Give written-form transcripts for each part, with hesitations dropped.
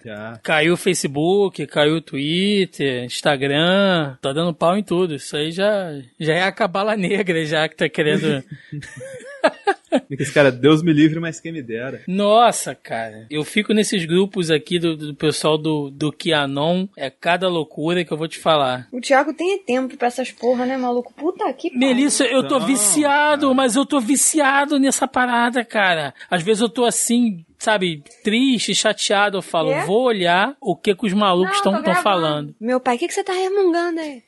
Já. Caiu o Facebook, caiu o Twitter, Instagram, tá dando pau em tudo. Isso aí já é a cabala negra já que tá querendo... Esse cara, Deus me livre, mas quem me dera. Nossa, cara. Eu fico nesses grupos aqui do pessoal do QAnon. É cada loucura que eu vou te falar. O Thiago tem tempo pra essas porra, né, maluco? Puta que pariu. Melissa, eu tô viciado, mas eu tô viciado nessa parada, cara. Às vezes eu tô assim... Sabe, triste, chateado, eu falo, vou olhar o que os malucos estão falando. Meu pai, o que você tá remungando aí?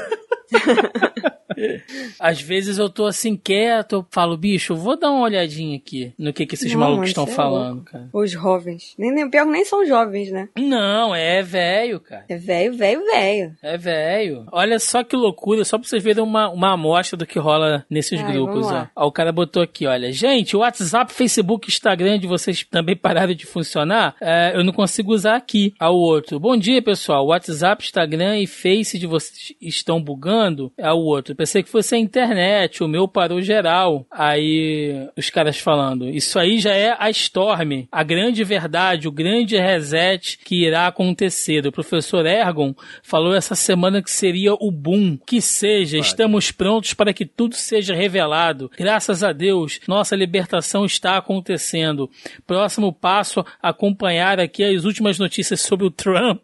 Às vezes eu tô assim quieto, eu falo, bicho, vou dar uma olhadinha aqui no que esses malucos estão falando, cara. Os jovens. Pior que nem são jovens, né? Não, é velho, cara. É velho. É velho. Olha só que loucura, só pra vocês verem uma amostra do que rola nesses grupos, ó. Ó. O cara botou aqui, olha, gente, o WhatsApp, Facebook, Instagram de vocês também pararam de funcionar, eu não consigo usar aqui. Ao outro, bom dia, pessoal, o WhatsApp, Instagram e Face de vocês estão bugando? Ao outro, pensei que fosse a internet, o meu parou geral. Aí os caras falando, isso aí já é a Storm, a grande verdade, o grande reset que irá acontecer. O professor Ergon falou essa semana que seria o boom. Que seja, estamos prontos para que tudo seja revelado. Graças a Deus, nossa libertação está acontecendo. Próximo passo, acompanhar aqui as últimas notícias sobre o Trump.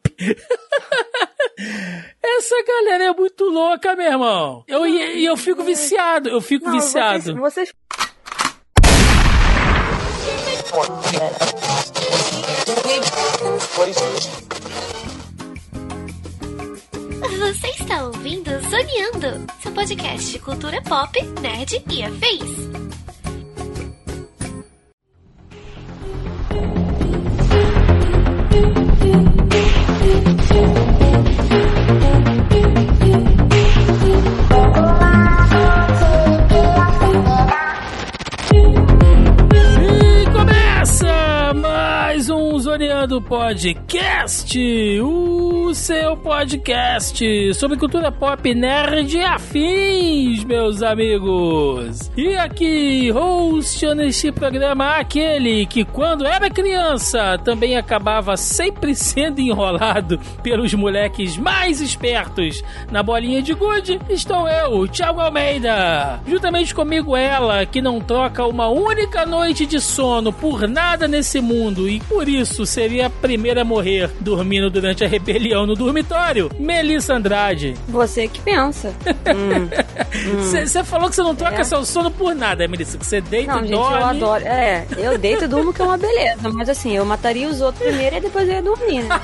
Essa galera é muito louca, meu irmão. Eu fico viciado. Vocês... Você está ouvindo Zoneando, seu podcast de cultura pop, nerd e afins. Zoneando Podcast, o seu podcast sobre cultura pop, nerd e afins, meus amigos. E aqui, host neste programa, aquele que quando era criança também acabava sempre sendo enrolado pelos moleques mais espertos na bolinha de gude, estou eu, Thiago Almeida. Juntamente comigo ela, que não troca uma única noite de sono por nada nesse mundo e por isso seria a primeira a morrer dormindo durante a rebelião no dormitório, Melissa Andrade. Você que pensa. Você falou que você não troca seu sono por nada, Melissa, que você deita e dorme. Não, gente, eu adoro. Eu deito e durmo, que é uma beleza, mas assim, eu mataria os outros primeiro e depois eu ia dormir, né?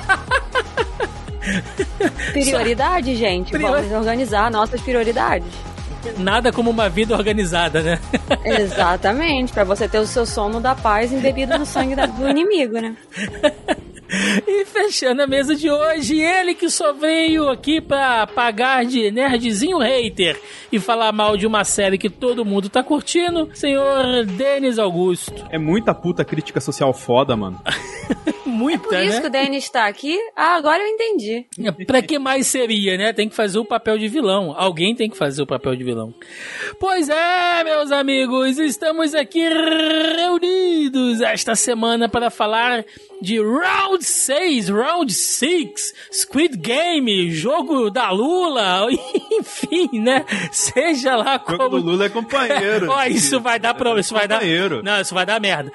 Prioridade, gente. Vamos organizar nossas prioridades. Nada como uma vida organizada, né? Exatamente, pra você ter o seu sono da paz embebido no sangue do inimigo, né? E fechando a mesa de hoje, ele que só veio aqui pra pagar de nerdzinho hater e falar mal de uma série que todo mundo tá curtindo, senhor Denis Augusto. É muita puta crítica social foda, mano. Muita, é por isso, né, que o Denis tá aqui. Agora eu entendi. Pra que mais seria, né? Tem que fazer o papel de vilão. Alguém tem que fazer o papel de vilão. Pois é, meus amigos, estamos aqui reunidos esta semana para falar de Round 6, Round 6, Squid Game, jogo da Lula, enfim, né? Seja lá como... O jogo do Lula é companheiro. Ó, isso vai dar problema, isso vai dar... Não, isso vai dar merda.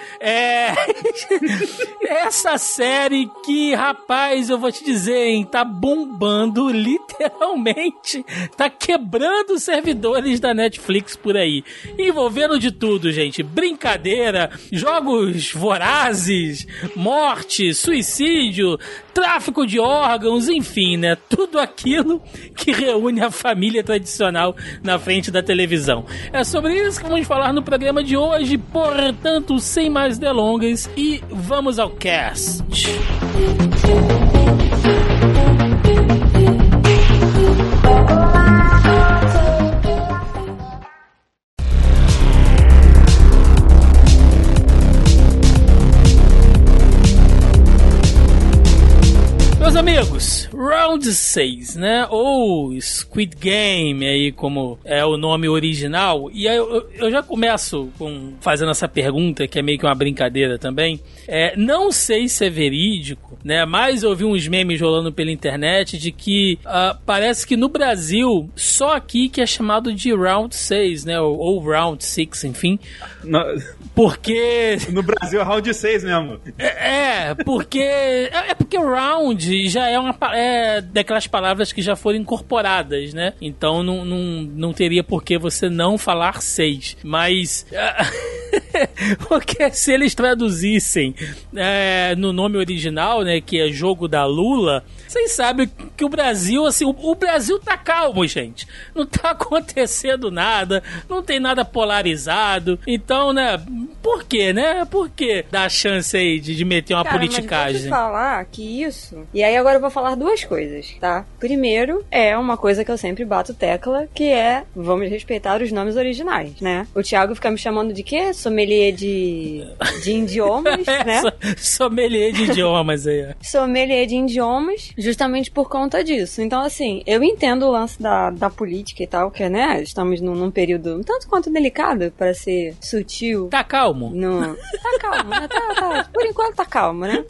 Essa série que, rapaz, eu vou te dizer, hein, tá bombando literalmente, tá quebrando os servidores da Netflix por aí, envolvendo de tudo, gente, brincadeira, jogos vorazes, morte, suicídio, tráfico de órgãos, enfim, né, tudo aquilo que reúne a família tradicional na frente da televisão. É sobre isso que vamos falar no programa de hoje, portanto, sem mais delongas, e vamos ao cast. Meus amigos, Round 6, né? Ou Squid Game, aí como é o nome original. E aí eu já começo fazendo essa pergunta, que é meio que uma brincadeira também. Não sei se é verídico, né? Mas eu vi uns memes rolando pela internet de que parece que no Brasil, só aqui que é chamado de Round 6, né? Ou Round 6, enfim. Porque... No Brasil é Round 6 mesmo. Porque round já é daquelas palavras que já foram incorporadas, né? Então não teria por que você não falar 6. Mas porque se eles traduzissem no nome original, né, que é Jogo da Lula, vocês sabem que o Brasil, assim, o Brasil tá calmo, gente. Não tá acontecendo nada, não tem nada polarizado. Então, né, por quê, né? Por que dar a chance aí de meter uma politicagem? Mas vou te falar que isso... E aí agora eu vou falar duas coisas, tá? Primeiro, é uma coisa que eu sempre bato tecla, que é, vamos respeitar os nomes originais, né? O Thiago fica me chamando de quê? Sommelier de idiomas, né? Sommelier de idiomas aí. Sommelier de idiomas, justamente por conta disso. Então, assim, eu entendo o lance da política e tal, que, né, estamos num período um tanto quanto delicado, para ser sutil. Tá calmo? Tá calmo, né? Tá, por enquanto tá calmo, né?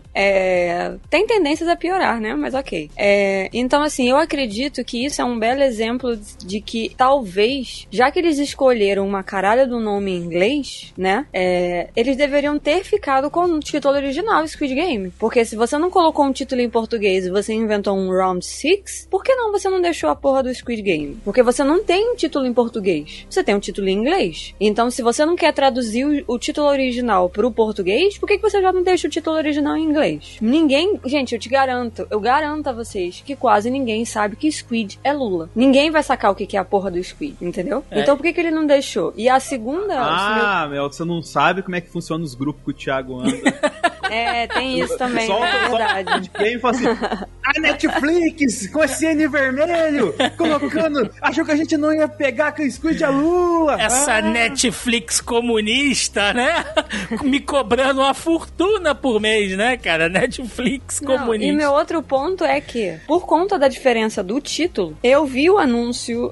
Tem tendências a piorar, né? Mas ok. Então, assim, eu acredito que isso é um belo exemplo de que talvez, já que eles escolheram uma caralha do nome em inglês, né? Eles deveriam ter ficado com o título original, Squid Game. Porque se você não colocou um título em português e você inventou um Round 6, por que não você não deixou a porra do Squid Game? Porque você não tem um título em português. Você tem um título em inglês. Então, se você não quer traduzir o título original pro português, por que você já não deixa o título original em inglês? Ninguém... Gente, eu garanto a vocês que quase ninguém sabe que Squid é Lula. Ninguém vai sacar o que é a porra do Squid, entendeu? Então, por que ele não deixou? E a segunda... Mel, você não sabe como é que funciona os grupos que o Thiago anda. Tem isso também, é verdade. Quem fala assim, a Netflix com esse N vermelho, colocando, achou que a gente não ia pegar que o Squid é Lula. Essa Netflix comunista, né? Me cobrando uma fortuna por mês, né, cara? Netflix comunista. E meu outro ponto é que, por conta da diferença do título, eu vi o anúncio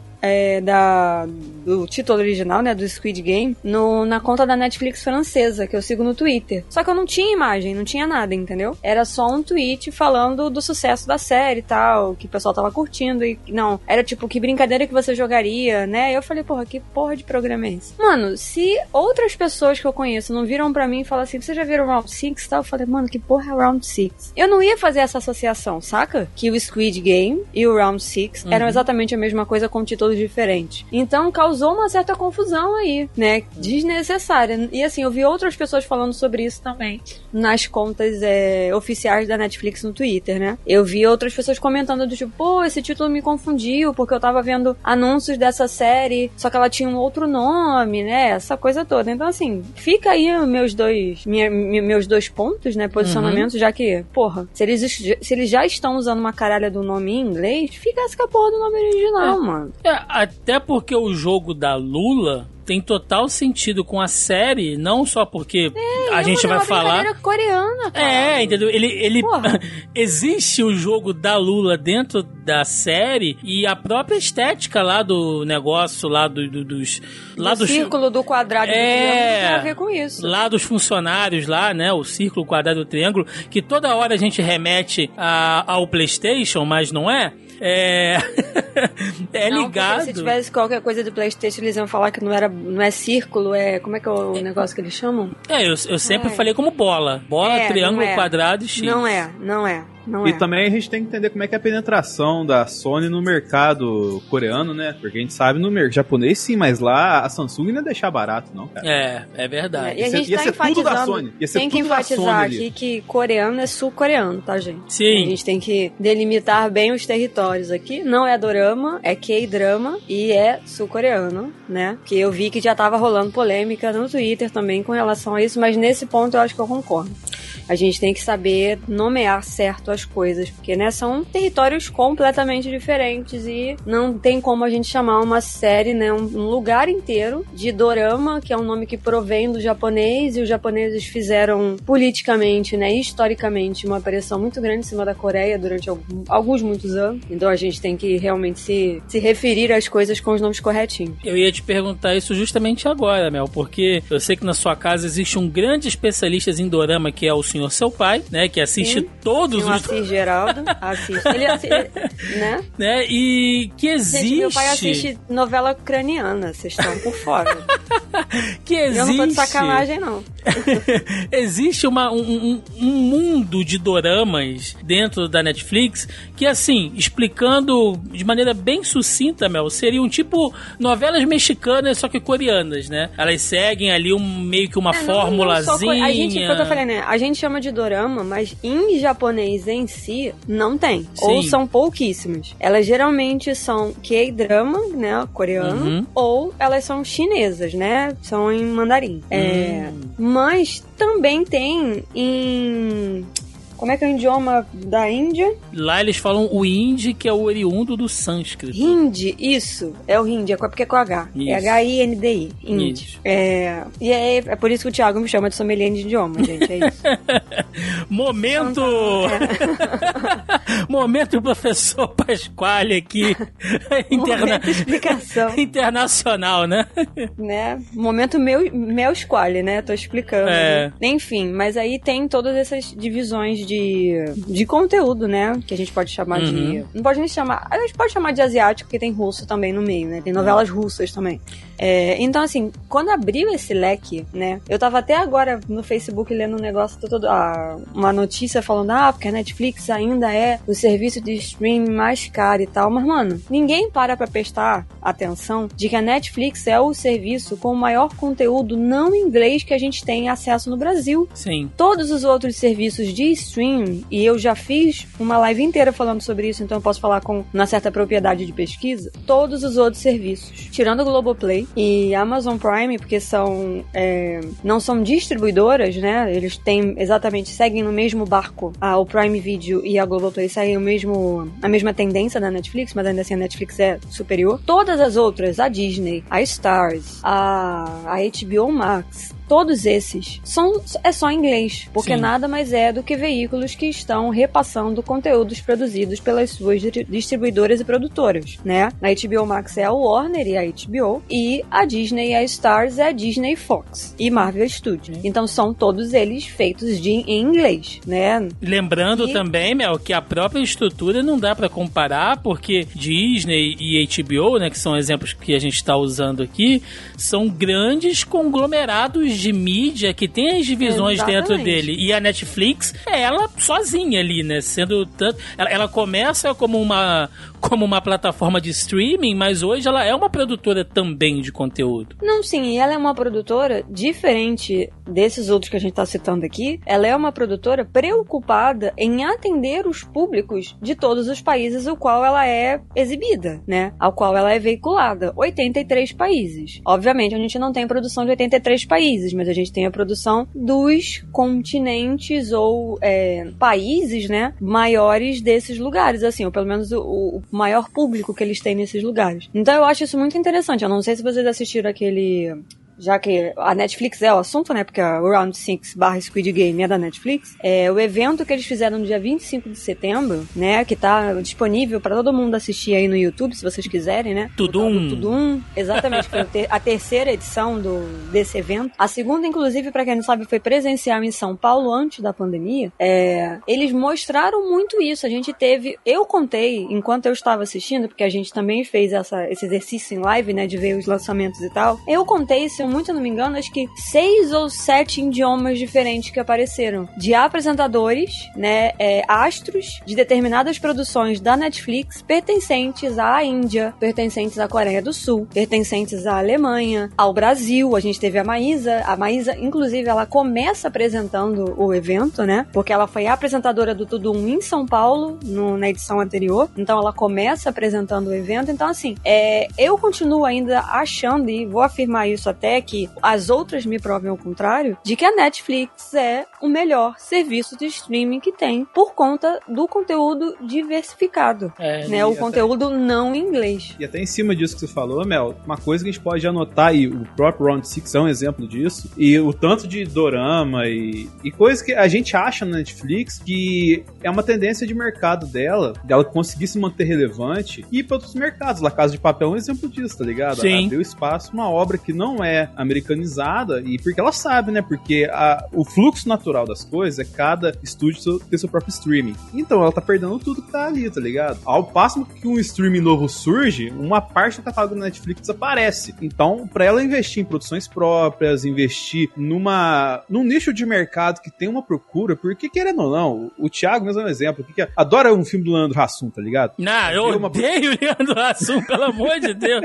do título original, né, do Squid Game, na conta da Netflix francesa, que eu sigo no Twitter. Só que eu não tinha imagem, não tinha nada, entendeu? Era só um tweet falando do sucesso da série e tal, que o pessoal tava curtindo e não, era tipo, que brincadeira que você jogaria, né? Eu falei, porra, que porra de programa é esse? Mano, se outras pessoas que eu conheço não viram pra mim e falam assim, você já viram Round 6 e tal? Eu falei, mano, que porra é Round 6? Eu não ia fazer essa associação, saca? Que o Squid Game e o Round 6 eram exatamente a mesma coisa com títulos diferentes. Então causou uma certa confusão aí, né? Desnecessária. E assim, eu vi outras pessoas falando sobre isso também nas contas oficiais da Netflix no Twitter, né? Eu vi outras pessoas comentando do tipo, pô, esse título me confundiu porque eu tava vendo anúncios dessa série, só que ela tinha um outro nome, né? Essa coisa toda. Então assim, fica aí meus dois pontos, né? Posicionamentos, já que, porra, se eles já estão usando uma caralha do nome em inglês, fica com a porra do nome original, mano. Até porque o jogo da Lula tem total sentido com a série, não só porque a gente vai falar... É uma coreana, cara. Entendeu? Ele existe o jogo da Lula dentro da série e a própria estética lá do negócio, lá dos círculo, do quadrado, do triângulo tem a ver com isso. Lá dos funcionários lá, né? O círculo, o quadrado, o triângulo, que toda hora a gente remete ao PlayStation, mas não é. Não, ligado. Se tivesse qualquer coisa do PlayStation, eles iam falar que não é círculo, como é que é o negócio que eles chamam? Eu sempre falei como bola. Bola, triângulo, quadrado e X. Não é. E também a gente tem que entender como é que é a penetração da Sony no mercado coreano, né? Porque a gente sabe no mercado japonês sim, mas lá a Samsung não ia deixar barato, não, cara. É verdade. E a gente tá enfatizando, tem que enfatizar aqui que coreano é sul-coreano, tá, gente? Sim. A gente tem que delimitar bem os territórios aqui. Não é dorama, é K-drama e é sul-coreano, né? Que eu vi que já tava rolando polêmica no Twitter também com relação a isso, mas nesse ponto eu acho que eu concordo. A gente tem que saber nomear certo as coisas, porque, né, são territórios completamente diferentes e não tem como a gente chamar uma série, né, um lugar inteiro de dorama, que é um nome que provém do japonês, e os japoneses fizeram politicamente, né, historicamente, uma pressão muito grande em cima da Coreia durante muitos anos. Então a gente tem que realmente se referir às coisas com os nomes corretinhos. Eu ia te perguntar isso justamente agora, Mel, porque eu sei que na sua casa existe um grande especialista em dorama, que é o senhor seu pai, né, que assiste todos os... Assis Geraldo, assiste. Ele assiste, né? E que existe... Gente, meu pai assiste novela ucraniana, vocês estão por fora. Que existe... Eu não tô de sacanagem, não. Existe um mundo de doramas dentro da Netflix que, assim, explicando de maneira bem sucinta, Mel, seriam tipo novelas mexicanas, só que coreanas, né? Elas seguem ali meio que uma formulazinha. A gente, que eu tô falando, né? A gente chama de dorama, mas em japonês em si, não tem. Sim. Ou são pouquíssimas. Elas geralmente são K-drama, né? Coreano. Ou elas são chinesas, né? São em mandarim. Mas também tem em... Como é que é o idioma da Índia? Lá eles falam o hindi, que é o oriundo do sânscrito. Hindi, isso. É o hindi, porque é com H. Isso. É H-I-N-D-I. Hindi. E é por isso que o Thiago me chama de sommelier de idioma, gente. É isso. Momento! Momento professor Pasquale aqui. Momento explicação. Internacional, né? Momento meu Squale, né? Tô explicando. Né? Enfim, mas aí tem todas essas divisões de conteúdo, né? Que a gente pode chamar de... Não pode nem chamar... A gente pode chamar de asiático, porque tem russo também no meio, né? Tem novelas russas também. Então, assim, quando abriu esse leque, né? Eu tava até agora no Facebook lendo um negócio, uma notícia falando, porque a Netflix ainda é o serviço de streaming mais caro e tal. Mas, mano, ninguém para pra prestar atenção de que a Netflix é o serviço com o maior conteúdo não inglês que a gente tem acesso no Brasil. Sim. Todos os outros serviços de streaming, e eu já fiz uma live inteira falando sobre isso, então eu posso falar com uma certa propriedade de pesquisa, todos os outros serviços, tirando o Globoplay e Amazon Prime, porque não são distribuidoras, né? Eles seguem no mesmo barco. O Prime Video e a Globoplay seguem a mesma tendência da Netflix, mas ainda assim a Netflix é superior. Todas as outras, a Disney, a Starz, a HBO Max, todos esses é só em inglês, porque Sim. nada mais é do que veículos que estão repassando conteúdos produzidos pelas suas distribuidoras e produtoras, né? A HBO Max é a Warner e a HBO, e a Disney e a Starz é a Disney Fox e Marvel Studios. Então são todos eles feitos em inglês, né? Lembrando também, Mel, que a própria estrutura não dá pra comparar, porque Disney e HBO, né, que são exemplos que a gente está usando aqui, são grandes conglomerados de mídia que tem as divisões dentro dele. E a Netflix é ela sozinha ali, né? Sendo tanto... Ela começa como uma plataforma de streaming, mas hoje ela é uma produtora também de conteúdo. Não, sim, ela é uma produtora diferente desses outros que a gente tá citando aqui. Ela é uma produtora preocupada em atender os públicos de todos os países ao qual ela é exibida, né? Ao qual ela é veiculada. 83 países. Obviamente, a gente não tem produção de 83 países, mas a gente tem a produção dos continentes ou países, né, maiores desses lugares, assim, ou pelo menos o maior público que eles têm nesses lugares. Então eu acho isso muito interessante. Eu não sei se vocês assistiram aquele... Já que a Netflix é o assunto, né? Porque a Round 6/Squid Game é da Netflix. O evento que eles fizeram no dia 25 de setembro, né? Que tá disponível pra todo mundo assistir aí no YouTube, se vocês quiserem, né? Tudum. Exatamente. Foi a terceira edição desse evento. A segunda, inclusive, pra quem não sabe, foi presencial em São Paulo antes da pandemia. Eles mostraram muito isso. A gente teve... Eu contei, enquanto eu estava assistindo, porque a gente também fez esse exercício em live, né? De ver os lançamentos e tal. Eu contei, se eu muito não me engano, acho que 6 ou 7 idiomas diferentes que apareceram. De apresentadores, né, astros de determinadas produções da Netflix pertencentes à Índia, pertencentes à Coreia do Sul, pertencentes à Alemanha, ao Brasil. A gente teve a Maísa. A Maísa, inclusive, ela começa apresentando o evento, né, porque ela foi apresentadora do Tudum em São Paulo, na edição anterior. Então, ela começa apresentando o evento. Então, assim, eu continuo ainda achando, e vou afirmar isso até até que as outras me provem ao contrário, de que a Netflix é o melhor serviço de streaming que tem, por conta do conteúdo diversificado, né? O conteúdo não em inglês. E até em cima disso que você falou, Mel, uma coisa que a gente pode anotar, e o próprio Round 6 é um exemplo disso, e o tanto de dorama e coisa que a gente acha na Netflix que é uma tendência de mercado dela conseguir se manter relevante e ir para outros mercados. La Casa de Papel é um exemplo disso, tá ligado? Sim. Ela deu espaço uma obra que não é americanizada, e porque ela sabe, né? Porque o fluxo natural das coisas é cada estúdio ter seu próprio streaming. Então ela tá perdendo tudo que tá ali, tá ligado? Ao passo que um streaming novo surge, uma parte do catálogo da Netflix desaparece. Então, pra ela investir em produções próprias, investir num nicho de mercado que tem uma procura, porque querendo ou não, o Thiago mesmo é um exemplo, que adora um filme do Leandro Hassum, tá ligado? Não, eu odeio o Leandro Hassum, pelo amor de Deus.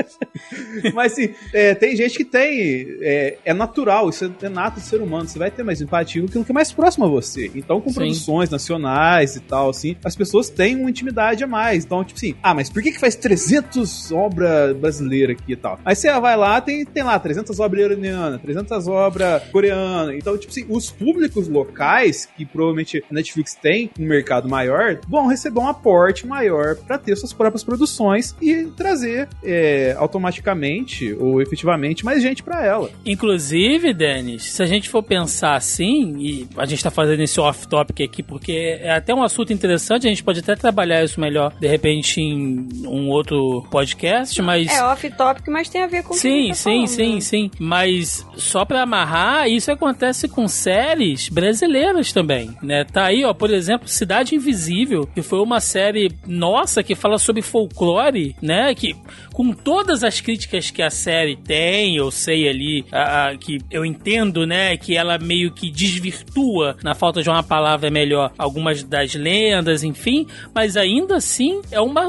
Mas assim, tem gente que tem, é natural, isso é nato do ser humano, você vai ter mais empatia com o que é mais próximo a você. Então, com produções nacionais e tal, assim, as pessoas têm uma intimidade a mais. Então, tipo assim, mas por que faz 300 obras brasileiras aqui e tal? Aí você vai lá, tem lá 300 obras iranianas, 300 obras coreanas. Então, tipo assim, os públicos locais, que provavelmente a Netflix tem um mercado maior, vão receber um aporte maior para ter suas próprias produções e trazer automaticamente ou efetivamente mais gente para ela. Inclusive, Denis, se a gente for pensar assim, e a gente tá fazendo esse off-topic aqui porque é até um assunto interessante, a gente pode até trabalhar isso melhor, de repente, em um outro podcast, mas... É off-topic, mas tem a ver com o que a gente tá falando. Sim. Mas só pra amarrar, isso acontece com séries brasileiras também, né? Tá aí, ó, por exemplo, Cidade Invisível, que foi uma série nossa que fala sobre folclore, né? Que com todas as críticas que a série tem, eu sei ali, que eu entendo, né? Que ela meio que desvirtua, na falta de uma palavra melhor, algumas das lendas, enfim, mas ainda assim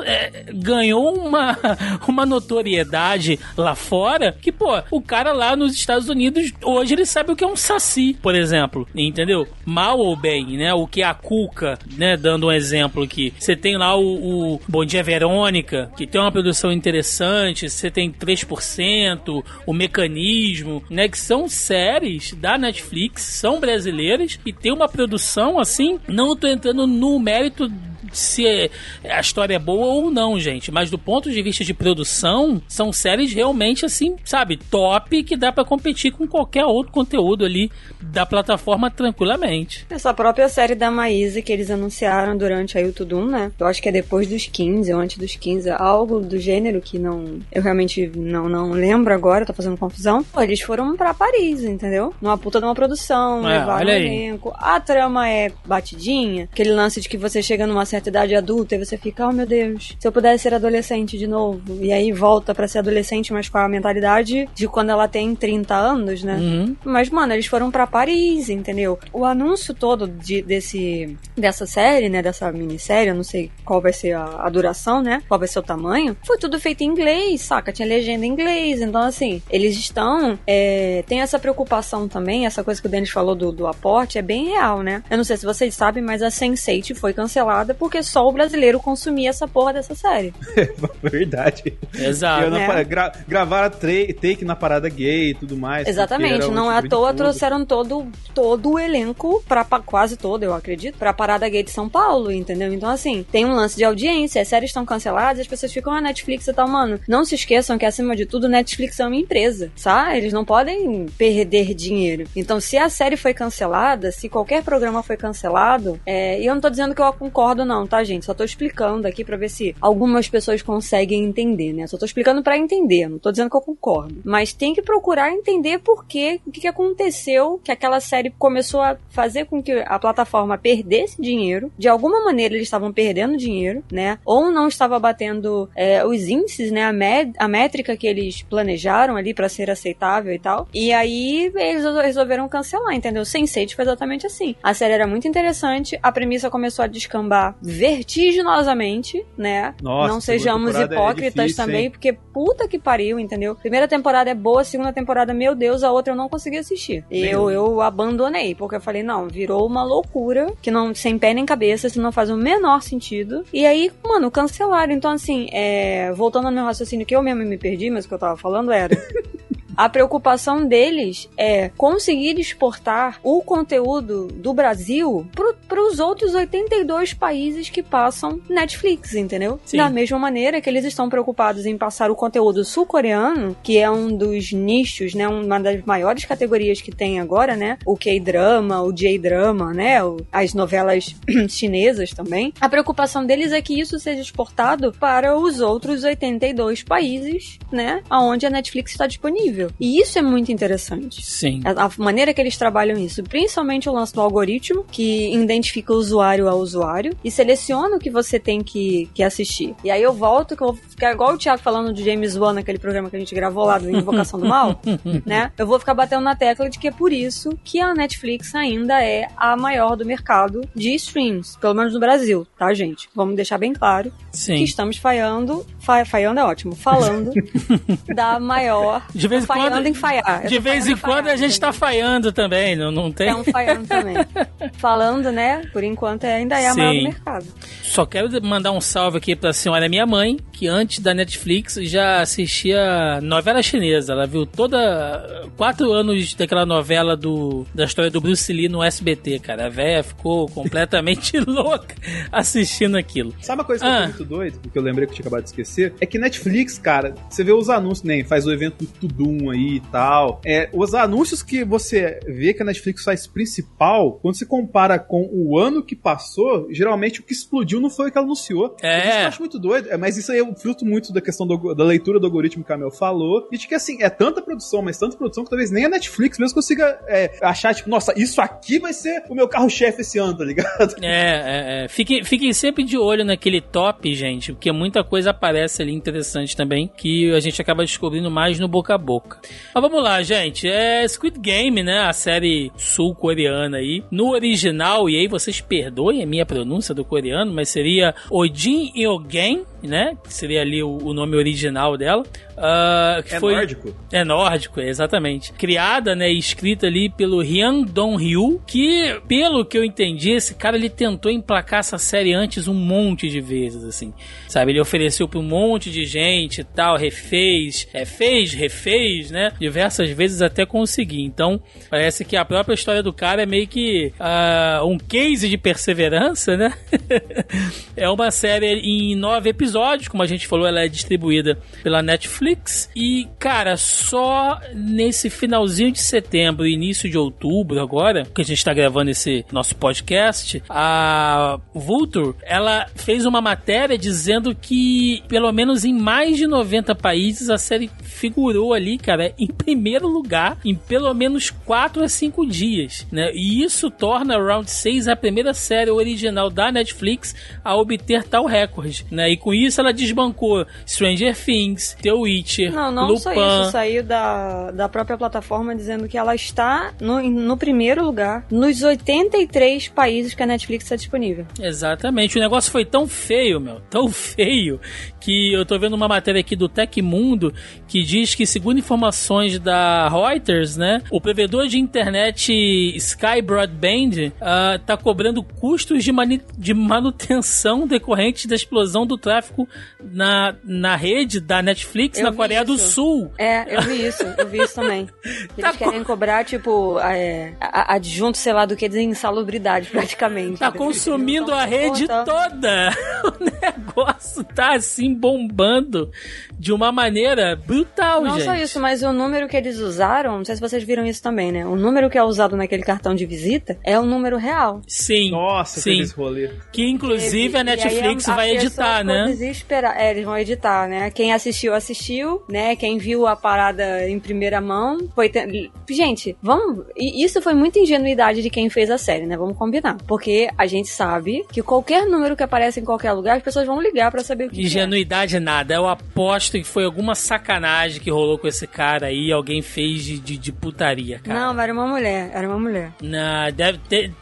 ganhou uma notoriedade lá fora que, pô, o cara lá nos Estados Unidos, hoje ele sabe o que é um saci, por exemplo, entendeu? Mal ou bem, né? O que é a cuca, né? Dando um exemplo aqui. Você tem lá o Bom Dia Verônica, que tem uma produção interessante, você tem 3%, o Mecanismo, né? Que são séries da Netflix, são brasileiras e tem uma produção, assim, não tô entrando no mérito se a história é boa ou não, gente, mas do ponto de vista de produção, são séries realmente, assim, sabe, top, que dá pra competir com qualquer outro conteúdo ali da plataforma tranquilamente. Essa própria série da Maísa que eles anunciaram durante a YouTube, né? Eu acho que é depois dos 15 ou antes dos 15, algo do gênero que eu realmente não lembro agora, tô fazendo confusão. Pô, eles foram pra Paris, entendeu? Numa puta de uma produção, levaram um elenco. A trama é batidinha, aquele lance de que você chega numa certa idade adulta e você fica, oh meu Deus, se eu pudesse ser adolescente de novo, e aí volta pra ser adolescente, mas com a mentalidade de quando ela tem 30 anos, né? Uhum. Mas, mano, eles foram pra Paris, entendeu? O anúncio todo dessa série, né, dessa minissérie, eu não sei qual vai ser a duração, né, qual vai ser o tamanho, foi tudo feito em inglês, saca? Tinha legenda em inglês, então assim, eles estão, tem essa preocupação também, essa coisa que o Denis falou do aporte, é bem real, né? Eu não sei se vocês sabem, mas a Sense8 foi cancelada porque só o brasileiro consumia essa porra dessa série. Verdade. Exato. Gravaram take na parada gay e tudo mais. Exatamente, não é à toa trouxeram todo o elenco, quase todo, eu acredito, pra parada gay de São Paulo, entendeu? Então assim, tem um lance de audiência, as séries estão canceladas, as pessoas ficam, Netflix e tal, mano, não se esqueçam que acima de tudo, Netflix é uma empresa, sabe? Eles não podem perder dinheiro. Então se a série foi cancelada, se qualquer programa foi cancelado, e eu não tô dizendo que eu concordo não, tá, gente? Só tô explicando aqui pra ver se algumas pessoas conseguem entender, né? Só tô explicando pra entender, não tô dizendo que eu concordo. Mas tem que procurar entender por quê, o que aconteceu, que aquela série começou a fazer com que a plataforma perdesse dinheiro. De alguma maneira eles estavam perdendo dinheiro, né? Ou não estava batendo os índices, né? A métrica que eles planejaram ali pra ser aceitável e tal. E aí eles resolveram cancelar, entendeu? Sense8 foi exatamente assim. A série era muito interessante, a premissa começou a descambar vertiginosamente, né? Nossa, não sejamos hipócritas difícil, também, hein? Porque puta que pariu, entendeu? Primeira temporada é boa, segunda temporada, meu Deus, a outra eu não consegui assistir. Eu abandonei, porque eu falei, não, virou uma loucura, que não, sem pé nem cabeça, isso não faz o menor sentido. E aí, mano, cancelaram. Então, assim, voltando ao meu raciocínio, que eu mesmo me perdi, mas o que eu tava falando era... A preocupação deles é conseguir exportar o conteúdo do Brasil para os outros 82 países que passam Netflix, entendeu? Sim. Da mesma maneira que eles estão preocupados em passar o conteúdo sul-coreano, que é um dos nichos, né, uma das maiores categorias que tem agora, né, o K-drama, o J-drama, né, as novelas chinesas também. A preocupação deles é que isso seja exportado para os outros 82 países, né, onde a Netflix está disponível. E isso é muito interessante. Sim. A maneira que eles trabalham isso, principalmente o lance do algoritmo, que identifica o usuário a usuário e seleciona o que você tem que assistir. E aí eu volto, que eu vou ficar igual o Thiago falando de James Wan, naquele programa que a gente gravou lá do Invocação do Mal, né? Eu vou ficar batendo na tecla de que é por isso que a Netflix ainda é a maior do mercado de streams, pelo menos no Brasil, tá, gente? Vamos deixar bem claro. Sim. Que estamos falando é ótimo, falando da maior... De vez em quando, em falhar. De vez em quando a gente tá falhando também, não tem? É um falhando também. Falando, né, por enquanto ainda é a maior do mercado. Só quero mandar um salve aqui pra senhora minha mãe, que antes da Netflix já assistia novela chinesa. Ela viu 4 anos daquela novela da história do Bruce Lee no SBT, cara. A véia ficou completamente louca assistindo aquilo. Sabe uma coisa que eu tô muito doido, porque eu lembrei que eu tinha acabado de esquecer? É que Netflix, cara, você vê os anúncios, nem faz o evento do Tudum aí e tal. Os anúncios que você vê que a Netflix faz principal, quando você compara com o ano que passou, geralmente o que explodiu não foi o que ela anunciou. Isso eu acho muito doido, mas isso aí é fruto muito da questão da leitura do algoritmo que a Mel falou, e de que, assim, é tanta produção, mas tanta produção que talvez nem a Netflix mesmo consiga achar, tipo, nossa, isso aqui vai ser o meu carro-chefe esse ano, tá ligado? Fiquem sempre de olho naquele top, gente, porque muita coisa aparece ali interessante também, que a gente acaba descobrindo mais no boca a boca. Mas vamos lá, gente, Squid Game, né, a série sul-coreana aí, no original, e aí vocês perdoem a minha pronúncia do coreano, mas seria Ojin Eogen, né, que seria ali o nome original dela. Nórdico? É nórdico, exatamente. Criada, né, e escrita ali pelo Hyun Dong-ryu, que, pelo que eu entendi, esse cara, ele tentou emplacar essa série antes um monte de vezes, assim, sabe? Ele ofereceu pra um monte de gente e tal, refez, né, diversas vezes até conseguir. Então, parece que a própria história do cara é meio que um case de perseverança, né? É uma série em 9 episódios, como a gente falou, ela é distribuída pela Netflix. E, cara, só nesse finalzinho de setembro e início de outubro agora, que a gente tá gravando esse nosso podcast, a Vulture, ela fez uma matéria dizendo que, pelo menos em mais de 90 países, a série figurou ali, cara, em primeiro lugar, em pelo menos 4 a 5 dias, né? E isso torna Round 6 a primeira série original da Netflix a obter tal recorde, né? E com isso ela desbancou Stranger Things, The Witcher, não Lupin. Só isso, saiu da própria plataforma dizendo que ela está no primeiro lugar nos 83 países que a Netflix está disponível. Exatamente, o negócio foi tão feio, tão feio, que eu tô vendo uma matéria aqui do Tecmundo que diz que, segundo informações da Reuters, né, o provedor de internet Sky Broadband tá cobrando custos de manutenção decorrentes da explosão do tráfego na rede da Netflix na Coreia do Sul. Eu vi isso também. Eles querem cobrar, tipo, adjunto, sei lá do que, de insalubridade, praticamente. Tá consumindo a rede toda. O negócio tá assim bombando de uma maneira brutal, não gente. Não só isso, mas o número que eles usaram, não sei se vocês viram isso também, né? O número que é usado naquele cartão de visita é um número real. Sim. Nossa, sim. Aqueles rolê. Que inclusive a Netflix vai editar, né? Eles vão editar, né? Quem assistiu, né? Quem viu a parada em primeira mão Gente, vamos... Isso foi muita ingenuidade de quem fez a série, né? Vamos combinar. Porque a gente sabe que qualquer número que aparece em qualquer lugar, as pessoas vão ligar pra saber o que ingenuidade nada. Eu aposto que foi alguma sacanagem que rolou com esse cara aí, alguém fez de putaria, cara. Não, era uma mulher. Não, deve ter,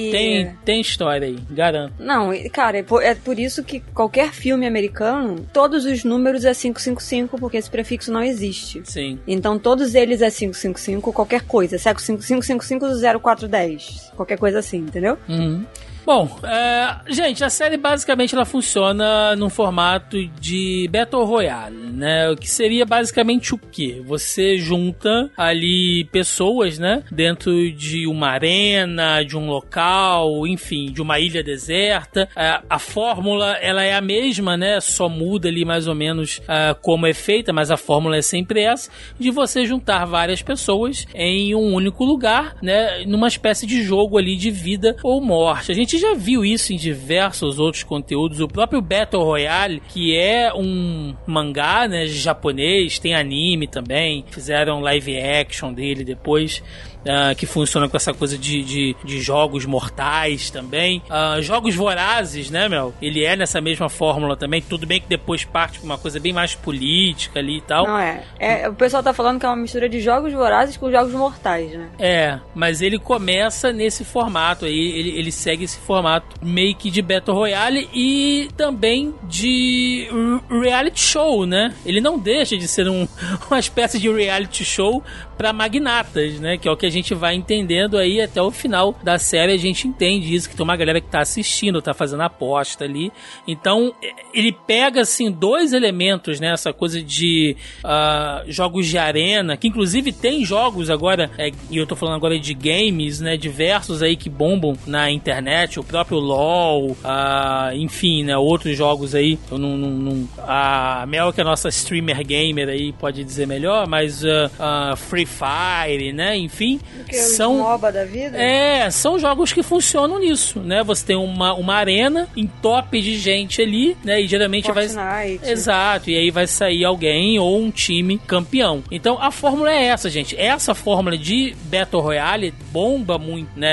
tem história aí, garanto. Não, cara, é por isso que qualquer filme americano, todos os números é 555, porque esse prefixo não existe. Sim. Então todos eles é 555, qualquer coisa. 5555 0410. Qualquer coisa assim, entendeu? Uhum. Bom, gente, a série basicamente ela funciona num formato de Battle Royale, né? O que seria basicamente o quê? Você junta ali pessoas, né? Dentro de uma arena, de um local, enfim, de uma ilha deserta. A fórmula, ela é a mesma, né? Só muda ali mais ou menos como é feita, mas a fórmula é sempre essa, de você juntar várias pessoas em um único lugar, né? Numa espécie de jogo ali de vida ou morte. A gente já viu isso em diversos outros conteúdos. O próprio Battle Royale, que é um mangá, né, japonês, tem anime também, fizeram live action dele depois, que funciona com essa coisa de jogos mortais também. Jogos Vorazes, né, Mel? Ele é nessa mesma fórmula também. Tudo bem que depois parte pra uma coisa bem mais política ali e tal. Não, o pessoal tá falando que é uma mistura de Jogos Vorazes com Jogos Mortais, né? Mas ele começa nesse formato aí. Ele segue esse formato meio que de Battle Royale e também de reality show, né? Ele não deixa de ser uma espécie de reality show pra magnatas, né? Que é o que a gente vai entendendo aí até o final da série. A gente entende isso, que tem uma galera que tá assistindo, tá fazendo aposta ali. Então, ele pega, assim, dois elementos, né? Essa coisa de jogos de arena, que inclusive tem jogos agora, e eu tô falando agora de games, né? Diversos aí que bombam na internet, o próprio LoL, enfim, né? Outros jogos aí. Eu a Mel, que é a nossa streamer gamer aí, pode dizer melhor, mas Free Fire, né? Enfim, são MOBA da vida? São jogos que funcionam nisso, né? Você tem uma arena em top de gente ali, né? E geralmente Fortnite. Exato, e aí vai sair alguém ou um time campeão. Então a fórmula é essa, gente. Essa fórmula de Battle Royale bomba muito, né?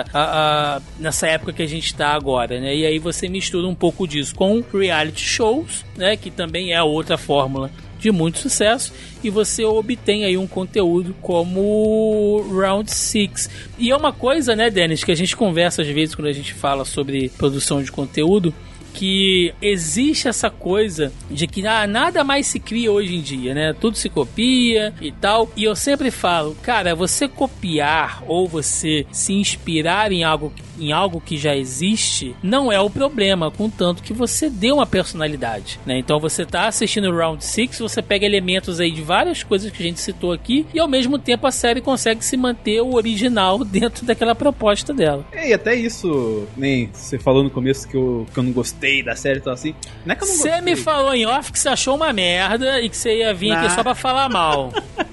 Nessa época que a gente tá agora, né? E aí você mistura um pouco disso com reality shows, né? Que também é outra fórmula de muito sucesso, e você obtém aí um conteúdo como Round 6. E é uma coisa, né, Dennis, que a gente conversa às vezes quando a gente fala sobre produção de conteúdo, que existe essa coisa de que nada mais se cria hoje em dia, né? Tudo se copia e tal. E eu sempre falo, cara, você copiar ou você se inspirar em algo que já existe não é o problema, contanto que você dê uma personalidade, né? Então você tá assistindo o Round 6, você pega elementos aí de várias coisas que a gente citou aqui e ao mesmo tempo a série consegue se manter o original dentro daquela proposta dela. E até isso, nem você falou no começo que eu não gostei da série e tal assim. Não é que eu não gostei. Você me falou em off que você achou uma merda e que você ia vir aqui só pra falar mal.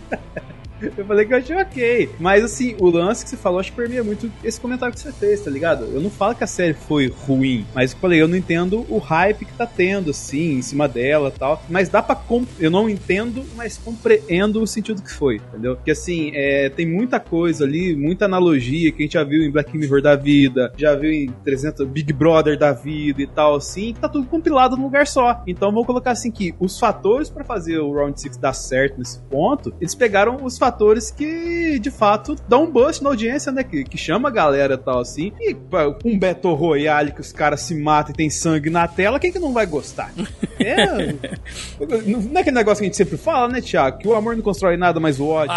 Eu falei que eu achei ok. Mas assim, o lance que você falou, acho que permeia muito esse comentário que você fez, tá ligado? Eu não falo que a série foi ruim, mas eu falei, eu não entendo o hype que tá tendo, assim, em cima dela e tal. Mas dá pra... Eu não entendo, mas compreendo o sentido que foi, entendeu? Porque assim, tem muita coisa ali, muita analogia que a gente já viu em Black Mirror da vida, já viu em 300 Big Brother da vida e tal, assim, que tá tudo compilado num lugar só. Então vou colocar assim que os fatores pra fazer o Round 6 dar certo nesse ponto, eles pegaram os fatores que, de fato, dão um boost na audiência, né? Que chama a galera e tal, assim. E um Battle Royale que os caras se matam e tem sangue na tela, quem que não vai gostar? Não é aquele negócio que a gente sempre fala, né, Thiago? Que o amor não constrói nada, mas o ódio...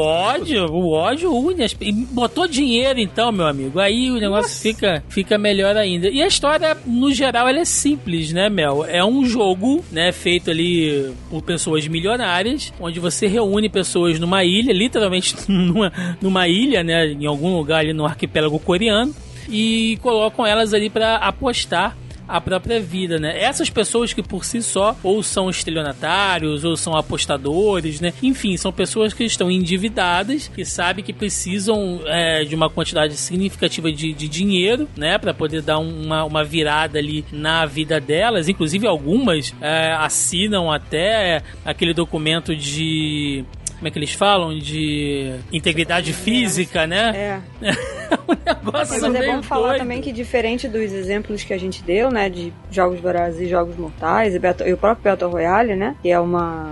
o ódio une. E botou dinheiro, então, meu amigo. Aí o negócio fica melhor ainda. E a história, no geral, ela é simples, né, Mel? É um jogo, né, feito ali por pessoas milionárias, onde você reúne pessoas numa ilha, literalmente numa ilha, né, em algum lugar ali no arquipélago coreano, e colocam elas ali para apostar a própria vida, né? Essas pessoas que por si só ou são estelionatários ou são apostadores, né? Enfim, são pessoas que estão endividadas, que sabem que precisam de uma quantidade significativa de dinheiro, né? Para poder dar uma virada ali na vida delas. Inclusive algumas assinam até aquele documento de... Como é que eles falam? De integridade física, né? Um negócio mas meio é bom falar doido. Também que diferente dos exemplos que a gente deu, né? De Jogos Vorazes e Jogos Mortais e o próprio Battle Royale, né? Que é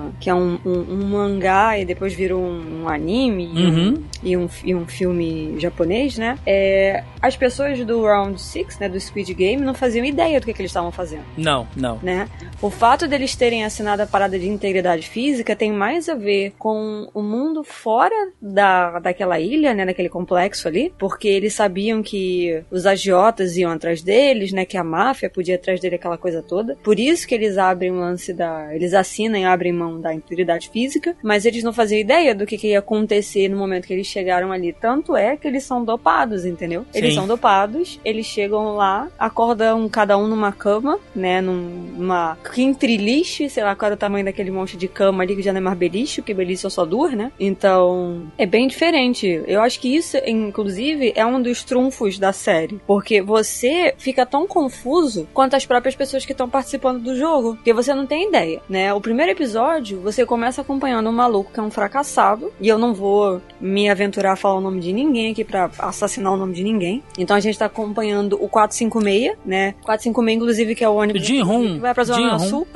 um mangá e depois virou um anime e um filme japonês, né? As pessoas do Round 6, né? Do Squid Game, não faziam ideia do que eles estavam fazendo. Não. Né? O fato deles terem assinado a parada de integridade física tem mais a ver com o mundo fora daquela ilha, né? Daquele complexo ali, porque eles sabiam que os agiotas iam atrás deles, né? Que a máfia podia ir atrás dele, aquela coisa toda. Por isso que eles abrem o lance eles assinam e abrem mão da integridade física, mas eles não faziam ideia do que ia acontecer no momento que eles chegaram ali. Tanto é que eles são dopados, entendeu? Sim. Eles são dopados, eles chegam lá, acordam cada um numa cama, né? Numa quintriliche, sei lá qual era o tamanho daquele monte de cama ali, que já não é mais beliche, porque beliche são só duas, né? Então, é bem diferente. Eu acho que isso, inclusive, é um dos trunfos da série, porque você fica tão confuso quanto as próprias pessoas que estão participando do jogo, porque você não tem ideia, né? O primeiro episódio, você começa acompanhando um maluco que é um fracassado, e eu não vou me aventurar a falar o nome de ninguém aqui pra assassinar o nome de ninguém. Então a gente tá acompanhando o 456, né? 456, inclusive, que é o ônibus que vai pra Zona Sul.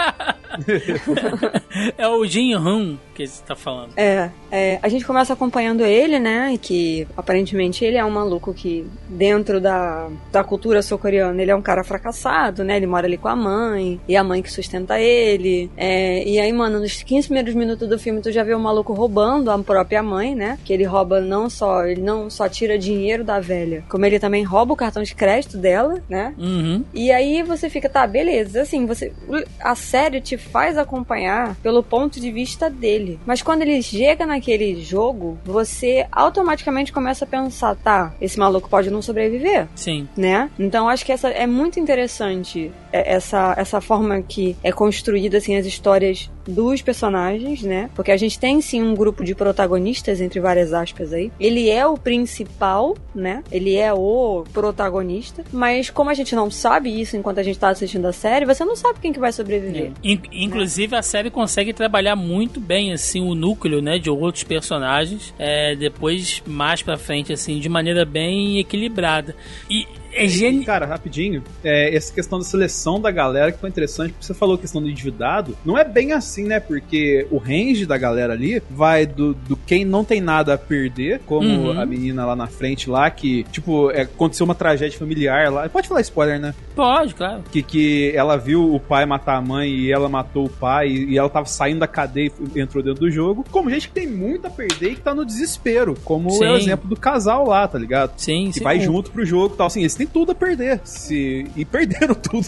É o Jin-Hun que você tá falando. A gente começa acompanhando ele, né? Que aparentemente ele é um maluco que, dentro da cultura sul-coreana, ele é um cara fracassado, né? Ele mora ali com a mãe, e a mãe que sustenta ele. E aí, mano, nos 15 primeiros minutos do filme, tu já vê o maluco roubando a própria mãe, né? Que ele rouba ele não só tira dinheiro da velha, como ele também rouba o cartão de crédito dela, né? Uhum. E aí você fica, tá, beleza. Assim, a série te faz acompanhar pelo ponto de vista dele. Mas quando ele chega naquele jogo, você automaticamente começa a pensar, tá, esse maluco pode não sobreviver. Sim. Né? Então acho que essa é muito interessante, essa forma que é construída, assim, as histórias dos personagens, né? Porque a gente tem, sim, um grupo de protagonistas, entre várias aspas aí. Ele é o principal, né? Ele é o protagonista, mas como a gente não sabe isso enquanto a gente tá assistindo a série, você não sabe quem que vai sobreviver. Inclusive, a série consegue trabalhar muito bem, assim, o núcleo, né, de outros personagens, depois, mais pra frente, assim, de maneira bem equilibrada. E cara, rapidinho, essa questão da seleção da galera que foi interessante, porque você falou a questão do endividado, não é bem assim, né, porque o range da galera ali vai do quem não tem nada a perder, como a menina lá na frente lá, que, tipo, aconteceu uma tragédia familiar lá, pode falar spoiler, né? Pode, claro. Que ela viu o pai matar a mãe e ela matou o pai e ela tava saindo da cadeia e entrou dentro do jogo, como gente que tem muito a perder e que tá no desespero, como é o exemplo do casal lá, tá ligado? Sim, que vai junto pro jogo e tal, assim, eles têm tudo a perder. E perderam tudo.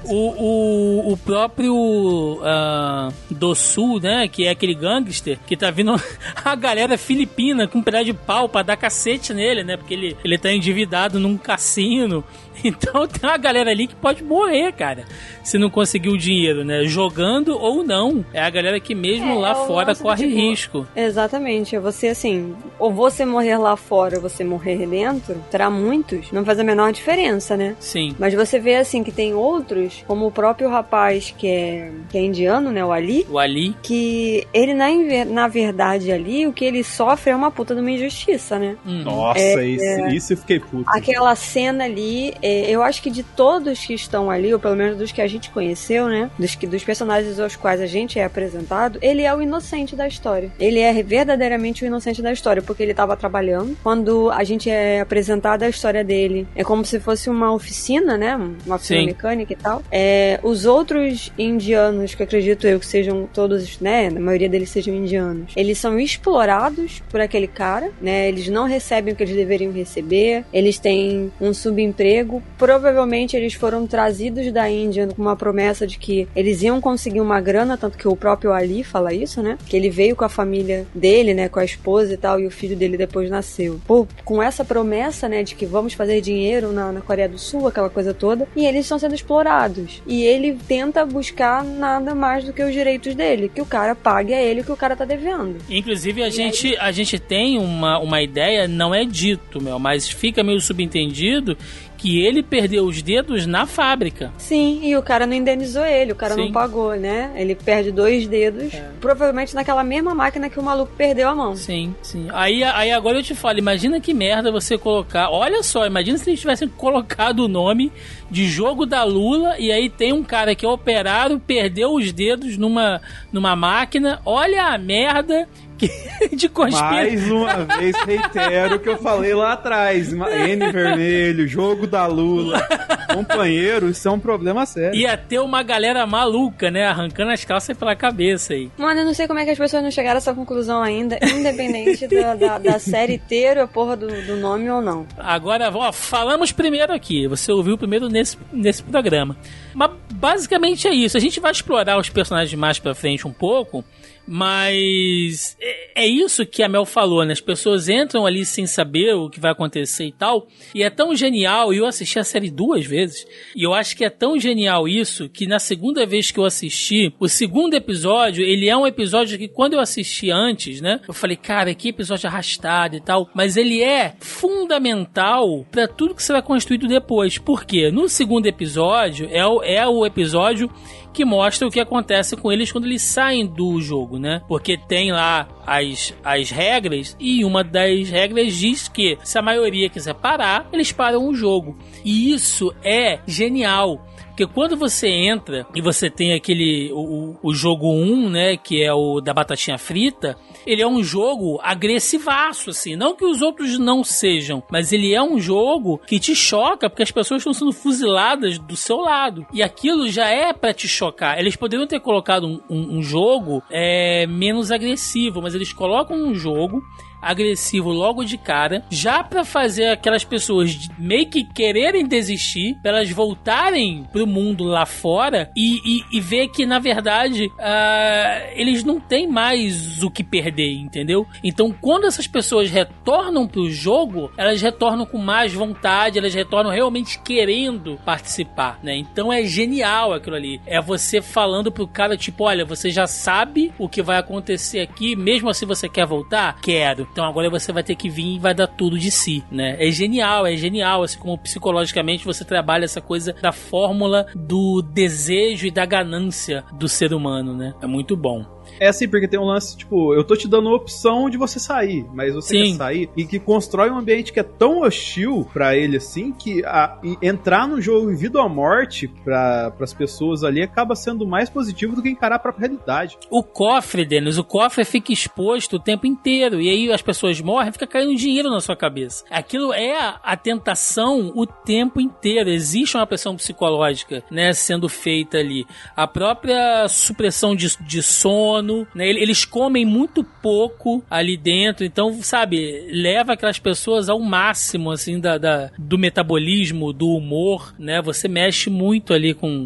O próprio do Sul, né? Que é aquele gangster que tá vindo a galera filipina com um pedaço de pau pra dar cacete nele, né? Porque ele tá endividado num cassino. Então tem uma galera ali que pode morrer, cara, se não conseguir o dinheiro, né? Jogando ou não. É a galera que mesmo lá fora corre risco. Exatamente. Você, assim, ou você morrer lá fora ou você morrer dentro, terá muitos, não faz a menor diferença, né? Sim. Mas você vê, assim, que tem outros, como o próprio rapaz que é indiano, né? O Ali. O Ali. Que ele, na verdade, ali, o que ele sofre é uma puta de uma injustiça, né? Nossa, isso eu fiquei puto. Aquela cena ali, eu acho que de todos que estão ali, ou pelo menos dos que a gente conheceu, né? Dos personagens aos quais a gente é apresentado, ele é o inocente da história. Ele é verdadeiramente o inocente da história, porque ele tava trabalhando. Quando a gente é apresentada a história dele, é como se fosse uma oficina, né? Uma oficina mecânica e tal. Os outros indianos, que acredito eu que sejam todos, né? A maioria deles sejam indianos. Eles são explorados por aquele cara, né? Eles não recebem o que eles deveriam receber. Eles têm um subemprego. Provavelmente eles foram trazidos da Índia com uma promessa de que eles iam conseguir uma grana, tanto que o próprio Ali fala isso, né? Que ele veio com a família dele, né? Com a esposa e tal, e o filho dele depois nasceu. Com essa promessa, né? De que vamos fazer dinheiro na Coreia do Sul, aquela coisa toda, e eles estão sendo explorados. E ele tenta buscar nada mais do que os direitos dele, que o cara pague a ele o que o cara tá devendo. Inclusive, a gente tem uma ideia, não é dito, mas fica meio subentendido que ele perdeu os dedos na fábrica. Sim, e o cara não indenizou ele, o cara não pagou, né? Ele perde 2 dedos, provavelmente naquela mesma máquina que o maluco perdeu a mão. Sim, sim. Aí agora eu te falo, imagina que merda você colocar... Olha só, imagina se eles tivessem colocado o nome de jogo da Lula, e aí tem um cara que é operário, perdeu os dedos numa máquina, olha a merda de conspiração. Mais uma vez, reitero o que eu falei lá atrás. N vermelho, jogo da Lula. Companheiro, isso é um problema sério. Ia ter uma galera maluca, né? Arrancando as calças pela cabeça aí. Mano, eu não sei como é que as pessoas não chegaram a essa conclusão ainda, independente da série ter a porra do nome ou não. Agora, ó, falamos primeiro aqui. Você ouviu primeiro nesse programa. Mas basicamente é isso. A gente vai explorar os personagens mais pra frente um pouco, mas é isso que a Mel falou, né? As pessoas entram ali sem saber o que vai acontecer e tal, e é tão genial, e eu assisti a série 2 vezes, e eu acho que é tão genial isso, que na segunda vez que eu assisti, o segundo episódio, ele é um episódio que quando eu assisti antes, né, eu falei, cara, que episódio arrastado e tal, mas ele é fundamental pra tudo que será construído depois. Por quê? No segundo episódio, é o episódio que mostra o que acontece com eles quando eles saem do jogo, né? Porque tem lá as regras, e uma das regras diz que se a maioria quiser parar, eles param o jogo. E isso é genial. Porque quando você entra e você tem o jogo 1, né, que é o da batatinha frita, ele é um jogo agressivaço, assim. Não que os outros não sejam, mas ele é um jogo que te choca porque as pessoas estão sendo fuziladas do seu lado. E aquilo já é pra te chocar. Eles poderiam ter colocado um jogo menos agressivo, mas eles colocam um jogo agressivo logo de cara, já pra fazer aquelas pessoas meio que quererem desistir, pra elas voltarem pro mundo lá fora e ver que, na verdade, eles não têm mais o que perder, entendeu? Então, quando essas pessoas retornam pro jogo, elas retornam com mais vontade, elas retornam realmente querendo participar, né? Então é genial aquilo ali. É você falando pro cara, tipo, olha, você já sabe o que vai acontecer aqui, mesmo assim você quer voltar? Quero. Então agora você vai ter que vir e vai dar tudo de si, né? É genial, assim como psicologicamente você trabalha essa coisa da fórmula do desejo e da ganância do ser humano, né? É muito bom. É assim, porque tem um lance, tipo, eu tô te dando a opção de você sair, mas você quer sair, e que constrói um ambiente que é tão hostil pra ele, assim, que entrar no jogo em vida ou morte pras pessoas ali acaba sendo mais positivo do que encarar a própria realidade. O cofre, Denis, fica exposto o tempo inteiro, e aí as pessoas morrem, fica caindo dinheiro na sua cabeça. Aquilo é a tentação o tempo inteiro, existe uma pressão psicológica, né, sendo feita ali. A própria supressão de sono, né? Eles comem muito pouco ali dentro, então, sabe, leva aquelas pessoas ao máximo, assim, do metabolismo, do humor, né? Você mexe muito ali com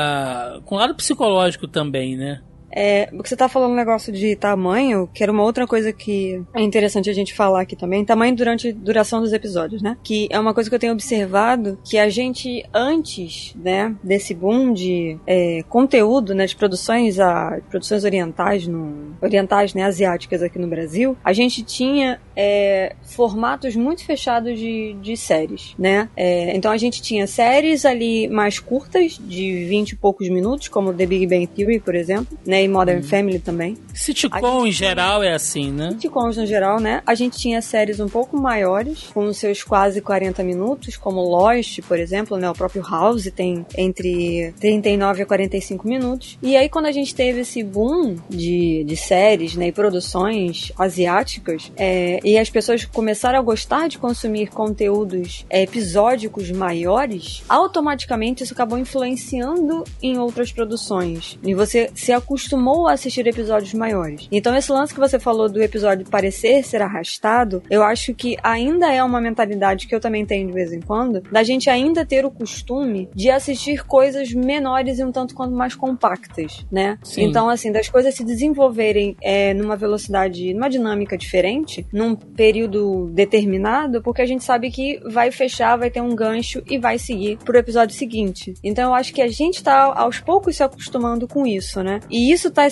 o lado psicológico também, né? Você tá falando um negócio de tamanho, que era uma outra coisa que é interessante a gente falar aqui também, tamanho durante a duração dos episódios, né? Que é uma coisa que eu tenho observado, que a gente, antes, né, desse boom de conteúdo, né, de produções orientais, né, asiáticas aqui no Brasil, a gente tinha formatos muito fechados de séries, né? Então a gente tinha séries ali mais curtas, de 20 e poucos minutos, como The Big Bang Theory, por exemplo, né? E Modern Family também. Sitcom em geral é assim, né? Sitcoms no geral, né? A gente tinha séries um pouco maiores, com os seus quase 40 minutos, como Lost, por exemplo, né? O próprio House tem entre 39 a 45 minutos. E aí, quando a gente teve esse boom de séries, né? E produções asiáticas, e as pessoas começaram a gostar de consumir conteúdos episódicos maiores, automaticamente isso acabou influenciando em outras produções. E você se acostumou a assistir episódios maiores. Então esse lance que você falou do episódio parecer ser arrastado, eu acho que ainda é uma mentalidade que eu também tenho de vez em quando, da gente ainda ter o costume de assistir coisas menores e um tanto quanto mais compactas, né? Sim. Então, assim, das coisas se desenvolverem numa velocidade, numa dinâmica diferente, num período determinado, porque a gente sabe que vai fechar, vai ter um gancho e vai seguir pro episódio seguinte. Então eu acho que a gente tá aos poucos se acostumando com isso, né? E isso tá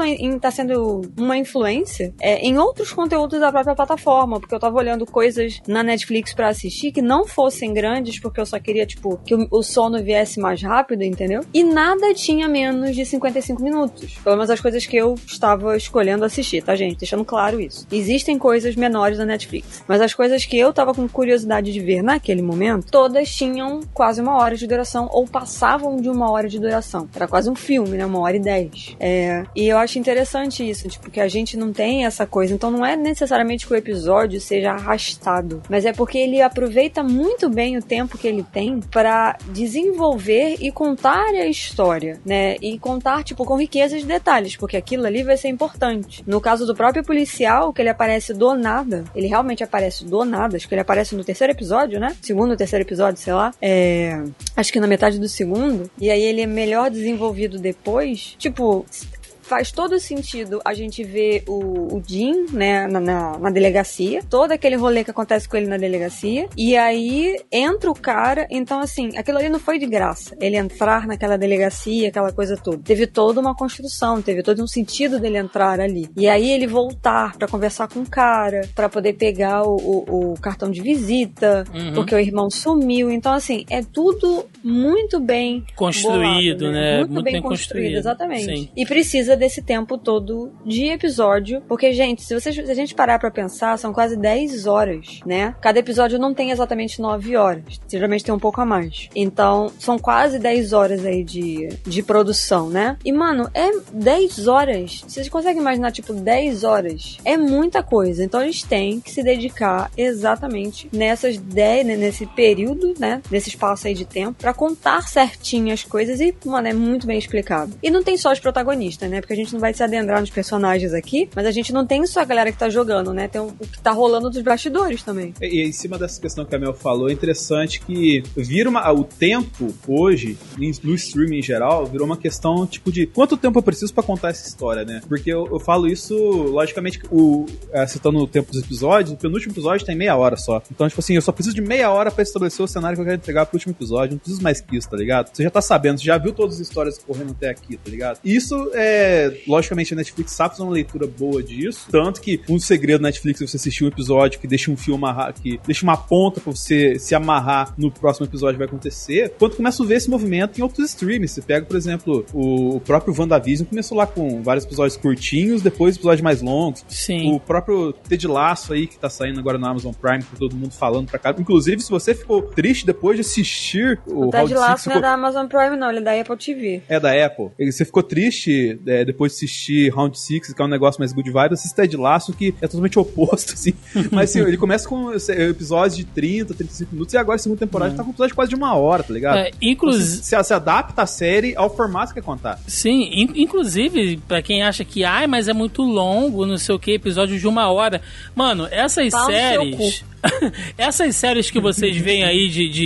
sendo uma influência em outros conteúdos da própria plataforma, porque eu tava olhando coisas na Netflix pra assistir que não fossem grandes, porque eu só queria, tipo, que o sono viesse mais rápido, entendeu? E nada tinha menos de 55 minutos. Pelo menos as coisas que eu estava escolhendo assistir, tá, gente? Deixando claro isso. Existem coisas menores na Netflix, mas as coisas que eu tava com curiosidade de ver naquele momento, todas tinham quase 1 hora de duração, ou passavam de 1 hora de duração. Era quase um filme, né? 1h10. E eu acho interessante isso, tipo, que a gente não tem essa coisa. Então não é necessariamente que o episódio seja arrastado, mas é porque ele aproveita muito bem o tempo que ele tem pra desenvolver e contar a história, né? E contar, tipo, com riqueza de detalhes, porque aquilo ali vai ser importante. No caso do próprio policial, que ele aparece do nada, ele realmente aparece do nada, acho que ele aparece no 3º episódio, né? 2º ou 3º episódio, sei lá. Acho que na metade do 2º, e aí ele é melhor desenvolvido depois. Tipo, faz todo sentido a gente ver o Jim, né, na delegacia, todo aquele rolê que acontece com ele na delegacia, e aí entra o cara. Então, assim, aquilo ali não foi de graça, ele entrar naquela delegacia, aquela coisa toda. Teve toda uma construção, teve todo um sentido dele entrar ali. E aí ele voltar pra conversar com o cara, pra poder pegar o cartão de visita, porque o irmão sumiu. Então, assim, é tudo muito bem construído, bolado, né? Muito bem construído, exatamente. Sim. E precisa desse tempo todo de episódio, porque, gente, se a gente parar pra pensar, são quase 10 horas, né? Cada episódio não tem exatamente 9 horas, geralmente tem um pouco a mais. Então, são quase 10 horas aí de produção, né? E, mano, 10 horas, vocês conseguem imaginar, tipo, 10 horas? É muita coisa, então eles têm que se dedicar exatamente nesse período, né? Nesse espaço aí de tempo, pra contar certinho as coisas e, mano, é muito bem explicado. E não tem só os protagonistas, né? Porque a gente não vai se adentrar nos personagens aqui, mas a gente não tem só a galera que tá jogando, né? Tem o que tá rolando dos bastidores também. E em cima dessa questão que a Mel falou, é interessante que o tempo hoje, no streaming em geral, virou uma questão, tipo, de quanto tempo eu preciso pra contar essa história, né? Porque eu falo isso, logicamente, citando o tempo dos episódios, o penúltimo episódio tem meia hora só. Então, tipo assim, eu só preciso de meia hora pra estabelecer o cenário que eu quero entregar pro último episódio. Não preciso mais que isso, tá ligado? Você já tá sabendo, você já viu todas as histórias correndo até aqui, tá ligado? Isso logicamente a Netflix sabe fazer uma leitura boa disso, tanto que um segredo da Netflix é você assistir um episódio que deixa um fio amarrar, que deixa uma ponta pra você se amarrar no próximo episódio vai acontecer, quando começa a ver esse movimento em outros streams. Você pega, por exemplo, o próprio WandaVision começou lá com vários episódios curtinhos, depois episódios mais longos. Sim. O próprio Ted Lasso aí, que tá saindo agora no Amazon Prime, com todo mundo falando pra cá. Inclusive, se você ficou triste depois de assistir o Ted Lasso não é da Amazon Prime, não, ele é da Apple TV. É da Apple. Você ficou triste depois de assistir Round 6, que é um negócio mais good vibe, assiste Ted Lasso, que é totalmente oposto, assim. Mas, assim, ele começa com episódios de 30, 35 minutos, e agora, a segunda temporada, tá com um episódio de quase de 1 hora, tá ligado? Inclusive... Se adapta a série ao formato que quer contar. Sim, inclusive, pra quem acha que, mas é muito longo, não sei o que, episódio de 1 hora. Mano, essas séries... essas séries que vocês veem aí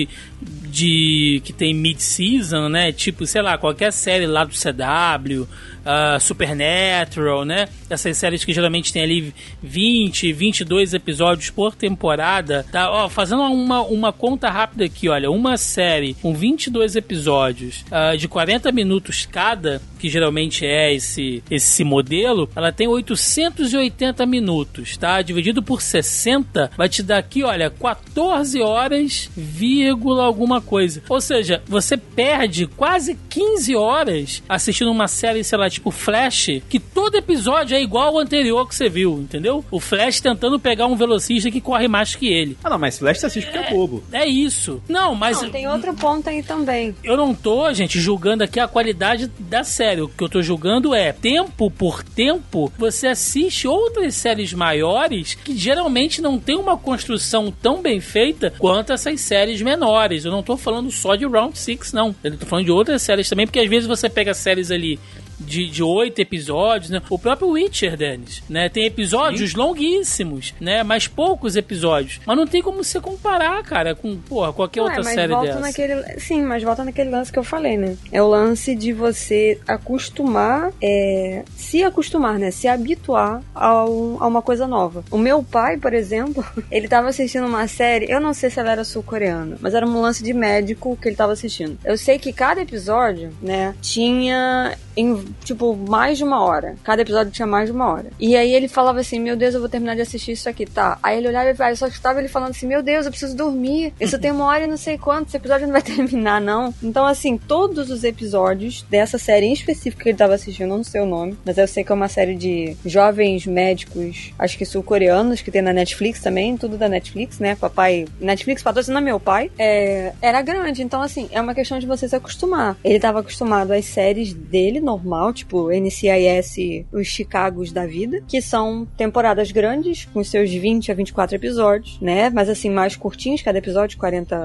que tem mid-season, né? Tipo, sei lá, qualquer série lá do CW, Supernatural, né? Essas séries que geralmente tem ali 20, 22 episódios por temporada, tá? Ó, fazendo uma conta rápida aqui, olha, uma série com 22 episódios de 40 minutos cada, que geralmente é esse modelo, ela tem 880 minutos, tá? Dividido por 60, vai te dar aqui, olha, 14 horas, alguma coisa. Ou seja, você perde quase 15 horas assistindo uma série, sei lá, tipo Flash, que todo episódio é igual ao anterior que você viu, entendeu? O Flash tentando pegar um velocista que corre mais que ele. Não, mas Flash você assiste porque é bobo. É isso. Não, tem outro ponto aí também. Eu não tô, gente, julgando aqui a qualidade da série. O que eu tô julgando é, tempo por tempo, você assiste outras séries maiores que geralmente não tem uma construção tão bem feita quanto essas séries menores. Eu não tô falando só de Round 6, não. Eu tô falando de outras séries também, porque às vezes você pega séries ali de 8 episódios, né? O próprio Witcher, Dennis, né? Tem episódios longuíssimos, né? Mas poucos episódios. Mas não tem como você comparar, cara, com, qualquer outra série dessa. Sim, mas volta naquele lance que eu falei, né? É o lance de você se acostumar, né? Se habituar a uma coisa nova. O meu pai, por exemplo, ele tava assistindo uma série, eu não sei se ela era sul-coreana, mas era um lance de médico que ele tava assistindo. Eu sei que cada episódio, né, tinha tipo, mais de 1 hora. Cada episódio tinha mais de 1 hora. E aí ele falava assim, meu Deus, eu vou terminar de assistir isso aqui, tá? Aí ele olhava e só escutava ele falando assim, meu Deus, eu preciso dormir. Eu só tenho 1 hora e não sei quanto, esse episódio não vai terminar, não. Então, assim, todos os episódios dessa série em específico que ele tava assistindo, eu não sei o nome, mas eu sei que é uma série de jovens médicos, acho que sul-coreanos, que tem na Netflix também, tudo da Netflix, né? Papai, Netflix patrocina meu pai. Era grande, então, assim, é uma questão de você se acostumar. Ele tava acostumado às séries dele, normal, tipo NCIS, os Chicagos da vida, que são temporadas grandes, com seus 20 a 24 episódios, né? Mas, assim, mais curtinhos, cada episódio,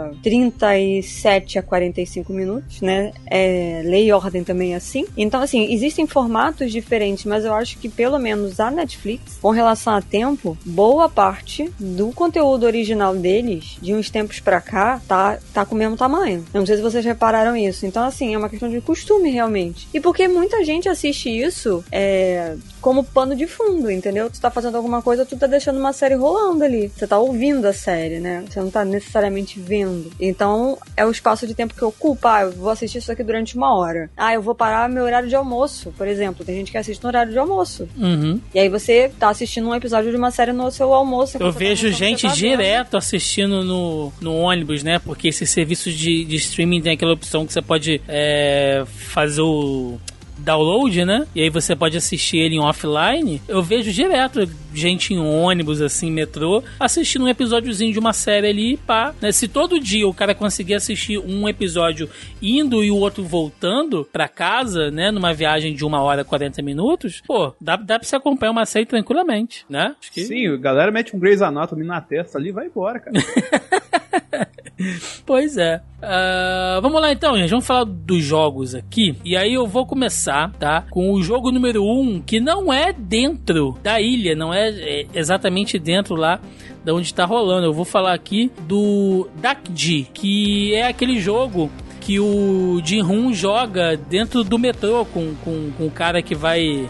37 a 45 minutos, né? Lei e Ordem também é assim. Então, assim, existem formatos diferentes, mas eu acho que, pelo menos, a Netflix, com relação a tempo, boa parte do conteúdo original deles, de uns tempos pra cá, tá com o mesmo tamanho. Eu não sei se vocês repararam isso. Então, assim, é uma questão de costume, realmente. E porque muita gente assiste isso como pano de fundo, entendeu? Tu tá fazendo alguma coisa, tu tá deixando uma série rolando ali. Você tá ouvindo a série, né? Você não tá necessariamente vendo. Então, é o espaço de tempo que ocupa. Eu vou assistir isso aqui durante 1 hora. Eu vou parar meu horário de almoço, por exemplo. Tem gente que assiste no horário de almoço. Uhum. E aí você tá assistindo um episódio de uma série no seu almoço. Eu vejo gente direto assistindo no ônibus, né? Porque esses serviços de streaming tem aquela opção que você pode fazer o download, né? E aí você pode assistir ele em offline. Eu vejo direto gente em ônibus, assim, metrô, assistindo um episódiozinho de uma série ali, pá, né? Se todo dia o cara conseguir assistir um episódio indo e o outro voltando pra casa, né? Numa viagem de 1 hora e 40 minutos, pô, dá pra você acompanhar uma série tranquilamente, né? Acho que... Sim, a galera mete um Grey's Anatomy na testa ali e vai embora, cara. Pois é. Vamos lá então, gente. Vamos falar dos jogos aqui. E aí eu vou começar, tá? Com o jogo número 1, que não é dentro da ilha, não é exatamente dentro lá da onde tá rolando. Eu vou falar aqui do Dakji, que é aquele jogo que o Jin-Hoon joga dentro do metrô com o cara que vai...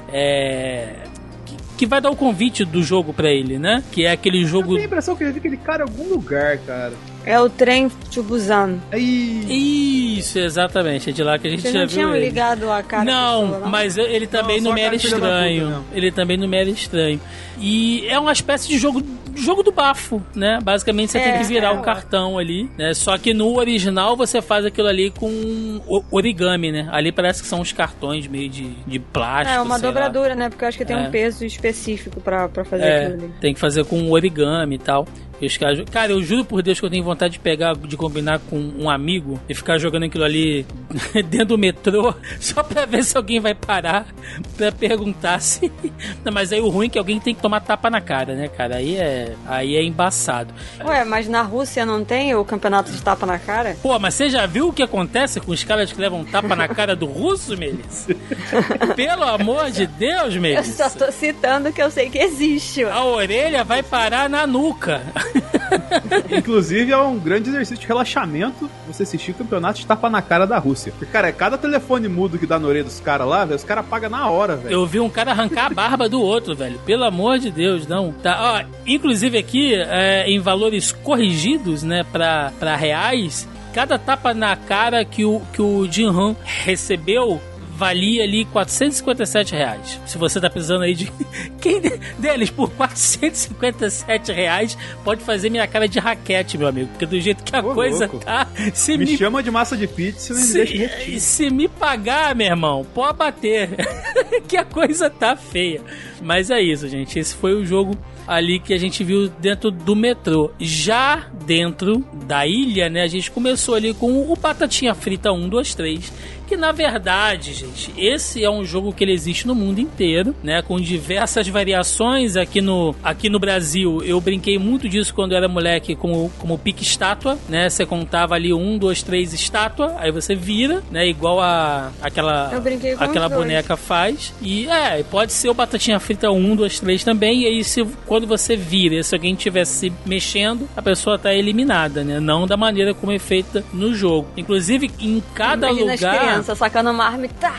que vai dar o convite do jogo pra ele, né? Que é aquele jogo... Eu tenho a impressão que eu vi aquele cara em algum lugar, cara. É o trem to Busan. Isso, exatamente. É de lá que a gente já viu. Vocês não tinham ligado a cara? Não, mas ele também não me era estranho. Ele também não me era estranho. E é uma espécie de jogo do bafo, né? Basicamente você tem que virar um cartão ali, né? Só que no original você faz aquilo ali com origami, né? Ali parece que são uns cartões meio de plástico. É uma dobradura, né? Porque eu acho que tem um peso específico pra fazer aquilo ali. Tem que fazer com origami e tal. Cara, eu juro por Deus que eu tenho vontade de combinar com um amigo e ficar jogando aquilo ali dentro do metrô, só pra ver se alguém vai parar pra perguntar se... Não, mas aí o ruim é que alguém tem que tomar tapa na cara, né, cara? Aí é embaçado. Ué, mas na Rússia não tem o campeonato de tapa na cara? Pô, mas você já viu o que acontece com os caras que levam tapa na cara do russo, Melissa? Pelo amor de Deus, Melissa. Eu só tô citando que eu sei que existe. A orelha vai parar na nuca. Inclusive é um grande exercício de relaxamento você assistir o campeonato de tapa na cara da Rússia. Porque, cara, cada telefone mudo que dá na orelha dos caras lá, velho, os caras pagam na hora, velho. Eu vi um cara arrancar a barba do outro, velho. Pelo amor de Deus, não. Tá, ó, inclusive aqui, em valores corrigidos, né, pra reais, cada tapa na cara que o Jin-Hoon recebeu valia ali R$457. Se você tá precisando aí de... Quem deles, por R$457, pode fazer minha cara de raquete, meu amigo. Porque do jeito que a coisa louco. Tá... Me chama de massa de pizza e me deixa repetir. Se me pagar, meu irmão, pode bater. Que a coisa tá feia. Mas é isso, gente. Esse foi o jogo ali que a gente viu dentro do metrô. Já dentro da ilha, né, a gente começou ali com o Batatinha Frita 1, 2, 3, que na verdade, gente, esse é um jogo que ele existe no mundo inteiro, né, com diversas variações. Aqui no Brasil, eu brinquei muito disso quando eu era moleque, como pique estátua, né, você contava ali 1, 2, 3 estátua, aí você vira, né, igual aquela boneca faz, e pode ser o Batatinha Frita 1, 2, 3 também, e aí quando você vira, se alguém estiver se mexendo, a pessoa tá eliminada, né, não da maneira como é feita no jogo. Inclusive, em cada lugar... sacando uma arma e tá.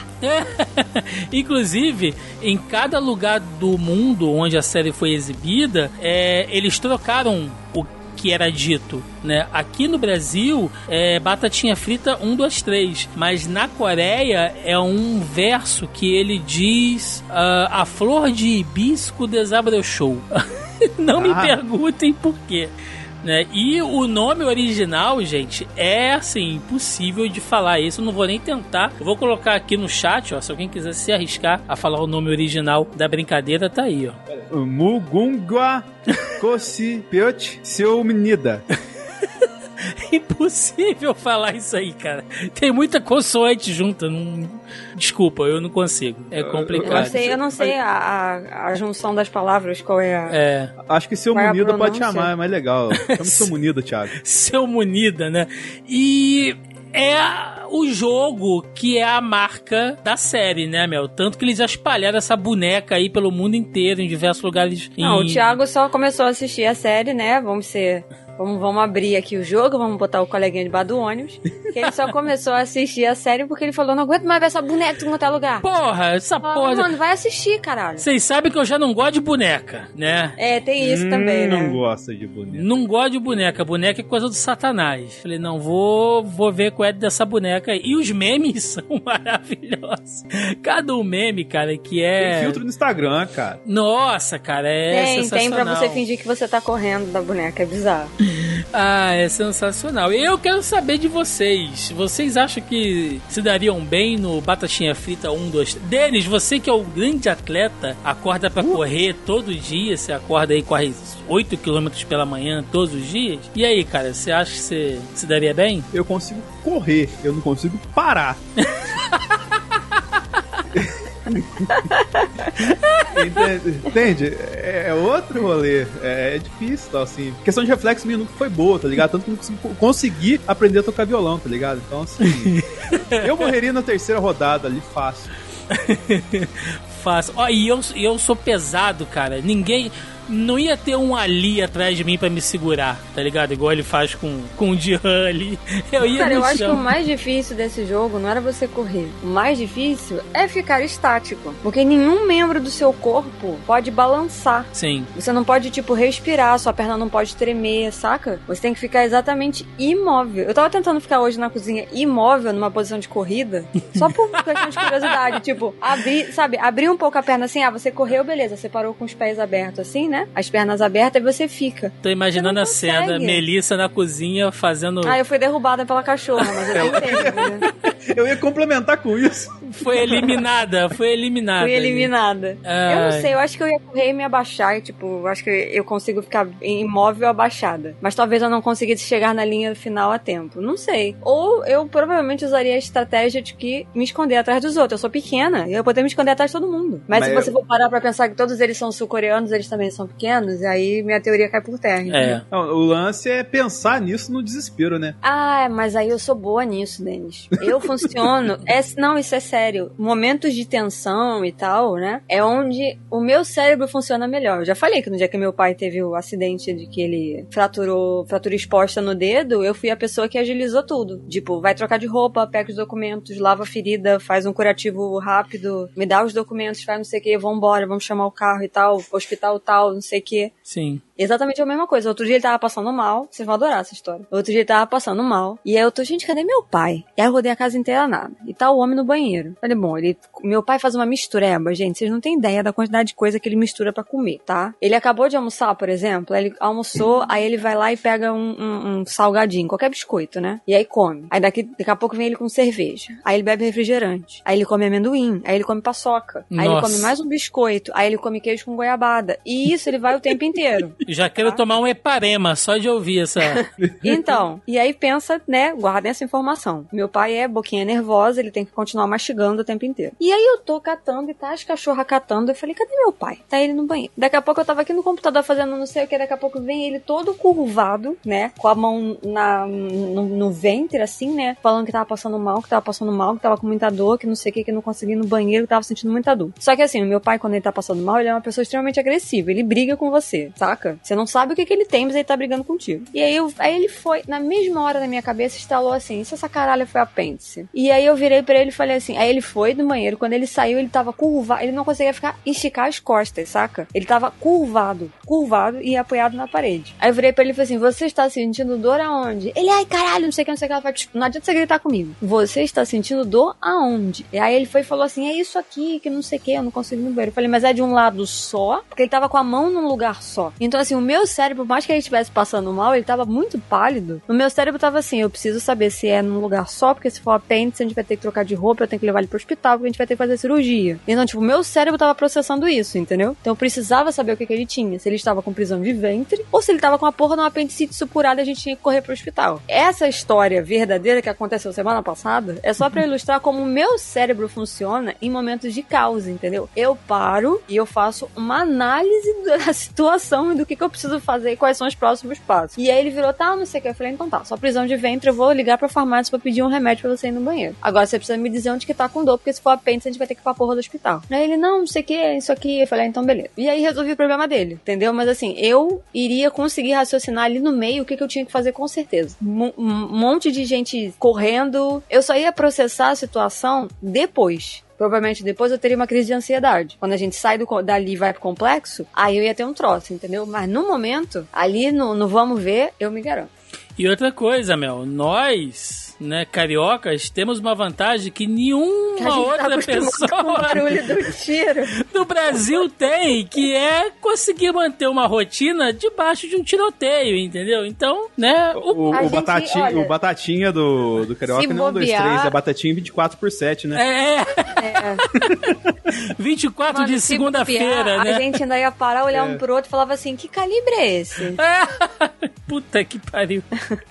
Inclusive, em cada lugar do mundo onde a série foi exibida, eles trocaram que era dito, né? Aqui no Brasil é batatinha frita 1, 2, 3, mas na Coreia é um verso que ele diz a flor de hibisco desabrochou. Não me perguntem por quê. Né? E o nome original, gente, é assim, impossível de falar isso. Eu não vou nem tentar. Eu vou colocar aqui no chat, ó. Se alguém quiser se arriscar a falar o nome original da brincadeira, tá aí, ó. Mugungwa Kosi Pyot Seumnida. Impossível falar isso aí, cara. Tem muita consoante junta. Desculpa, eu não consigo. É complicado. Eu não sei a junção das palavras, qual é a... Acho que Seu Munida pode chamar, é mais legal. Chama Seu Munida, Thiago. Seu Munida, né? E é o jogo que é a marca da série, né, Mel? Tanto que eles já espalharam essa boneca aí pelo mundo inteiro, em diversos lugares. Não, o Thiago só começou a assistir a série, né? Vamos abrir aqui o jogo, vamos botar o coleguinha debaixo do ônibus. Que ele só começou a assistir a série porque ele falou, não aguento mais ver essa boneca em qualquer lugar. Porra, essa porra... Mano, vai assistir, caralho. Vocês sabem que eu já não gosto de boneca, né? Tem isso também, né? Não gosta de boneca. Não gosto de boneca. Boneca é coisa do Satanás. Falei, não, vou ver qual é dessa boneca. E os memes são maravilhosos. Cada um meme, cara, que é... Tem filtro no Instagram, cara. Nossa, cara, sensacional. Tem pra você fingir que você tá correndo da boneca, é bizarro. É sensacional. Eu quero saber de vocês. Vocês acham que se dariam bem no Batatinha Frita 1, 2, 3? Denis, você que é o grande atleta, acorda pra correr todo dia, você acorda aí, corre 8 km pela manhã todos os dias. E aí, cara, você acha que você se daria bem? Eu consigo correr, eu não consigo parar. Entende? É outro rolê. É difícil, tá, assim. A questão de reflexo minha nunca foi boa, tá ligado? Tanto que eu não consegui aprender a tocar violão, tá ligado? Então, assim, eu morreria na terceira rodada ali, fácil. Fácil. Ó, e eu sou pesado, cara. Ninguém... Não ia ter um Ali atrás de mim pra me segurar, tá ligado? Igual ele faz com o Jihan ali. Eu acho que o mais difícil desse jogo não era você correr. O mais difícil é ficar estático. Porque nenhum membro do seu corpo pode balançar. Sim. Você não pode, respirar, sua perna não pode tremer, saca? Você tem que ficar exatamente imóvel. Eu tava tentando ficar hoje na cozinha imóvel, numa posição de corrida, só por questão de curiosidade. Abrir um pouco a perna assim, você correu, beleza, você parou com os pés abertos assim, né? As pernas abertas e você fica. Tô imaginando a cena, Melissa na cozinha fazendo... eu fui derrubada pela cachorra, mas eu tentei, né? Eu ia complementar com isso. Foi eliminada. Fui eliminada. Eu não sei, eu acho que eu ia correr e me abaixar. Eu acho que eu consigo ficar imóvel abaixada. Mas talvez eu não conseguisse chegar na linha final a tempo. Não sei. Ou eu provavelmente usaria a estratégia de que me esconder atrás dos outros. Eu sou pequena e eu poderia me esconder atrás de todo mundo. Mas se você for parar pra pensar que todos eles são sul-coreanos, eles também são pequenos, e aí minha teoria cai por terra. Né? Não, o lance é pensar nisso no desespero, né? Mas aí eu sou boa nisso, Denis. Eu funciono... Não, isso é sério. Momentos de tensão e tal, né? É onde o meu cérebro funciona melhor. Eu já falei que no dia que meu pai teve o acidente de que ele fratura exposta no dedo, eu fui a pessoa que agilizou tudo. Vai trocar de roupa, pega os documentos, lava a ferida, faz um curativo rápido, me dá os documentos, faz não sei o que, vambora, vamos chamar o carro e tal, hospital tal, não sei o que. Sim. Exatamente a mesma coisa. Outro dia ele tava passando mal. Vocês vão adorar essa história. Outro dia ele tava passando mal. E aí eu tô, gente, cadê meu pai? E aí eu rodei a casa inteira nada. E tá o homem no banheiro. Falei, meu pai faz uma mistureba, gente. Vocês não têm ideia da quantidade de coisa que ele mistura pra comer, tá? Ele acabou de almoçar, por exemplo. Ele almoçou, aí ele vai lá e pega um salgadinho, qualquer biscoito, né? E aí come. Aí daqui a pouco vem ele com cerveja. Aí ele bebe refrigerante. Aí ele come amendoim. Aí ele come paçoca. Aí ele come mais um biscoito. Aí ele come queijo com goiabada. E isso ele vai o tempo inteiro. Já quero tomar um Eparema, só de ouvir essa... Então, e aí pensa, né, guardem essa informação. Meu pai é boquinha nervosa, ele tem que continuar mastigando o tempo inteiro. E aí eu tô catando e tá as cachorras catando. Eu falei, cadê meu pai? Tá ele no banheiro. Daqui a pouco eu tava aqui no computador fazendo não sei o que, daqui a pouco vem ele todo curvado, né, com a mão no ventre, assim, né, falando que tava passando mal, que tava com muita dor, que não sei o que não conseguia ir no banheiro, que tava sentindo muita dor. Só que assim, o meu pai, quando ele tá passando mal, ele é uma pessoa extremamente agressiva. Ele briga com você, saca? Você não sabe o que ele tem, mas ele tá brigando contigo. E aí ele foi, na mesma hora na minha cabeça, instalou assim, se essa caralho foi apêndice. E aí eu virei pra ele e falei assim, aí ele foi no banheiro, quando ele saiu, ele tava curvado, ele não conseguia esticar as costas, saca? Ele tava curvado e apoiado na parede. Aí eu virei pra ele e falei assim, você está sentindo dor aonde? Ele, ai caralho, não sei o que, ela falou, não adianta você gritar comigo. Você está sentindo dor aonde? E aí ele foi e falou assim, é isso aqui, que não sei o que, eu não consigo ir no banheiro. Eu falei, mas é de um lado só? Porque ele tava com a mão num lugar só. Então assim, o meu cérebro, por mais que ele estivesse passando mal, ele tava muito pálido. No meu cérebro tava assim, eu preciso saber se é num lugar só, porque se for apêndice, a gente vai ter que trocar de roupa, eu tenho que levar ele pro hospital, porque a gente vai ter que fazer cirurgia. Então, tipo, o meu cérebro tava processando isso, entendeu? Então eu precisava saber o que ele tinha. Se ele estava com prisão de ventre, ou se ele tava com a porra de uma apendicite supurada e a gente tinha que correr pro hospital. Essa história verdadeira que aconteceu semana passada é só pra ilustrar como o meu cérebro funciona em momentos de caos, entendeu? Eu paro e eu faço uma análise da situação e do que eu preciso fazer e quais são os próximos passos. E aí ele virou, tá, não sei o que. Eu falei, então tá, só prisão de ventre, eu vou ligar pra farmácia pra pedir um remédio pra você ir no banheiro. Agora você precisa me dizer onde que tá com dor, porque se for apêndice a gente vai ter que ir pra porra do hospital. Aí ele, não sei o que, isso aqui. Eu falei, então beleza. E aí resolvi o problema dele, entendeu? Mas assim, eu iria conseguir raciocinar ali no meio o que eu tinha que fazer com certeza. Um monte de gente correndo. Eu só ia processar a situação depois. Provavelmente depois eu teria uma crise de ansiedade. Quando a gente sai dali e vai pro complexo, aí eu ia ter um troço, entendeu? Mas no momento, ali no vamos ver, eu me garanto. E outra coisa, Mel, nós, né, cariocas, temos uma vantagem que nenhuma outra pessoa com o barulho do tiro do Brasil tem, que é conseguir manter uma rotina debaixo de um tiroteio, entendeu? Então, né... O Batatinha do Carioca não é 1, 2, 3, é Batatinha 24/7, né? 24 de segunda-feira, né? A gente ainda ia parar, olhar um pro outro e falava assim, que calibre é esse? Puta que pariu.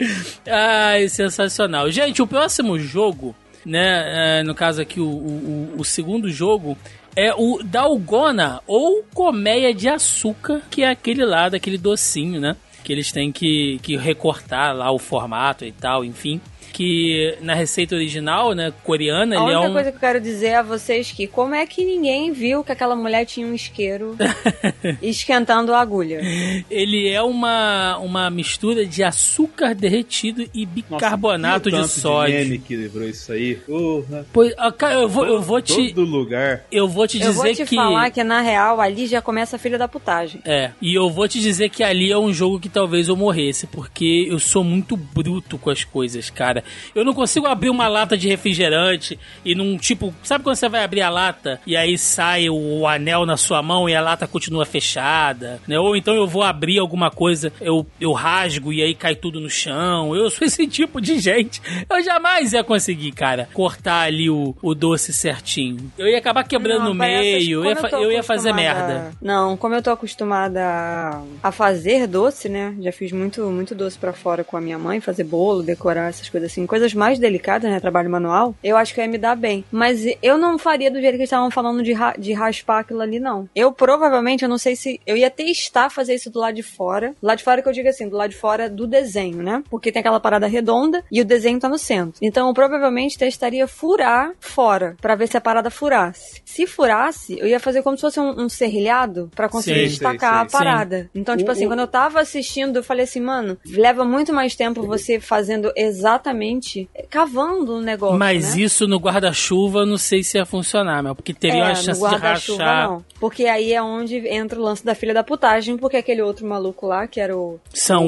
Ai, sensacional. Gente, o próximo jogo, né, no caso aqui o segundo jogo, é o Dalgona, ou colmeia de açúcar, que é aquele lá, daquele docinho, né, que eles têm que recortar lá o formato e tal, enfim. Que na receita original, né, coreana, ele é a única coisa que eu quero dizer a vocês que como é que ninguém viu que aquela mulher tinha um isqueiro esquentando a agulha? Ele é uma mistura de açúcar derretido e bicarbonato de sódio. Nossa, que lembrou isso aí. Pois, cara, eu vou te... Todo lugar. Eu vou te dizer que... Eu vou te falar que, na real, ali já começa a filha da putagem. E eu vou te dizer que ali é um jogo que talvez eu morresse, porque eu sou muito bruto com as coisas, cara. Eu não consigo abrir uma lata de refrigerante e num tipo... Sabe quando você vai abrir a lata e aí sai o anel na sua mão e a lata continua fechada, né? Ou então eu vou abrir alguma coisa, eu rasgo e aí cai tudo no chão. Eu sou esse tipo de gente. Eu jamais ia conseguir, cara, cortar ali o doce certinho. Eu ia acabar quebrando no meio, eu ia fazer merda. Não, como eu tô acostumada a fazer doce, né? Já fiz muito, muito doce pra fora com a minha mãe, fazer bolo, decorar essas coisas assim, coisas mais delicadas, né, trabalho manual, eu acho que eu ia me dar bem. Mas eu não faria do jeito que eles estavam falando de raspar aquilo ali, não. Eu provavelmente, eu não sei se... Eu ia testar fazer isso do lado de fora. Do lado de fora que eu digo assim, do lado de fora do desenho, né? Porque tem aquela parada redonda e o desenho tá no centro. Então eu provavelmente testaria furar fora, pra ver se a parada furasse. Se furasse, eu ia fazer como se fosse um serrilhado pra conseguir destacar a parada. Então, tipo assim, quando eu tava assistindo, eu falei assim, mano, leva muito mais tempo você fazendo exatamente cavando o negócio, mas né? Isso no guarda-chuva eu não sei se ia funcionar, meu, porque teria uma chance de rachar. Não. Porque aí é onde entra o lance da filha da putagem, porque aquele outro maluco lá, que era o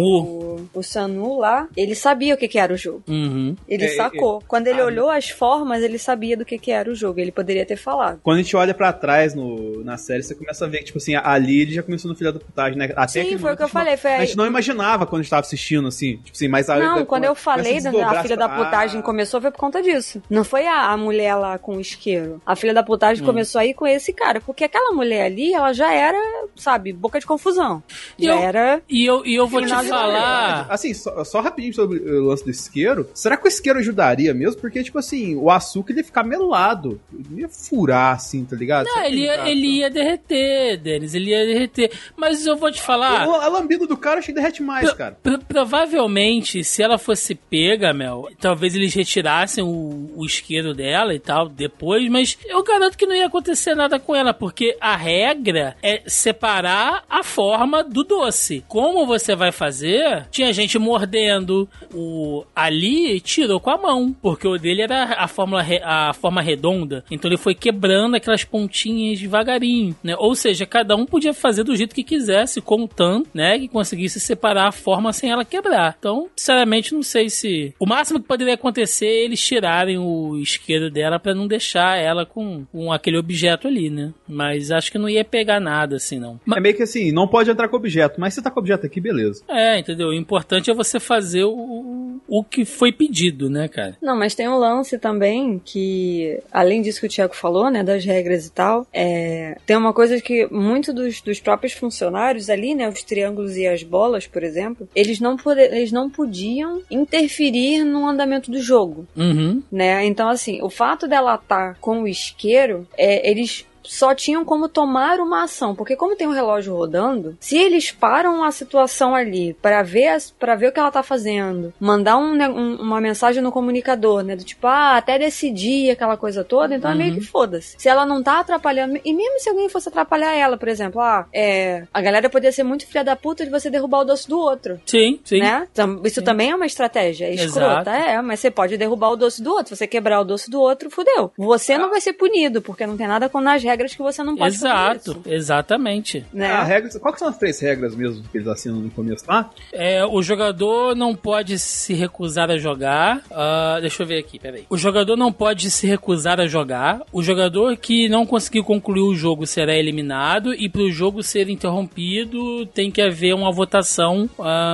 Sanu lá, ele sabia o que era o jogo. Uhum. Ele sacou. Quando ele olhou as formas, ele sabia do que era o jogo. Ele poderia ter falado. Quando a gente olha pra trás na série, você começa a ver que, tipo assim, ali ele já começou no filha da putagem, né? Até sim, foi o que eu falei. A gente não imaginava quando a gente tava assistindo, assim. Tipo assim, mas quando eu falei da filha da putagem começou, foi por conta disso. Não foi a mulher lá com o isqueiro. A filha da putagem começou aí com esse cara. Porque aquela mulher ali, ela já era, sabe, boca de confusão. E eu vou te falar... Assim, só rapidinho sobre o lance do isqueiro. Será que o isqueiro ajudaria mesmo? Porque, tipo assim, o açúcar ele ia ficar melado. Ele ia furar, assim, tá ligado? Não, ele ia derreter, Denis. Ele ia derreter. Mas eu vou te falar... A lambida do cara acho que derrete mais, cara. Provavelmente, se ela fosse pega, Mel? Talvez eles retirassem o isqueiro dela e tal depois, mas eu garanto que não ia acontecer nada com ela, porque a regra é separar a forma do doce. Como você vai fazer? Tinha gente mordendo, o Ali tirou com a mão, porque o dele era a forma redonda, então ele foi quebrando aquelas pontinhas devagarinho, né? Ou seja, cada um podia fazer do jeito que quisesse, contanto, né, que conseguisse separar a forma sem ela quebrar. Então, sinceramente, não sei se... O máximo que poderia acontecer é eles tirarem o isqueiro dela pra não deixar ela com aquele objeto ali, né? Mas acho que não ia pegar nada, assim, não. É meio que assim, não pode entrar com objeto, mas se tá com objeto aqui, beleza. Entendeu? O importante é você fazer o que foi pedido, né, cara? Não, mas tem um lance também que, além disso que o Thiago falou, né, das regras e tal, tem uma coisa que muitos dos próprios funcionários ali, né, os triângulos e as bolas, por exemplo, eles não podiam interferir no andamento do jogo, né? Então, assim, o fato dela estar com o isqueiro, eles só tinham como tomar uma ação, porque como tem um relógio rodando, se eles param a situação ali pra ver o que ela tá fazendo, mandar uma mensagem no comunicador, né, do tipo, até decidir aquela coisa toda, então é meio que foda-se. Se ela não tá atrapalhando, e mesmo se alguém fosse atrapalhar ela, por exemplo, a galera poderia ser muito filha da puta de você derrubar o doce do outro. Sim. Né? Então, isso também é uma estratégia, escrota, mas você pode derrubar o doce do outro, se você quebrar o doce do outro, fudeu. Você não vai ser punido, porque não tem nada nas regras que você não pode fazer isso. Exatamente. Né? Qual que são as 3 regras mesmo que eles assinam no começo, tá? O jogador não pode se recusar a jogar. Deixa eu ver aqui, peraí. O jogador não pode se recusar a jogar. O jogador que não conseguir concluir o jogo será eliminado, e para o jogo ser interrompido tem que haver uma votação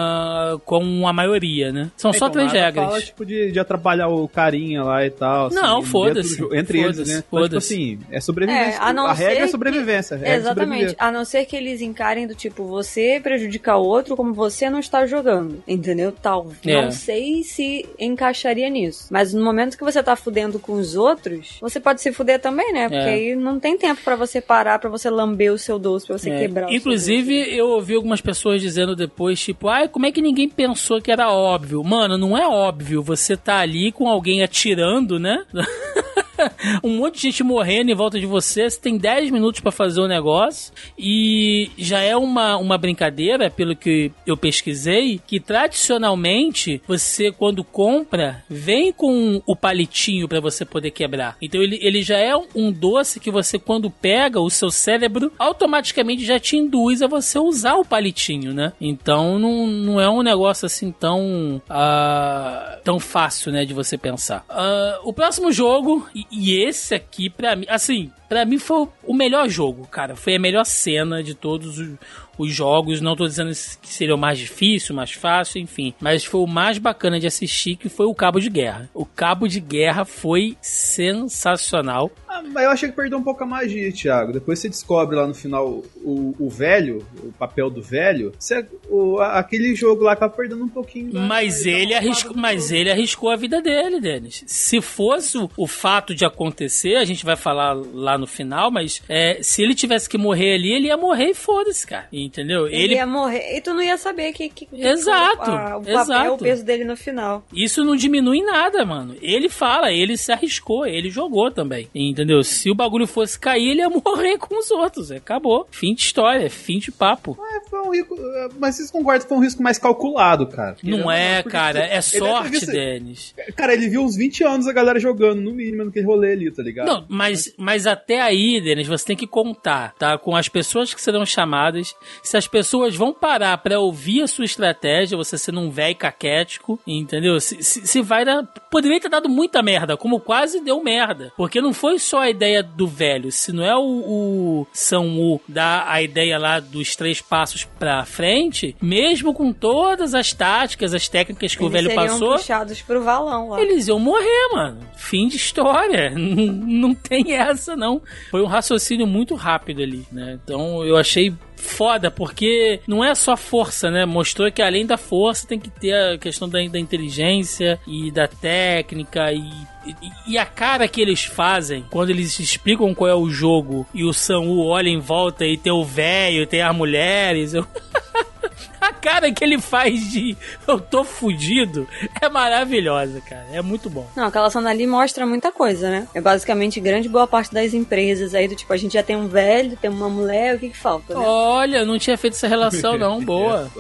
com a maioria, né? São só 3 regras. Fala, tipo, de atrapalhar o carinha lá e tal. Assim, não, foda-se. Entre eles, né? Então, tipo assim, é sobrevivência. A regra é sobrevivência. Exatamente. A não ser que eles encarem do tipo, você prejudicar o outro como você não está jogando. Entendeu? Não sei se encaixaria nisso. Mas no momento que você tá fudendo com os outros, você pode se fuder também, né? Porque aí não tem tempo pra você parar, pra você lamber o seu doce, pra você quebrar Inclusive, o seu doce. eu ouvi algumas pessoas dizendo depois, tipo, como é que ninguém pensou que era óbvio? Mano, não é óbvio. Você tá ali com alguém atirando, né? Um monte de gente morrendo em volta de você tem 10 minutos pra fazer o negócio, e já é uma brincadeira, pelo que eu pesquisei, que tradicionalmente você, quando compra, vem com o palitinho pra você poder quebrar. Então ele já é um doce que você, quando pega, o seu cérebro automaticamente já te induz a você usar o palitinho, né? Então não é um negócio assim tão fácil, né, de você pensar. O próximo jogo, e esse aqui, pra mim foi o melhor jogo, cara. Foi a melhor cena de todos os jogos. Não tô dizendo que seria o mais difícil, o mais fácil, enfim. Mas foi o mais bacana de assistir, que foi o Cabo de Guerra. O Cabo de Guerra foi sensacional. Mas eu achei que perdeu um pouco a magia, Thiago. Depois você descobre lá no final o velho, o papel do velho. Aquele jogo lá tava perdendo um pouquinho. Mas ele arriscou a vida dele, Denis. Se fosse o fato de acontecer, a gente vai falar lá no final, mas se ele tivesse que morrer ali, ele ia morrer e foda-se, cara. Entendeu? Ele ia morrer e tu não ia saber Exato. O papel, o peso dele no final. Isso não diminui nada, mano. Ele fala, ele se arriscou, ele jogou também. Entendeu? Se o bagulho fosse cair, ele ia morrer com os outros. Acabou. Fim de história, fim de papo. Mas vocês concordam que foi um risco mais calculado, cara? Não cara. É sorte, Denis. Cara, ele viu uns 20 anos a galera jogando, no mínimo, naquele rolê ali, tá ligado? Não, mas até aí, Denis, você tem que contar, tá? Com as pessoas que serão chamadas. Se as pessoas vão parar pra ouvir a sua estratégia, você sendo um velho caquético, entendeu? Se vai dar... Poderia ter dado muita merda, como quase deu merda. Porque não foi só a ideia do velho. Se não é o Sang-woo dar a ideia lá dos 3 passos pra frente, mesmo com todas as táticas, as técnicas que o velho passou... Eles seriam puxados pro valão lá. Eles iam morrer, mano. Fim de história. Não tem essa, não. Foi um raciocínio muito rápido ali, né? Então, eu achei foda, porque não é só força, né? Mostrou que além da força tem que ter a questão da inteligência e da técnica e a cara que eles fazem quando eles explicam qual é o jogo e o Sang-woo olha em volta e tem o velho, tem as mulheres. A cara que ele faz de eu tô fudido é maravilhosa, cara. É muito bom. Não, aquela cena ali mostra muita coisa, né? É basicamente grande boa parte das empresas aí do tipo, a gente já tem um velho, tem uma mulher, o que falta, né? Olha, não tinha feito essa relação não. Boa.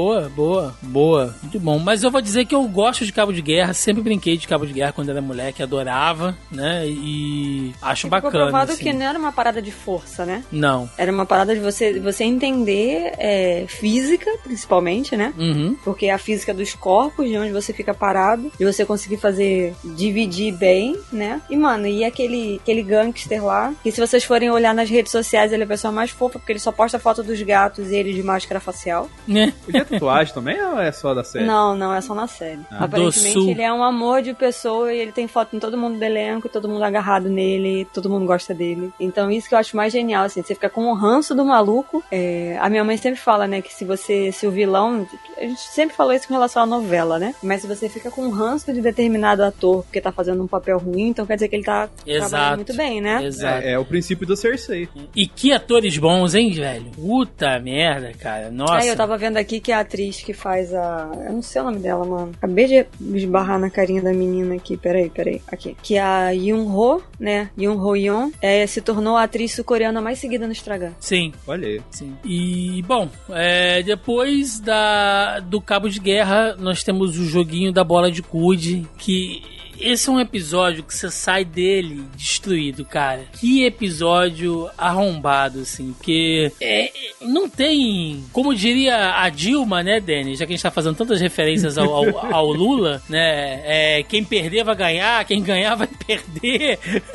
Boa. Muito bom. Mas eu vou dizer que eu gosto de Cabo de Guerra, sempre brinquei de Cabo de Guerra quando era moleque, adorava, né? E acho bacana. Ficou provado assim. que não era uma parada de força, né? Não. Era uma parada de você entender física, principalmente, né? Uhum. Porque a física dos corpos, de onde você fica parado, e você conseguir dividir bem, né? E, mano, e aquele gangster lá, que se vocês forem olhar nas redes sociais, ele é a pessoa mais fofa, porque ele só posta foto dos gatos e ele de máscara facial. Né? Ele é tatuagem também ou é só da série? Não, é só na série. Aparentemente ele é um amor de pessoa e ele tem foto em todo mundo do elenco, todo mundo agarrado nele, todo mundo gosta dele. Então isso que eu acho mais genial, assim, você fica com o ranço do maluco. A minha mãe sempre fala, né, que se o vilão, a gente sempre falou isso com relação à novela, né? Mas se você fica com o ranço de determinado ator porque tá fazendo um papel ruim, então quer dizer que ele tá trabalhando muito bem, né? Exato. É o princípio do Cersei. E que atores bons, hein, velho? Puta merda, cara. Nossa. Aí eu tava vendo aqui que a atriz que faz eu não sei o nome dela, mano. Acabei de esbarrar na carinha da menina aqui. Peraí. Aqui. Que a Yoon-ho, né? Yoon-ho-yeon, se tornou a atriz sul-coreana mais seguida no Instagram. Sim. Olha aí. Sim. E, bom, depois do Cabo de Guerra, nós temos o joguinho da bola de gude, que... Esse é um episódio que você sai dele destruído, cara. Que episódio arrombado, assim. Porque não tem... Como diria a Dilma, né, Denis? Já que a gente tá fazendo tantas referências ao Lula, né? Quem perder vai ganhar, quem ganhar vai perder.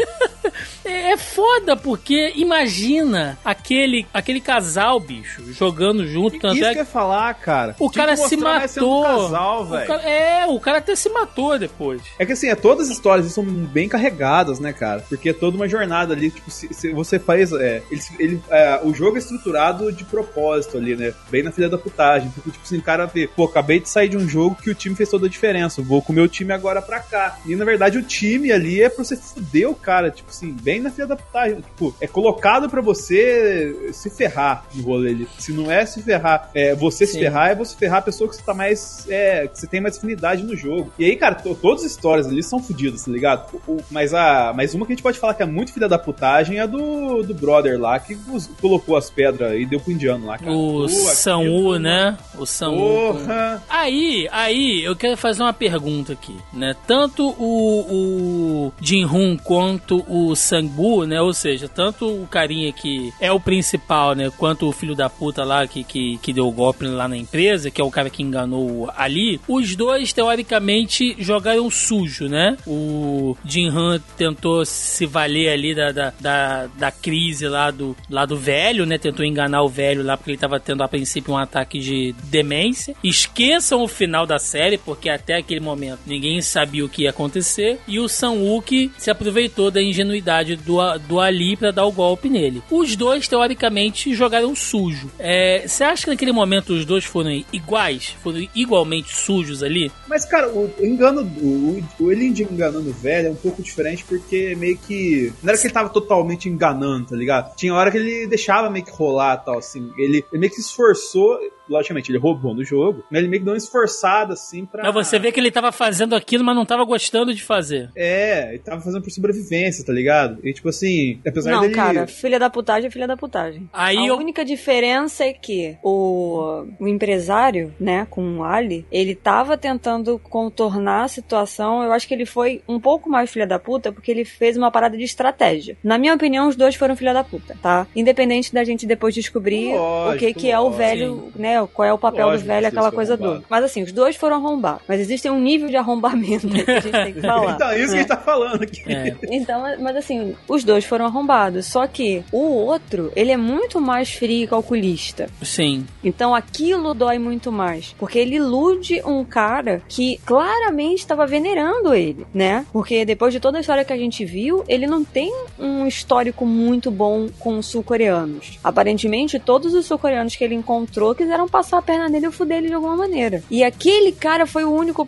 É foda, porque imagina aquele casal, bicho, jogando junto. Isso que eu ia falar, cara. O cara se matou. Casal, o cara até se matou depois. É que assim, todas as histórias são bem carregadas, né, cara? Porque é toda uma jornada ali, tipo, se você faz... o jogo é estruturado de propósito ali, né? Bem na filha da putagem. Porque, tipo assim, o cara vê, acabei de sair de um jogo que o time fez toda a diferença. Vou com o meu time agora pra cá. E, na verdade, o time ali é pra você fuder o cara, tipo assim, bem na filha da putagem. Tipo, é colocado pra você se ferrar no rolê ali. Se não é se ferrar, você se ferrar, é você ferrar a pessoa que você tá mais... que você tem mais afinidade no jogo. E aí, cara, todas as histórias ali são fodidas, tá ligado? Mas uma que a gente pode falar que é muito filha da putagem é a do brother lá, que colocou as pedras e deu pro indiano lá, cara. O Sang-woo, né? O Sang-woo. Aí, eu quero fazer uma pergunta aqui, né? Tanto o Jin-hoon quanto o Sang-woo, né? Ou seja, tanto o carinha que é o principal, né? Quanto o filho da puta lá que deu o golpe lá na empresa, que é o cara que enganou ali, os dois, teoricamente, jogaram sujo, né? O Jin-han tentou se valer ali da crise lá do velho, né? Tentou enganar o velho lá porque ele tava tendo a princípio um ataque de demência. Esqueçam o final da série, porque até aquele momento ninguém sabia o que ia acontecer. E o Sang-woo se aproveitou da ingenuidade do Ali pra dar o golpe nele. Os dois, teoricamente, jogaram sujo. Você acha que naquele momento os dois foram iguais? Foram igualmente sujos ali? Mas, cara, o engano, ele enganando o velho é um pouco diferente, porque meio que... Não era que ele tava totalmente enganando, tá ligado? Tinha hora que ele deixava meio que rolar e tal, assim. Ele meio que se esforçou... Logicamente, ele roubou no jogo, mas ele meio que deu uma esforçada, assim, pra... Mas você vê que ele tava fazendo aquilo, mas não tava gostando de fazer. Ele tava fazendo por sobrevivência, tá ligado? E, tipo assim, apesar dele... Não, cara, filha da putagem é filha da putagem. A única diferença é que o empresário, né, com o Ali, ele tava tentando contornar a situação. Eu acho que ele foi um pouco mais filha da puta, porque ele fez uma parada de estratégia. Na minha opinião, os dois foram filha da puta, tá? Independente da gente depois descobrir o que é o velho, né? Qual é o papel do velho, aquela coisa toda. Mas assim, os dois foram arrombados. Mas existe um nível de arrombamento que a gente tem que falar. Então, é isso que a gente tá falando aqui. Então, mas assim, os dois foram arrombados. Só que o outro, ele é muito mais frio e calculista. Sim. Então aquilo dói muito mais. Porque ele ilude um cara que claramente estava venerando ele, né? Porque depois de toda a história que a gente viu, ele não tem um histórico muito bom com os sul-coreanos. Aparentemente, todos os sul-coreanos que ele encontrou quiseram iam passar a perna nele e fuder ele de alguma maneira. E aquele cara foi o único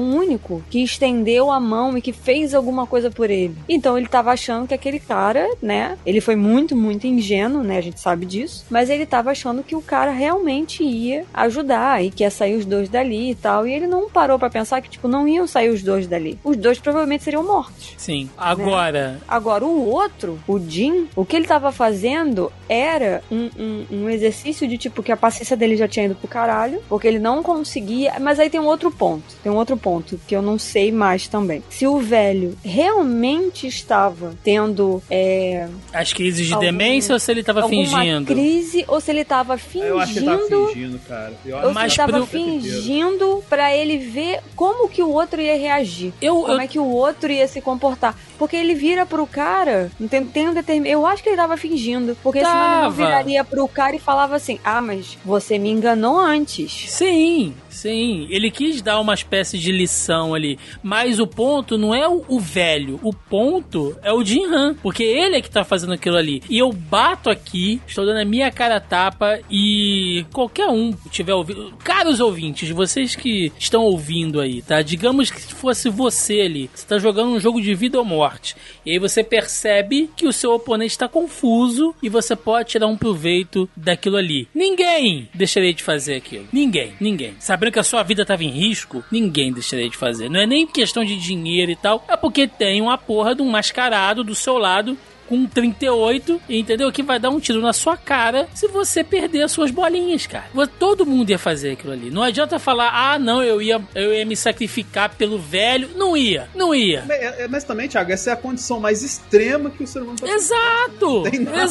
que estendeu a mão e que fez alguma coisa por ele. Então ele tava achando que aquele cara, né, ele foi muito, muito ingênuo, né, a gente sabe disso, mas ele tava achando que o cara realmente ia ajudar e que ia sair os dois dali e tal, e ele não parou pra pensar que, tipo, não iam sair os dois dali. Os dois provavelmente seriam mortos. Sim. Agora... Né? Agora, o outro, o Jim, o que ele tava fazendo era um exercício de, tipo, que a paciência dele já tinha ido pro caralho, porque ele não conseguia... Mas aí tem um outro ponto que eu não sei mais também. Se o velho realmente estava tendo... as crises de demência ou se ele tava fingindo? Crise, ou se ele tava fingindo... Eu acho que ele tava fingindo, cara. Ou se ele tava fingindo pra ele ver como que o outro ia reagir. Como é que o outro ia se comportar. Porque ele vira pro cara... Eu acho que ele tava fingindo. Porque senão ele não viraria pro cara e falava assim, mas você me enganou antes. Sim, ele quis dar uma espécie de lição ali, mas o ponto não é o velho, o ponto é o Jim Han, porque ele é que tá fazendo aquilo ali, e eu bato aqui, estou dando a minha cara a tapa, e qualquer um que tiver ouvindo, caros ouvintes, vocês que estão ouvindo aí, tá, digamos que fosse você ali, você tá jogando um jogo de vida ou morte, e aí você percebe que o seu oponente está confuso, e você pode tirar um proveito daquilo ali. Ninguém deixaria de fazer aquilo, ninguém, sabendo que a sua vida estava em risco, ninguém deixaria de fazer. Não é nem questão de dinheiro e tal, é porque tem uma porra de um mascarado do seu lado com 38, entendeu? Que vai dar um tiro na sua cara se você perder as suas bolinhas, cara. Todo mundo ia fazer aquilo ali. Não adianta falar, não, eu ia me sacrificar pelo velho. Não ia. Mas também, Thiago, essa é a condição mais extrema que o ser humano tá Exato!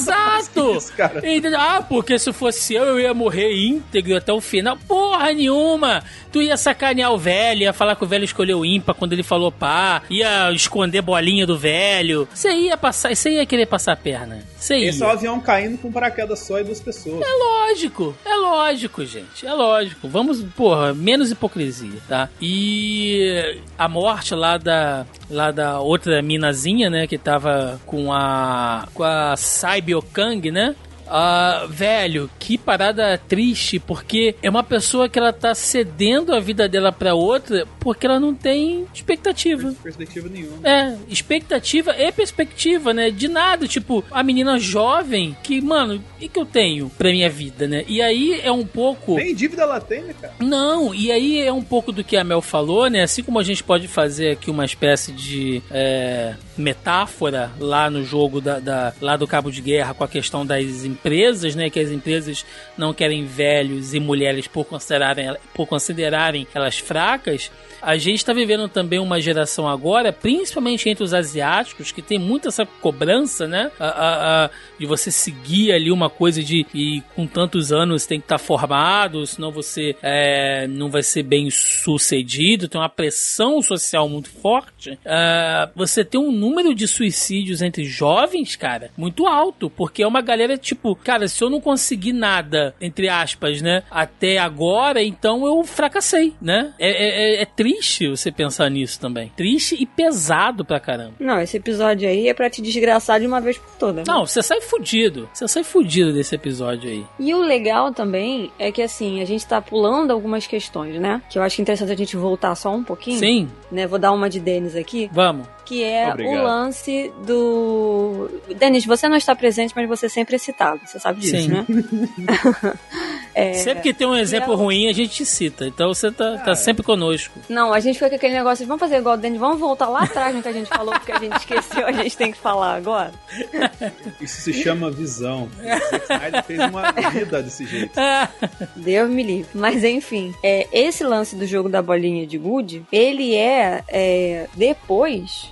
Isso, cara. Entendeu? Porque se fosse eu ia morrer íntegro até o final. Porra nenhuma! Tu ia sacanear o velho, ia falar que o velho escolheu ímpar quando ele falou pá, ia esconder bolinha do velho. Você ia querer passar a perna. Esse é o avião caindo com paraquedas só e 2 pessoas. É lógico, gente. É lógico. Vamos, menos hipocrisia, tá? E a morte lá da outra minazinha, né, que tava com a Saibyo Kang, né? Velho, que parada triste, porque é uma pessoa que ela tá cedendo a vida dela pra outra porque ela não tem expectativa. Perspectiva nenhuma. Expectativa e perspectiva, né? De nada, tipo, a menina jovem que, mano, e que eu tenho pra minha vida, né? E aí é um pouco... Nem dívida ela tem, né, cara? Não, e aí é um pouco do que a Mel falou, né? Assim como a gente pode fazer aqui uma espécie de metáfora lá no jogo lá do Cabo de Guerra com a questão das empresas, né, que as empresas não querem velhos e mulheres por considerarem elas fracas. A gente está vivendo também uma geração agora, principalmente entre os asiáticos, que tem muito essa cobrança, né, de você seguir ali uma coisa e com tantos anos tem que estar formado, senão você não vai ser bem sucedido, tem uma pressão social muito forte. Você tem um número de suicídios entre jovens, cara, muito alto, porque é uma galera tipo, cara, se eu não conseguir nada, entre aspas, né, até agora, então eu fracassei, né? É triste você pensar nisso também. Triste e pesado pra caramba. Não, esse episódio aí é pra te desgraçar de uma vez por todas. Não, você sai fudido. Você sai fudido desse episódio aí. E o legal também é que, assim, a gente tá pulando algumas questões, né? Que eu acho interessante a gente voltar só um pouquinho. Sim. Né? Vou dar uma de Denis aqui. Vamos. Que é o lance do... Denis, você não está presente, mas você sempre é citado. Você sabe disso, sim, né? Sempre que tem um exemplo ruim, a gente te cita. Então você tá sempre conosco. Não, a gente fica com aquele negócio de vamos fazer igual o Denis, vamos voltar lá atrás no que a gente falou, porque a gente esqueceu, a gente tem que falar agora. Isso se chama visão. O Snyder fez uma vida desse jeito. Deus me livre. Mas enfim, esse lance do jogo da bolinha de gude, ele depois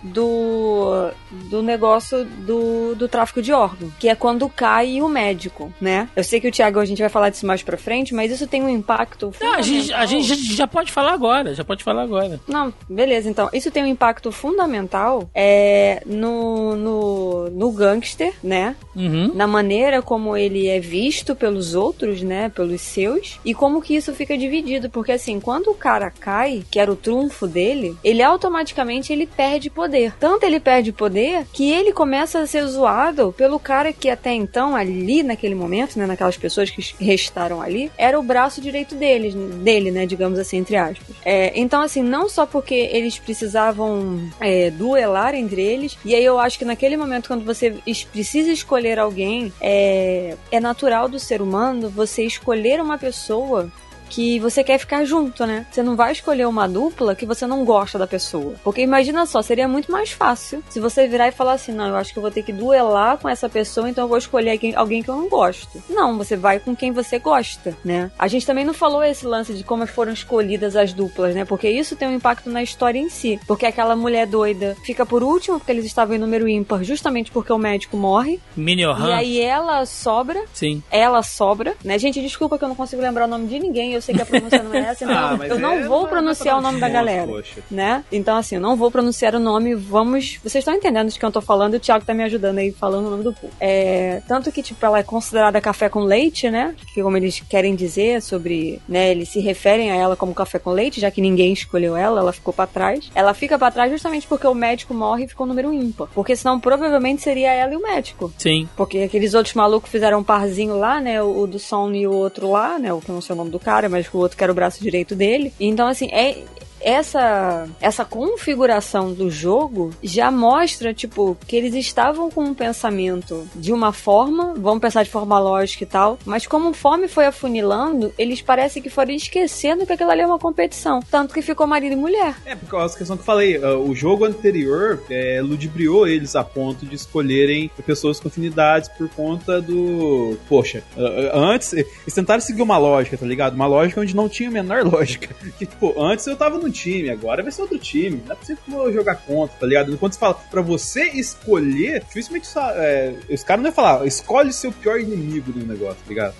do negócio do tráfico de órgão, que é quando cai o médico, né? Eu sei que o Thiago, a gente vai falar disso mais pra frente, mas isso tem um impacto fundamental. A gente já pode falar agora, Não, beleza, então. Isso tem um impacto fundamental no gangster, né? Uhum. Na maneira como ele é visto pelos outros, né? Pelos seus, e como que isso fica dividido, porque assim, quando o cara cai, que era o trunfo dele, ele automaticamente perde poder. poder. Tanto ele perde poder que ele começa a ser zoado pelo cara que até então, ali naquele momento, né, naquelas pessoas que restaram ali, era o braço direito dele, né, digamos assim, entre aspas. Então, assim, não só porque eles precisavam duelar entre eles, e aí eu acho que naquele momento, quando você precisa escolher alguém, é natural do ser humano você escolher uma pessoa que você quer ficar junto, né? Você não vai escolher uma dupla que você não gosta da pessoa. Porque imagina só, seria muito mais fácil se você virar e falar assim, não, eu acho que eu vou ter que duelar com essa pessoa, então eu vou escolher alguém que eu não gosto. Não, você vai com quem você gosta, né? A gente também não falou esse lance de como foram escolhidas as duplas, né? Porque isso tem um impacto na história em si. Porque aquela mulher doida fica por último, porque eles estavam em número ímpar, justamente porque o médico morre. Minyohan. E aí ela sobra. Sim. Ela sobra, né? Gente, desculpa que eu não consigo lembrar o nome de ninguém, eu sei que a pronúncia não é essa, então eu não vou pronunciar o nome da galera, né? Então, assim, eu não vou pronunciar o nome, vocês estão entendendo de que eu tô falando, e o Thiago tá me ajudando aí falando o nome do povo. Tanto que, tipo, ela é considerada café com leite, né? Que como eles querem dizer sobre, né, eles se referem a ela como café com leite, já que ninguém escolheu ela ficou pra trás. Ela fica pra trás justamente porque o médico morre e ficou número ímpar. Porque senão, provavelmente, seria ela e o médico. Sim. Porque aqueles outros malucos fizeram um parzinho lá, né? O do Son e o outro lá, né? O que eu não sei o nome do cara, mas o outro que era o braço direito dele. Então, assim, essa configuração do jogo já mostra, tipo, que eles estavam com um pensamento de uma forma, vamos pensar de forma lógica e tal, mas como conforme foi afunilando, eles parecem que foram esquecendo que aquilo ali é uma competição. Tanto que ficou marido e mulher. Por causa da questão que eu falei, o jogo anterior ludibriou eles a ponto de escolherem pessoas com afinidades por conta do... Poxa, antes, eles tentaram seguir uma lógica, tá ligado? Uma lógica onde não tinha a menor lógica. Que, tipo, antes eu tava no time, agora vai ser outro time. Não é possível que eu vou jogar contra, tá ligado? Quando você fala pra você escolher, dificilmente os caras não iam falar, escolhe seu pior inimigo no negócio, tá ligado?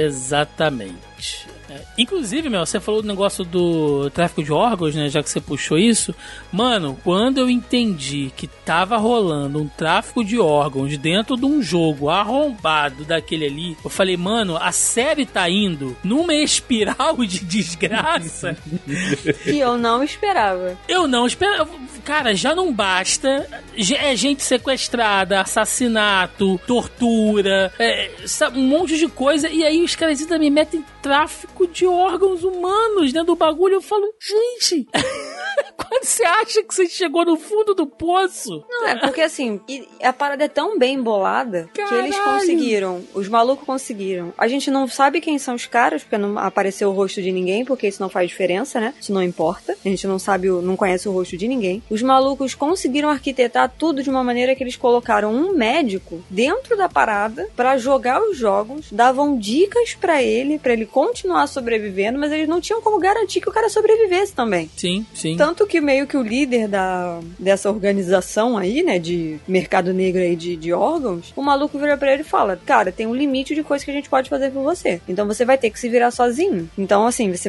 Exatamente. Inclusive, você falou do negócio do tráfico de órgãos, né? Já que você puxou isso. Mano, quando eu entendi que tava rolando um tráfico de órgãos dentro de um jogo arrombado daquele ali, eu falei, mano, a série tá indo numa espiral de desgraça. Que eu não esperava. Eu não esperava. Cara, já não basta. É gente sequestrada, assassinato, tortura, um monte de coisa. E aí os caras ainda me metem tráfico de órgãos humanos dentro do bagulho. Eu falo, gente, quando você acha que você chegou no fundo do poço? Não, porque assim, a parada é tão bem bolada. Caralho. Que eles conseguiram, os malucos conseguiram. A gente não sabe quem são os caras, porque não apareceu o rosto de ninguém, porque isso não faz diferença, né? Isso não importa. A gente não sabe, não conhece o rosto de ninguém. Os malucos conseguiram arquitetar tudo de uma maneira que eles colocaram um médico dentro da parada pra jogar os jogos, davam dicas pra ele continuar sobrevivendo, mas eles não tinham como garantir que o cara sobrevivesse também. Sim, sim. Tanto que meio que o líder dessa organização aí, né, de mercado negro aí de órgãos, o maluco vira pra ele e fala, cara, tem um limite de coisa que a gente pode fazer por você. Então você vai ter que se virar sozinho. Então, assim, você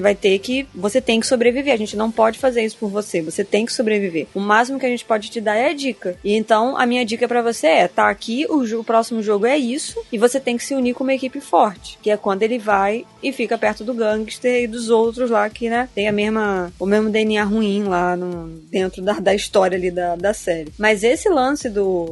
tem que sobreviver. A gente não pode fazer isso por você. Você tem que sobreviver. O máximo que a gente pode te dar é a dica. E então, a minha dica pra você tá aqui, o próximo jogo é isso, e você tem que se unir com uma equipe forte, que é quando ele vai e fica perto do gangster e dos outros lá que, né, tem o mesmo DNA ruim lá dentro da história ali da série. Mas esse lance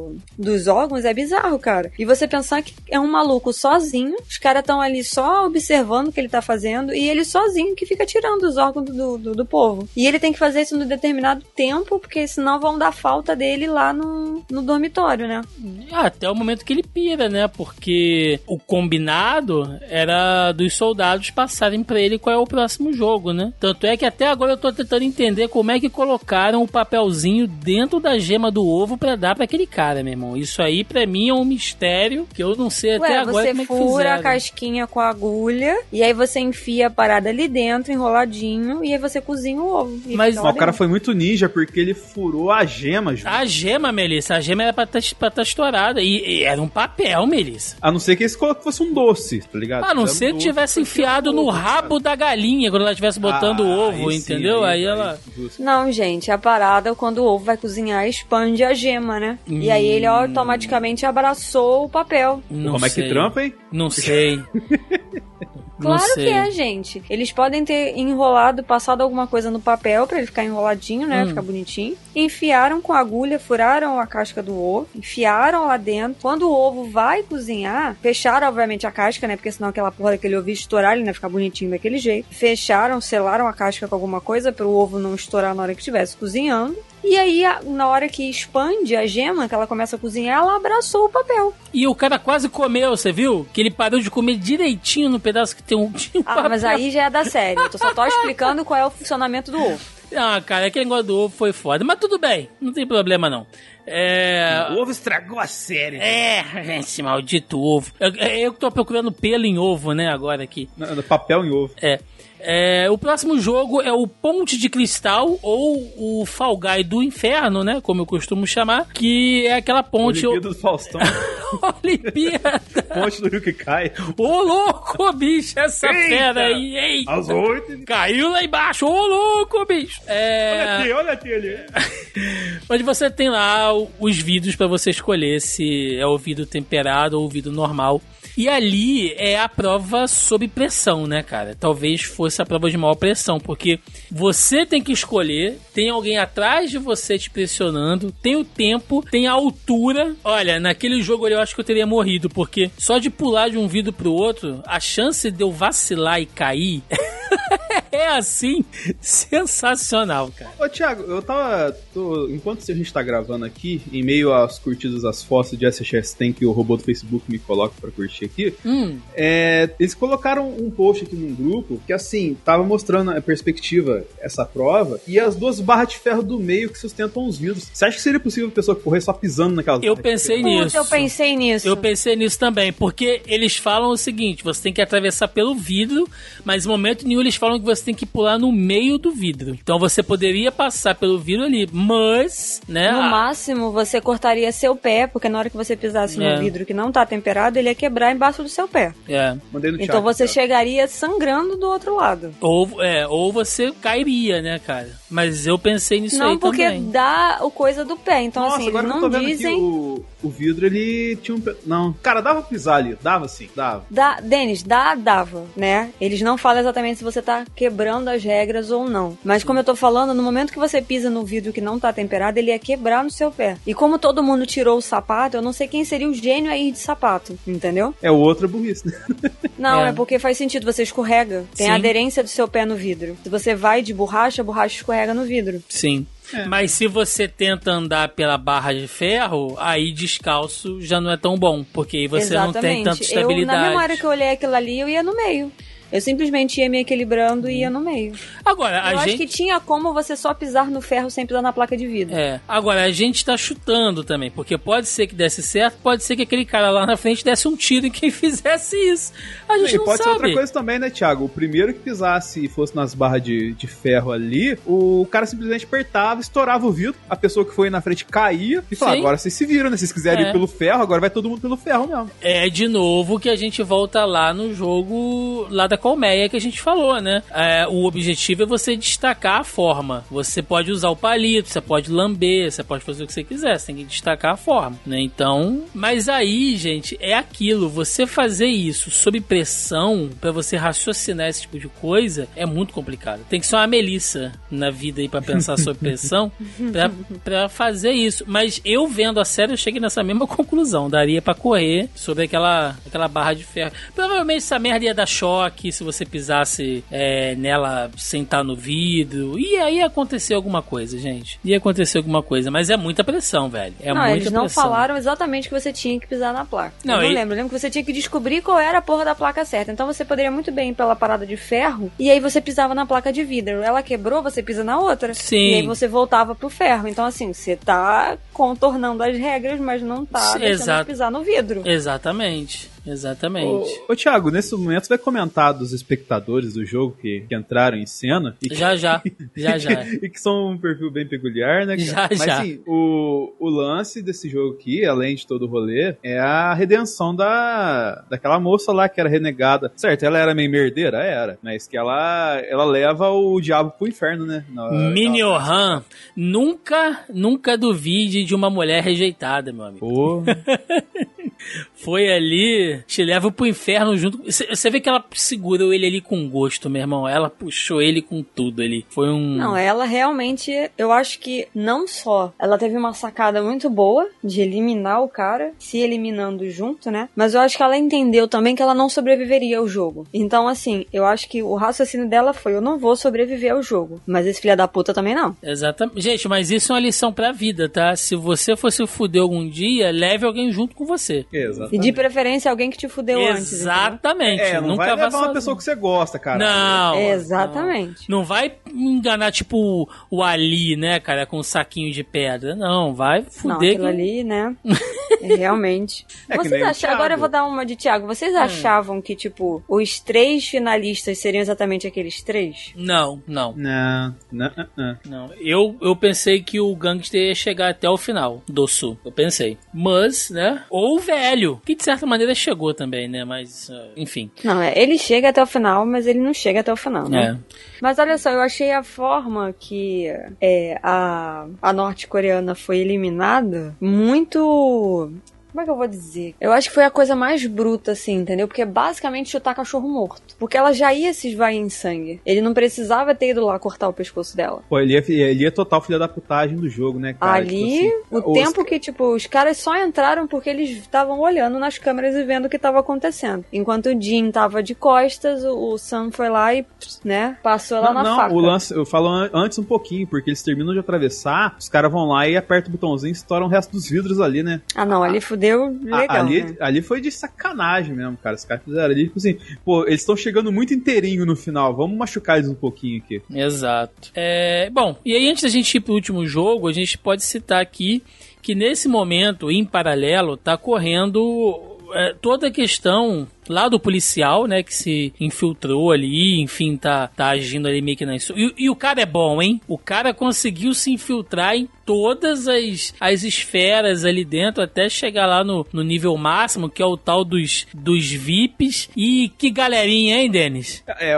dos órgãos é bizarro, cara. E você pensar que é um maluco sozinho, os caras estão ali só observando o que ele tá fazendo, e ele sozinho que fica tirando os órgãos do povo. E ele tem que fazer isso no determinado tempo, porque senão vão dar falta dele lá no dormitório, né? Até o momento que ele pira, né? Porque o combinado era dos soldados passarem pra ele qual é o próximo jogo, né? Tanto é que até agora eu tô tentando entender como é que colocaram o papelzinho dentro da gema do ovo pra dar pra aquele cara, meu irmão. Isso aí pra mim é um mistério que eu não sei até agora como é que fizeram. Você fura a casquinha com a agulha e aí você enfia a parada ali dentro, enroladinho, e aí você cozinha o ovo. Mas o cara foi muito ninja porque ele furou a gema, Ju. A gema, Melissa, a gema era pra tá estourada e era um papel, Melissa. A não ser que esse fosse um doce, tá ligado? A não ser que tivesse enfiado no rabo da galinha quando ela estivesse botando o ovo, entendeu? Aí ela... Não, gente, a parada, quando o ovo vai cozinhar, expande a gema, né? E aí ele automaticamente abraçou o papel. Como é que trampa, hein? Não sei. Claro que é, gente. Eles podem ter enrolado, passado alguma coisa no papel pra ele ficar enroladinho, né? Ficar bonitinho. Enfiaram com a agulha, furaram a casca do ovo, enfiaram lá dentro. Quando o ovo vai cozinhar, fecharam, obviamente, a casca, né? Porque senão aquela porra daquele ovo ia estourar, ele não ia ficar bonitinho daquele jeito. Fecharam, selaram a casca com alguma coisa pro ovo não estourar na hora que estivesse cozinhando. E aí, na hora que expande a gema, que ela começa a cozinhar, ela abraçou o papel. E o cara quase comeu, você viu? Que ele parou de comer direitinho no pedaço que tem um papel. Mas aí já é da série. Eu só tô explicando qual é o funcionamento do ovo. Ah, cara, aquele negócio do ovo foi foda. Mas tudo bem, não tem problema não. O ovo estragou a série. Esse maldito ovo. Eu que tô procurando pelo em ovo, né, agora aqui. Papel em ovo. O próximo jogo é o Ponte de Cristal, ou o Fall Guy do Inferno, né? Como eu costumo chamar, que é aquela ponte... Olimpíada do Faustão. Olimpíada. Ponte do Rio que cai. Ô, louco, bicho, essa fera aí, hein? Às 8. Caiu lá embaixo, ô, louco, bicho. Olha aqui ali. Onde você tem lá os vidros pra você escolher se é o vidro temperado ou o vidro normal. E ali é a prova sob pressão, né, cara? Talvez fosse a prova de maior pressão, porque você tem que escolher, tem alguém atrás de você te pressionando, tem o tempo, tem a altura. Olha, naquele jogo eu acho que eu teria morrido, porque só de pular de um vidro pro outro, a chance de eu vacilar e cair... é assim, sensacional, cara. Ô, Thiago, enquanto a gente tá gravando aqui, em meio às curtidas, às fotos de SHS Tank que o robô do Facebook me coloca pra curtir aqui, eles colocaram um post aqui num grupo que, assim, tava mostrando a perspectiva, essa prova, e as duas barras de ferro do meio que sustentam os vidros. Você acha que seria possível a pessoa correr só pisando naquelas Eu pensei nisso. Eu pensei nisso. Eu pensei nisso também, porque eles falam o seguinte, você tem que atravessar pelo vidro, mas em momento nenhum eles falam que você tem que pular no meio do vidro. Então você poderia passar pelo vidro ali, mas, né? No máximo, você cortaria seu pé, porque na hora que você pisasse no vidro que não tá temperado, ele ia quebrar embaixo do seu pé. Então você chegaria sangrando do outro lado. Ou você cairia, né, cara? Mas eu pensei nisso aí também. Não, porque dá o coisa do pé. Então, assim, eles não dizem... O vidro, ele tinha um... Não, cara, dava pra pisar ali. Dava sim, dava. Denis, dava, né? Eles não falam exatamente se você tá quebrando as regras ou não. Mas como eu tô falando, no momento que você pisa no vidro que não tá temperado, ele ia quebrar no seu pé. E como todo mundo tirou o sapato, eu não sei quem seria o gênio aí de sapato, entendeu? O outro é burrice, né? Não, é porque faz sentido, você escorrega. Tem a aderência do seu pé no vidro. Se você vai de borracha, a borracha escorrega no vidro. Sim. Mas se você tenta andar pela barra de ferro, aí descalço já não é tão bom, porque aí você não tem tanta estabilidade. Na memória que eu olhei aquilo ali, eu ia no meio. Eu simplesmente ia me equilibrando e ia no meio. Agora, eu acho que tinha como você só pisar no ferro sem pisar na placa de vidro. Agora, a gente tá chutando também, porque pode ser que desse certo, pode ser que aquele cara lá na frente desse um tiro em quem fizesse isso. A gente não pode sabe. ser outra coisa também, né, Thiago? O primeiro que pisasse e fosse nas barras de ferro ali, o cara simplesmente apertava, estourava o vidro, a pessoa que foi na frente caía e falava, agora vocês se viram, né? Se vocês quiserem ir pelo ferro, agora vai todo mundo pelo ferro mesmo. É de novo que a gente volta lá no jogo lá da colmeia que a gente falou, né? O objetivo é você destacar a forma. Você pode usar o palito, você pode lamber, você pode fazer o que você quiser, você tem que destacar a forma, né? Então, mas aí, gente, é aquilo, você fazer isso sob pressão, pra você raciocinar esse tipo de coisa, é muito complicado. Tem que ser uma Melissa na vida aí pra pensar sob pressão, pra fazer isso. Mas eu vendo a série, eu cheguei nessa mesma conclusão. Daria pra correr sobre aquela barra de ferro. Provavelmente essa merda ia dar choque se você pisasse nela sem estar no vidro. E aí ia acontecer alguma coisa, gente. Ia acontecer alguma coisa, mas é muita pressão, velho. Eles não falaram exatamente que você tinha que pisar na placa. Eu lembro que você tinha que descobrir qual era a porra da placa certa. Então você poderia muito bem ir pela parada de ferro e aí você pisava na placa de vidro. Ela quebrou, você pisa na outra. Sim. E aí você voltava pro ferro. Então assim, você tá contornando as regras, mas não tá deixando de pisar no vidro. Exatamente. Ô Thiago, nesse momento você vai comentar dos espectadores do jogo que entraram em cena. E já. E que são um perfil bem peculiar, né? Mas sim, o lance desse jogo aqui, além de todo o rolê, é a redenção daquela moça lá que era renegada. Certo, ela era meio merdeira? Era. Mas que ela leva o diabo pro inferno, né? Minyohan, nunca duvide de uma mulher rejeitada, meu amigo. Foi ali, te leva pro inferno junto. Você vê que ela segurou ele ali com gosto, meu irmão. Ela puxou ele com tudo ali. Foi um... Não, ela realmente, eu acho que não só ela teve uma sacada muito boa de eliminar o cara, se eliminando junto, né? Mas eu acho que ela entendeu também que ela não sobreviveria ao jogo. Então, assim, eu acho que o raciocínio dela foi, eu não vou sobreviver ao jogo. Mas esse filho da puta também não. Exatamente. Gente, mas isso é uma lição pra vida, tá? Se você fosse fuder algum dia, leve alguém junto com você. Exatamente. E de preferência alguém que te fudeu antes. Exatamente. Não nunca vai levar sozinho. uma pessoa que você gosta, cara. Não. Exatamente. Não vai enganar, tipo, o Ali, né, cara, com um saquinho de pedra. Não, vai fuder. Não, aquilo ali, né? Realmente. Vocês acharam... Agora eu vou dar uma de Thiago. Vocês achavam que, tipo, os 3 finalistas seriam exatamente aqueles 3? Não. Não. Eu pensei que o Gangster ia chegar até o final do Sul. Eu pensei. Mas, né? Ou o velho, que de certa maneira chegou também, né? Mas, enfim. Não, ele chega até o final, mas ele não chega até o final, né? Mas olha só, eu achei a forma que a norte-coreana foi eliminada muito... Como é que eu vou dizer? Eu acho que foi a coisa mais bruta, assim, entendeu? Porque é basicamente chutar cachorro morto. Porque ela já ia se esvair em sangue. Ele não precisava ter ido lá cortar o pescoço dela. Pô, ele ia total filha da putagem do jogo, né, cara? Ali, tipo assim, o tempo que, tipo, os caras só entraram porque eles estavam olhando nas câmeras e vendo o que estava acontecendo. Enquanto o Jin tava de costas, o Sam foi lá e, né, passou ela na faca. O lance, eu falo antes um pouquinho, porque eles terminam de atravessar, os caras vão lá e apertam o botãozinho e estouram o resto dos vidros ali, né? Ah, não, ali fudeu legal, né? Ali foi de sacanagem mesmo, cara. Os caras fizeram ali, tipo assim, pô, eles estão chegando muito inteirinho no final, vamos machucar eles um pouquinho aqui. Exato. Bom, e aí antes da gente ir pro último jogo, a gente pode citar aqui que nesse momento, em paralelo, tá correndo toda a questão lá do policial, né, que se infiltrou ali, enfim, tá agindo ali meio que na... E o cara é bom, hein? O cara conseguiu se infiltrar em todas as esferas ali dentro, até chegar lá no nível máximo, que é o tal dos VIPs. E que galerinha, hein, Denis?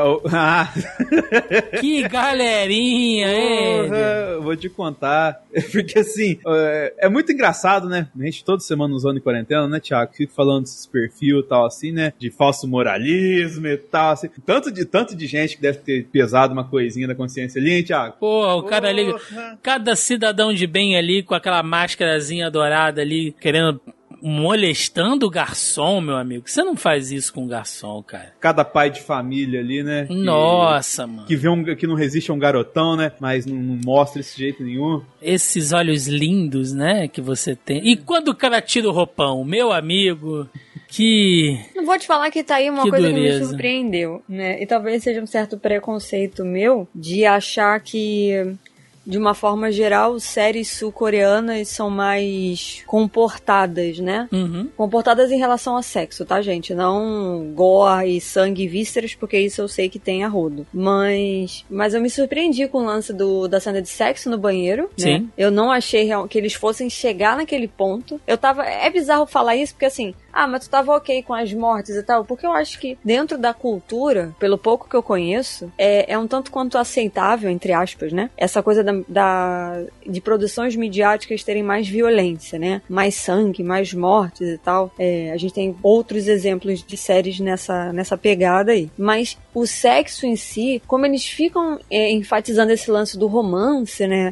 Que galerinha, hein? Vou te contar. Porque, assim, é muito engraçado, né? A gente toda semana usando em quarentena, né, Thiago? Fica falando desses perfil e tal, assim, né? De falso moralismo e tal, assim. Tanto de gente que deve ter pesado uma coisinha da consciência ali, hein, Thiago? Porra, o cara ali, cada cidadão de bem ali, com aquela máscarazinha dourada ali, querendo... molestando o garçom, meu amigo. Você não faz isso com o garçom, cara. Cada pai de família ali, né? Nossa, mano. Que não resiste a um garotão, né? Mas não mostra esse jeito nenhum. Esses olhos lindos, né? Que você tem. E quando o cara tira o roupão, meu amigo... Não vou te falar que tá aí uma coisa dureza. que me surpreendeu, né? E talvez seja um certo preconceito meu de achar que... De uma forma geral, séries sul-coreanas são mais comportadas, né? Uhum. Comportadas em relação a sexo, tá, gente? Não gore e sangue e vísceras, porque isso eu sei que tem a rodo. Mas eu me surpreendi com o lance da cena de sexo no banheiro, Sim. né? Eu não achei que eles fossem chegar naquele ponto. É bizarro falar isso, porque assim... mas tu tava ok com as mortes e tal, porque eu acho que dentro da cultura, pelo pouco que eu conheço, é um tanto quanto aceitável, entre aspas, né? Essa coisa de produções midiáticas terem mais violência, né? Mais sangue, mais mortes e tal. A gente tem outros exemplos de séries nessa pegada aí. Mas o sexo em si, como eles ficam enfatizando esse lance do romance, né?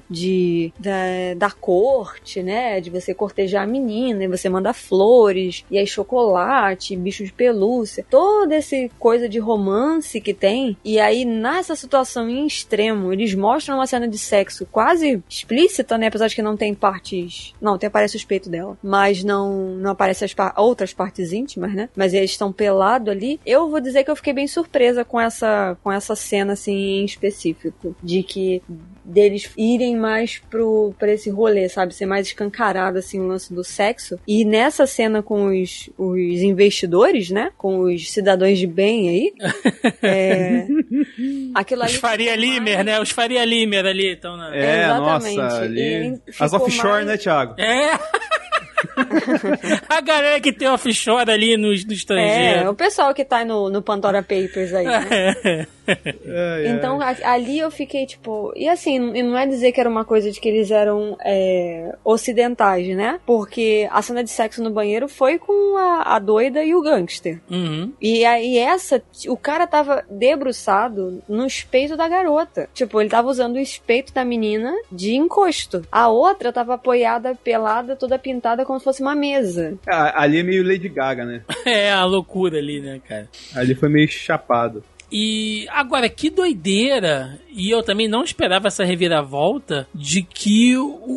Da corte, né? De você cortejar a menina e você mandar flores, e aí chocolate, bicho de pelúcia, toda essa coisa de romance que tem, e aí nessa situação em extremo, eles mostram uma cena de sexo quase explícita, né, apesar de que não tem partes, aparece o peito dela, mas não aparece as outras partes íntimas, né, mas eles estão pelados ali. Eu vou dizer que eu fiquei bem surpresa com essa cena, assim, em específico, de que deles irem mais pra esse rolê, sabe? Ser mais escancarado, assim, o lance do sexo. E nessa cena com os investidores, né? Com os cidadãos de bem aí. Aquilo ali... Os Faria Limer, né? Os Faria Limer ali estão na... Exatamente. Nossa, ali... As offshore, né, Thiago? A galera que tem offshore ali no estrangeiro. O pessoal que tá no Pandora Papers aí, né? Então, ali eu fiquei, tipo... E assim, não é dizer que era uma coisa de que eles eram ocidentais, né? Porque a cena de sexo no banheiro foi com a doida e o gangster. E aí o cara tava debruçado no espeito da garota. Tipo, ele tava usando o espeito da menina de encosto. A outra tava apoiada, pelada, toda pintada como se fosse uma mesa. Ali é meio Lady Gaga, né? A loucura ali, né, cara? Ali foi meio chapado. E agora, que doideira, e eu também não esperava essa reviravolta de que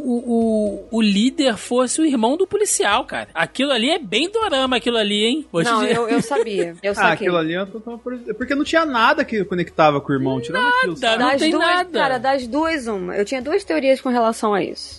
o líder fosse o irmão do policial, cara. Aquilo ali é bem dorama, aquilo ali, hein? Eu sabia, eu saquei. Aquilo ali porque não tinha nada que conectava com o irmão, tirando aquilo. Não tem nada. Cara, das duas, uma. Eu tinha duas teorias com relação a isso.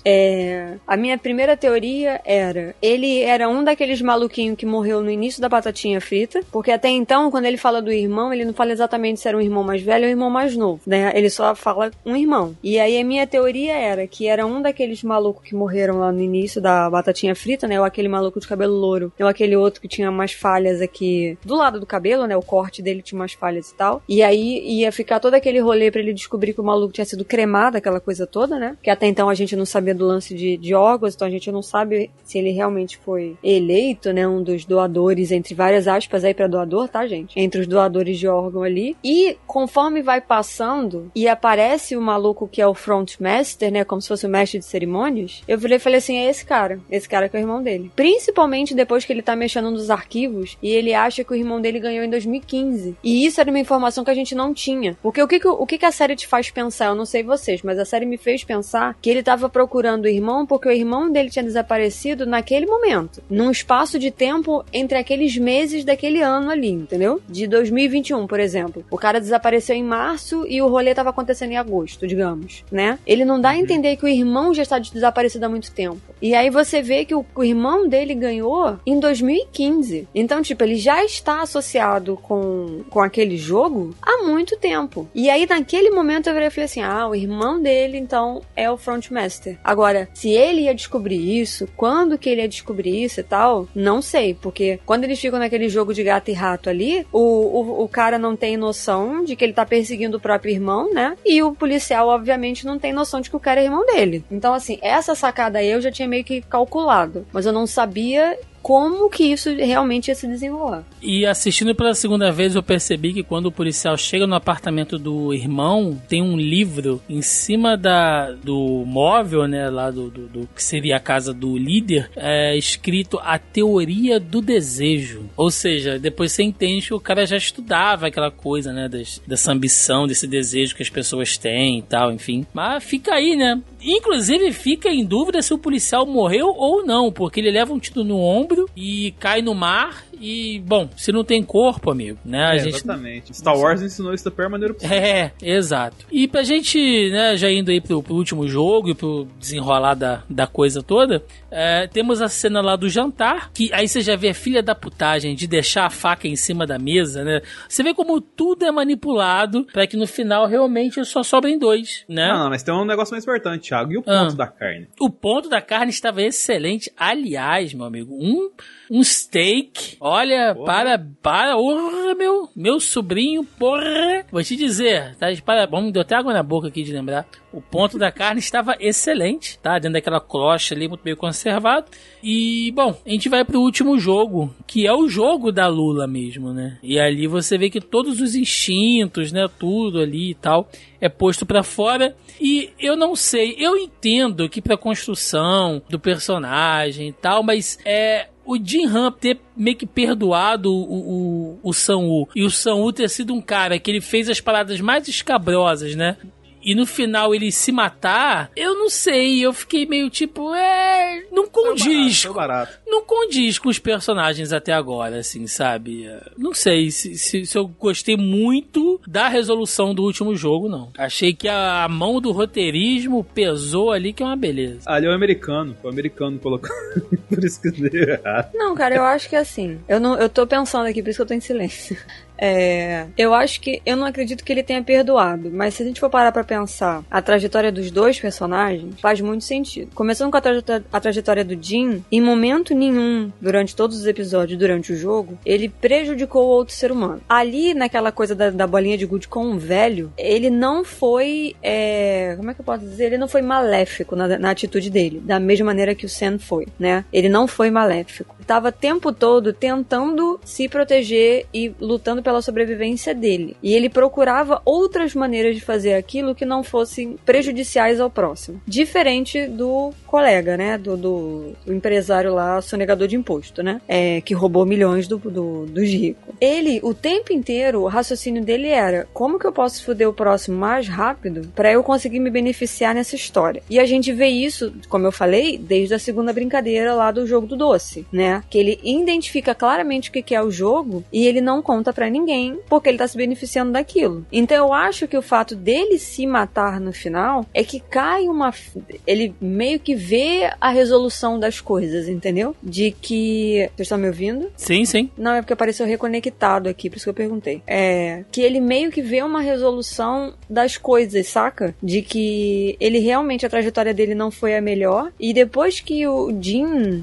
A minha primeira teoria era, ele era um daqueles maluquinhos que morreu no início da Batatinha Frita, porque até então, quando ele fala do irmão, ele não fala exatamente se era um irmão mais velho ou um irmão mais novo, né? Ele só fala um irmão. E aí a minha teoria era que era um daqueles malucos que morreram lá no início da Batatinha Frita, né? Ou aquele maluco de cabelo louro, ou aquele outro que tinha umas falhas aqui do lado do cabelo, né? O corte dele tinha umas falhas e tal. E aí ia ficar todo aquele rolê pra ele descobrir que o maluco tinha sido cremado, aquela coisa toda, né? Que até então a gente não sabia do lance de órgãos, então a gente não sabe se ele realmente foi eleito, né? Um dos doadores, entre várias aspas aí pra doador, tá, gente? Entre os doadores de órgão ali. E conforme vai passando e aparece o maluco que é o frontmaster, né, como se fosse o mestre de cerimônias, eu falei assim, é esse cara que é o irmão dele. Principalmente depois que ele tá mexendo nos arquivos e ele acha que o irmão dele ganhou em 2015. E isso era uma informação que a gente não tinha. Porque o que a série te faz pensar? Eu não sei vocês, mas a série me fez pensar que ele tava procurando o irmão porque o irmão dele tinha desaparecido naquele momento. Num espaço de tempo entre aqueles meses daquele ano ali, entendeu? De 2021, por exemplo. O cara desapareceu em março e o rolê tava acontecendo em agosto, digamos, né? Ele não dá a entender que o irmão já está desaparecido há muito tempo. E aí você vê que o irmão dele ganhou em 2015. Então, tipo, ele já está associado com aquele jogo há muito tempo. E aí, naquele momento, eu falei assim, o irmão dele, então, é o Frontmaster. Agora, se ele ia descobrir isso, quando que ele ia descobrir isso e tal, não sei. Porque quando eles ficam naquele jogo de gato e rato ali, o cara não tem noção de que ele tá perseguindo o próprio irmão, né? E o policial, obviamente, não tem noção de que o cara é irmão dele. Então, assim, essa sacada aí eu já tinha meio que calculado. Mas eu não sabia como que isso realmente ia se desenrolar. E assistindo pela segunda vez, eu percebi que quando o policial chega no apartamento do irmão, tem um livro em cima do móvel, né, lá do que seria a casa do líder, escrito A Teoria do Desejo. Ou seja, depois você entende que o cara já estudava aquela coisa, né, dessa ambição, desse desejo que as pessoas têm e tal, enfim. Mas fica aí, né? Inclusive, fica em dúvida se o policial morreu ou não, porque ele leva um tiro no ombro e cai no mar e, bom, se não tem corpo, amigo, né? A gente... Exatamente. Star Wars ensinou isso da pior maneira possível. Exato. E pra gente, né, já indo aí pro último jogo e pro desenrolar da coisa toda, temos a cena lá do jantar, que aí você já vê a filha da putagem de deixar a faca em cima da mesa, né? Você vê como tudo é manipulado pra que no final realmente só sobrem dois, né? Não, mas tem um negócio mais importante, Thiago. E o ponto da carne? O ponto da carne estava excelente. Aliás, meu amigo, um steak. Olha, porra. meu sobrinho, porra. Vou te dizer, tá? Bom, deu até água na boca aqui de lembrar. O ponto da carne estava excelente, tá? Dentro daquela crosta ali, muito bem conservado. E, bom, a gente vai pro último jogo, que é o jogo da Lula mesmo, né? E ali você vê que todos os instintos, né? Tudo ali e tal, é posto pra fora. E eu não sei, eu entendo que pra construção do personagem e tal, mas o Jim Han ter meio que perdoado o Sang-woo, e o Sang-woo ter sido um cara que ele fez as paradas mais escabrosas, né? E no final ele se matar, eu não sei, eu fiquei meio tipo, não condiz. Foi barato. Não condiz com os personagens até agora, assim, sabe? Não sei se eu gostei muito da resolução do último jogo, não. Achei que a mão do roteirismo pesou ali, que é uma beleza. Ali é o americano colocando. Por isso que deu errado. Não, cara, eu acho que assim, eu tô pensando aqui, por isso que eu tô em silêncio. Eu acho que... Eu não acredito que ele tenha perdoado, mas se a gente for parar pra pensar a trajetória dos dois personagens, faz muito sentido. Começando com a trajetória do Jin, em momento nenhum, durante todos os episódios, durante o jogo, ele prejudicou o outro ser humano. Ali, naquela coisa da bolinha de gude com o velho, ele não foi... como é que eu posso dizer? Ele não foi maléfico na atitude dele, da mesma maneira que o Sen foi, né? Ele não foi maléfico. Tava o tempo todo tentando se proteger e lutando pela sobrevivência dele. E ele procurava outras maneiras de fazer aquilo que não fossem prejudiciais ao próximo. Diferente do colega, né? Do empresário lá, sonegador de imposto, né? Que roubou milhões dos ricos. Ele, o tempo inteiro, o raciocínio dele era: como que eu posso foder o próximo mais rápido pra eu conseguir me beneficiar nessa história? E a gente vê isso, como eu falei, desde a segunda brincadeira lá do jogo do doce, né? Que ele identifica claramente o que é o jogo e ele não conta pra ninguém porque ele tá se beneficiando daquilo. Então eu acho que o fato dele se matar no final é que cai ele meio que vê a resolução das coisas, entendeu? De que... Vocês estão me ouvindo? Sim, sim. Não, é porque apareceu reconectado aqui, por isso que eu perguntei. Que ele meio que vê uma resolução das coisas, saca? De que ele realmente, a trajetória dele não foi a melhor, e depois que o Jin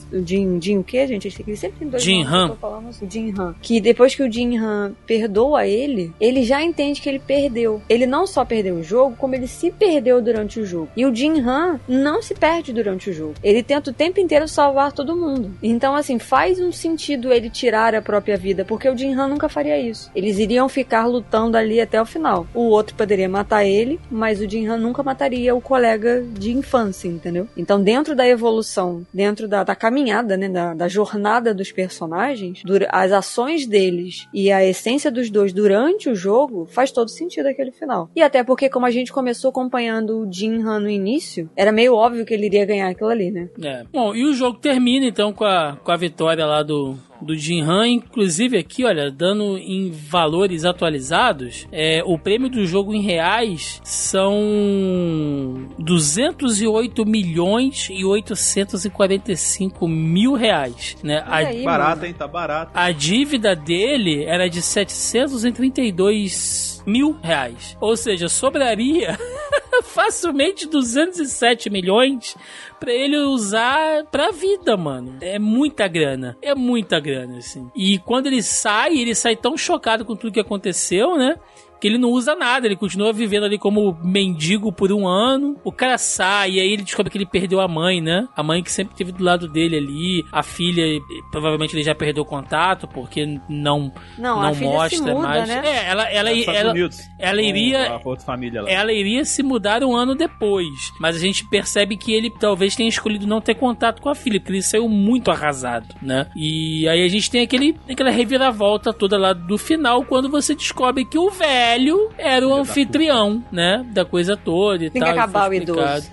o quê, gente? Ele sempre tem dois Jin Han. Jin Han. Que depois que o Jin Han perdoa ele já entende que ele perdeu. Ele não só perdeu o jogo, como ele se perdeu durante o jogo. E o Jin Han não se perde durante o jogo. Ele tenta o tempo inteiro salvar todo mundo. Então, assim, faz um sentido ele tirar a própria vida, porque o Jin Han nunca faria isso. Eles iriam ficar lutando ali até o final. O outro poderia matar ele, mas o Jin Han nunca mataria o colega de infância, entendeu? Então, dentro da evolução, dentro da caminhada, né, da jornada dos personagens, as ações deles e a essência dos dois durante o jogo, faz todo sentido aquele final. E até porque, como a gente começou acompanhando o Jin Han no início, era meio óbvio que ele iria ganhar aquilo ali, né? Bom, e o jogo termina, então, com a vitória lá do Jin Han, inclusive aqui, olha, dando em valores atualizados, o prêmio do jogo em reais são 208 milhões e 845 mil reais, né? Barato, hein? Tá barato. A dívida dele era de 732 mil reais. Ou seja, sobraria facilmente 207 milhões pra ele usar pra vida, mano. É muita grana, assim. E quando ele sai tão chocado com tudo que aconteceu, né? Que ele não usa nada, ele continua vivendo ali como mendigo por um ano. O cara sai, e aí ele descobre que ele perdeu a mãe, né? A mãe que sempre esteve do lado dele ali. A filha, provavelmente ele já perdeu o contato, porque não mostra se muda, mais. Né? Ela iria se mudar um ano depois. Mas a gente percebe que ele talvez tenha escolhido não ter contato com a filha, porque ele saiu muito arrasado, né? E aí a gente tem aquela reviravolta toda lá do final, quando você descobre que o velho era o anfitrião, né? Da coisa toda e tem tal. Tem que acabar o idoso.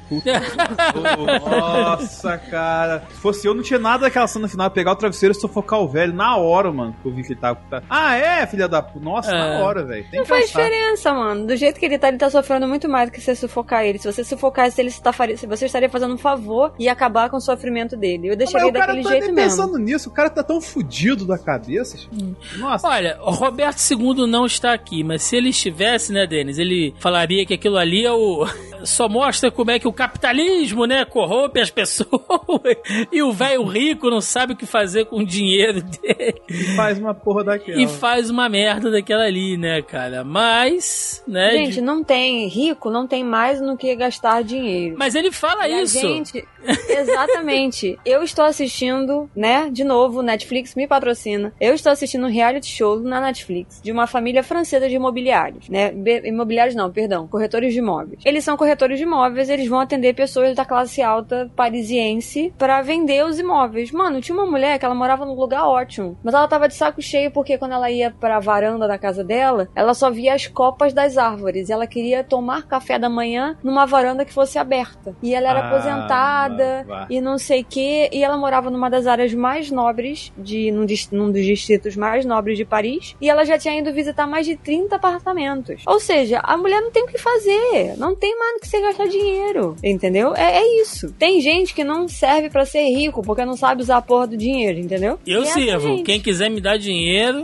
Nossa, cara. Se fosse eu, não tinha nada daquela cena final. Pegar o travesseiro e sufocar o velho na hora, mano. Que eu vi que ele tava... filha da... Nossa, na hora, velho. Não faz diferença, mano. Do jeito que ele tá sofrendo muito mais do que você sufocar ele. Se você sufocasse ele, você estaria fazendo um favor e acabar com o sofrimento dele. Eu deixaria daquele jeito mesmo. Pensando nisso, o cara tá tão fudido da cabeça. Nossa. Olha, o Roberto II não está aqui, mas se ele estivesse, né, Denis, ele falaria que aquilo ali só mostra como é que o capitalismo, né, corrompe as pessoas e o velho rico não sabe o que fazer com o dinheiro dele. E faz uma porra daquela. E faz uma merda daquela ali, né, cara? Mas, né... Gente, rico não tem mais no que gastar dinheiro. Mas ele fala isso. Gente, exatamente. Eu estou assistindo, né, de novo, Netflix me patrocina. Eu estou assistindo um reality show na Netflix de uma família francesa de imobiliários, né? Corretores de imóveis. Eles são corretores de imóveis, eles vão atender pessoas da classe alta parisiense pra vender os imóveis. Mano, tinha uma mulher que ela morava num lugar ótimo, mas ela tava de saco cheio porque quando ela ia pra varanda da casa dela, ela só via as copas das árvores e ela queria tomar café da manhã numa varanda que fosse aberta. E ela era aposentada e não sei o que, e ela morava numa das áreas mais nobres, num dos distritos mais nobres de Paris, e ela já tinha ido visitar mais de 30 apartamentos. Ou seja, a mulher não tem o que fazer, não tem mais no que você gastar dinheiro, entendeu? É isso. Tem gente que não serve pra ser rico porque não sabe usar a porra do dinheiro, entendeu? Eu sirvo. Quem quiser me dar dinheiro...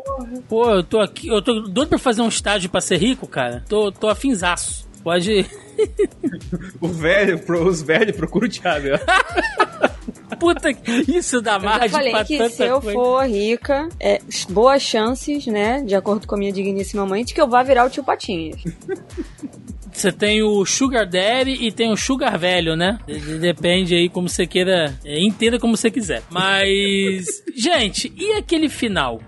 Pô, eu tô aqui, eu tô doido pra fazer um estágio pra ser rico, cara. Tô afinzaço. Pode... Os velhos procuram o Thiago. Puta, isso dá margem pra tanta coisa. Eu falei que se eu for rica, boas chances, né, de acordo com a minha digníssima mãe, de que eu vá virar o tio Patinhas. Você tem o Sugar Daddy e tem o Sugar Velho, né? Depende aí como você queira, entenda como você quiser. Mas, gente, e aquele final?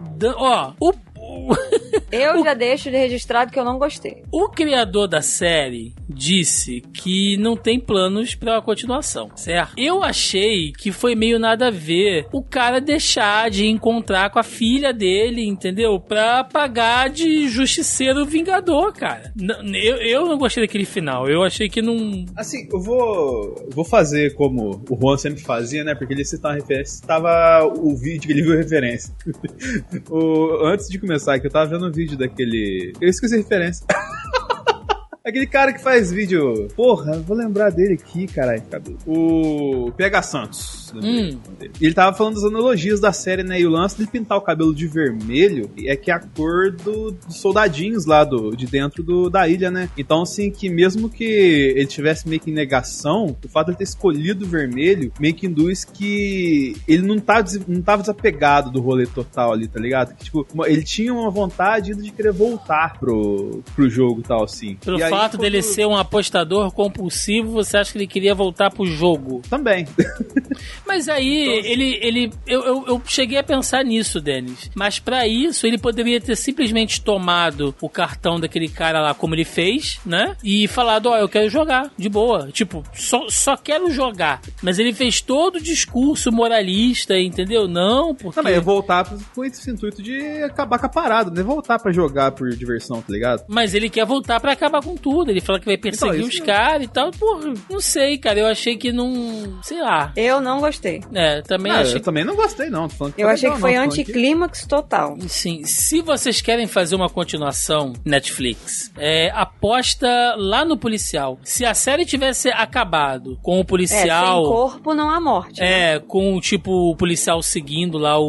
Eu já deixo de registrado que eu não gostei. O criador da série disse que não tem planos pra uma continuação, certo? Eu achei que foi meio nada a ver o cara deixar de encontrar com a filha dele, entendeu? Pra pagar de justiceiro vingador, cara. Eu não gostei daquele final. Eu achei que não... Assim, eu vou fazer como o Juan sempre fazia, né? Porque ele citava uma referência. Citava o vídeo que ele viu a referência. Antes de começar aqui, eu tava vendo um vídeo daquele... Eu esqueci a referência. Aquele cara que faz vídeo... Porra, vou lembrar dele aqui, caralho. O PH Santos. Ele tava falando das analogias da série, né? E o lance de pintar o cabelo de vermelho é que é a cor dos soldadinhos lá de dentro da ilha, né? Então, assim, que mesmo que ele tivesse meio que em negação, o fato de ele ter escolhido o vermelho meio que induz que ele não tava desapegado do rolê total ali, tá ligado? Que, tipo, ele tinha uma vontade de querer voltar pro jogo e tal, assim. Pelo fato dele ser um apostador compulsivo, você acha que ele queria voltar pro jogo? Também. Mas aí, eu cheguei a pensar nisso, Denis. Mas pra isso, ele poderia ter simplesmente tomado o cartão daquele cara lá, como ele fez, né? E falado, eu quero jogar, de boa. Tipo, só quero jogar. Mas ele fez todo o discurso moralista, entendeu? Não, porque... Não, mas voltar com esse intuito de acabar com a parada, não é voltar pra jogar por diversão, tá ligado? Mas ele quer voltar pra acabar com tudo. Ele fala que vai perseguir os caras e tal. Porra, não sei, cara. Eu achei que não... Sei lá. Eu não gostei. Também achei... Eu também não gostei, não. Eu achei que foi anticlímax total. Sim. Se vocês querem fazer uma continuação, Netflix, aposta lá no policial. Se a série tivesse acabado com o policial... sem corpo não há morte. Né? Com, tipo, o policial seguindo lá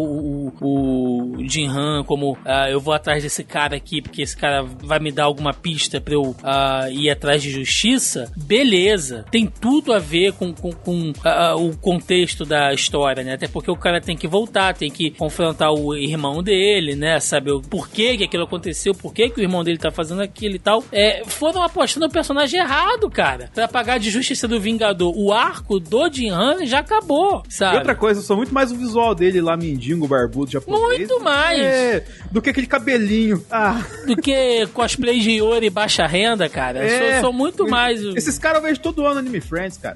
o Jin-Han, como eu vou atrás desse cara aqui, porque esse cara vai me dar alguma pista pra eu ir atrás de justiça, beleza. Tem tudo a ver com o contexto da história, né? Até porque o cara tem que voltar, tem que confrontar o irmão dele, né? Saber o porquê que aquilo aconteceu, porquê que o irmão dele tá fazendo aquilo e tal. Foram apostando no personagem errado, cara. Pra pagar de justiça do Vingador. O arco do Jin-Han já acabou, sabe? E outra coisa, eu sou muito mais o visual dele lá, mendigo, barbudo, japonês. Muito mais! Do que aquele cabelinho. Do que cosplay de Yori e baixa renda, cara. Eu sou muito mais... Esses caras eu vejo todo ano no Anime Friends, cara.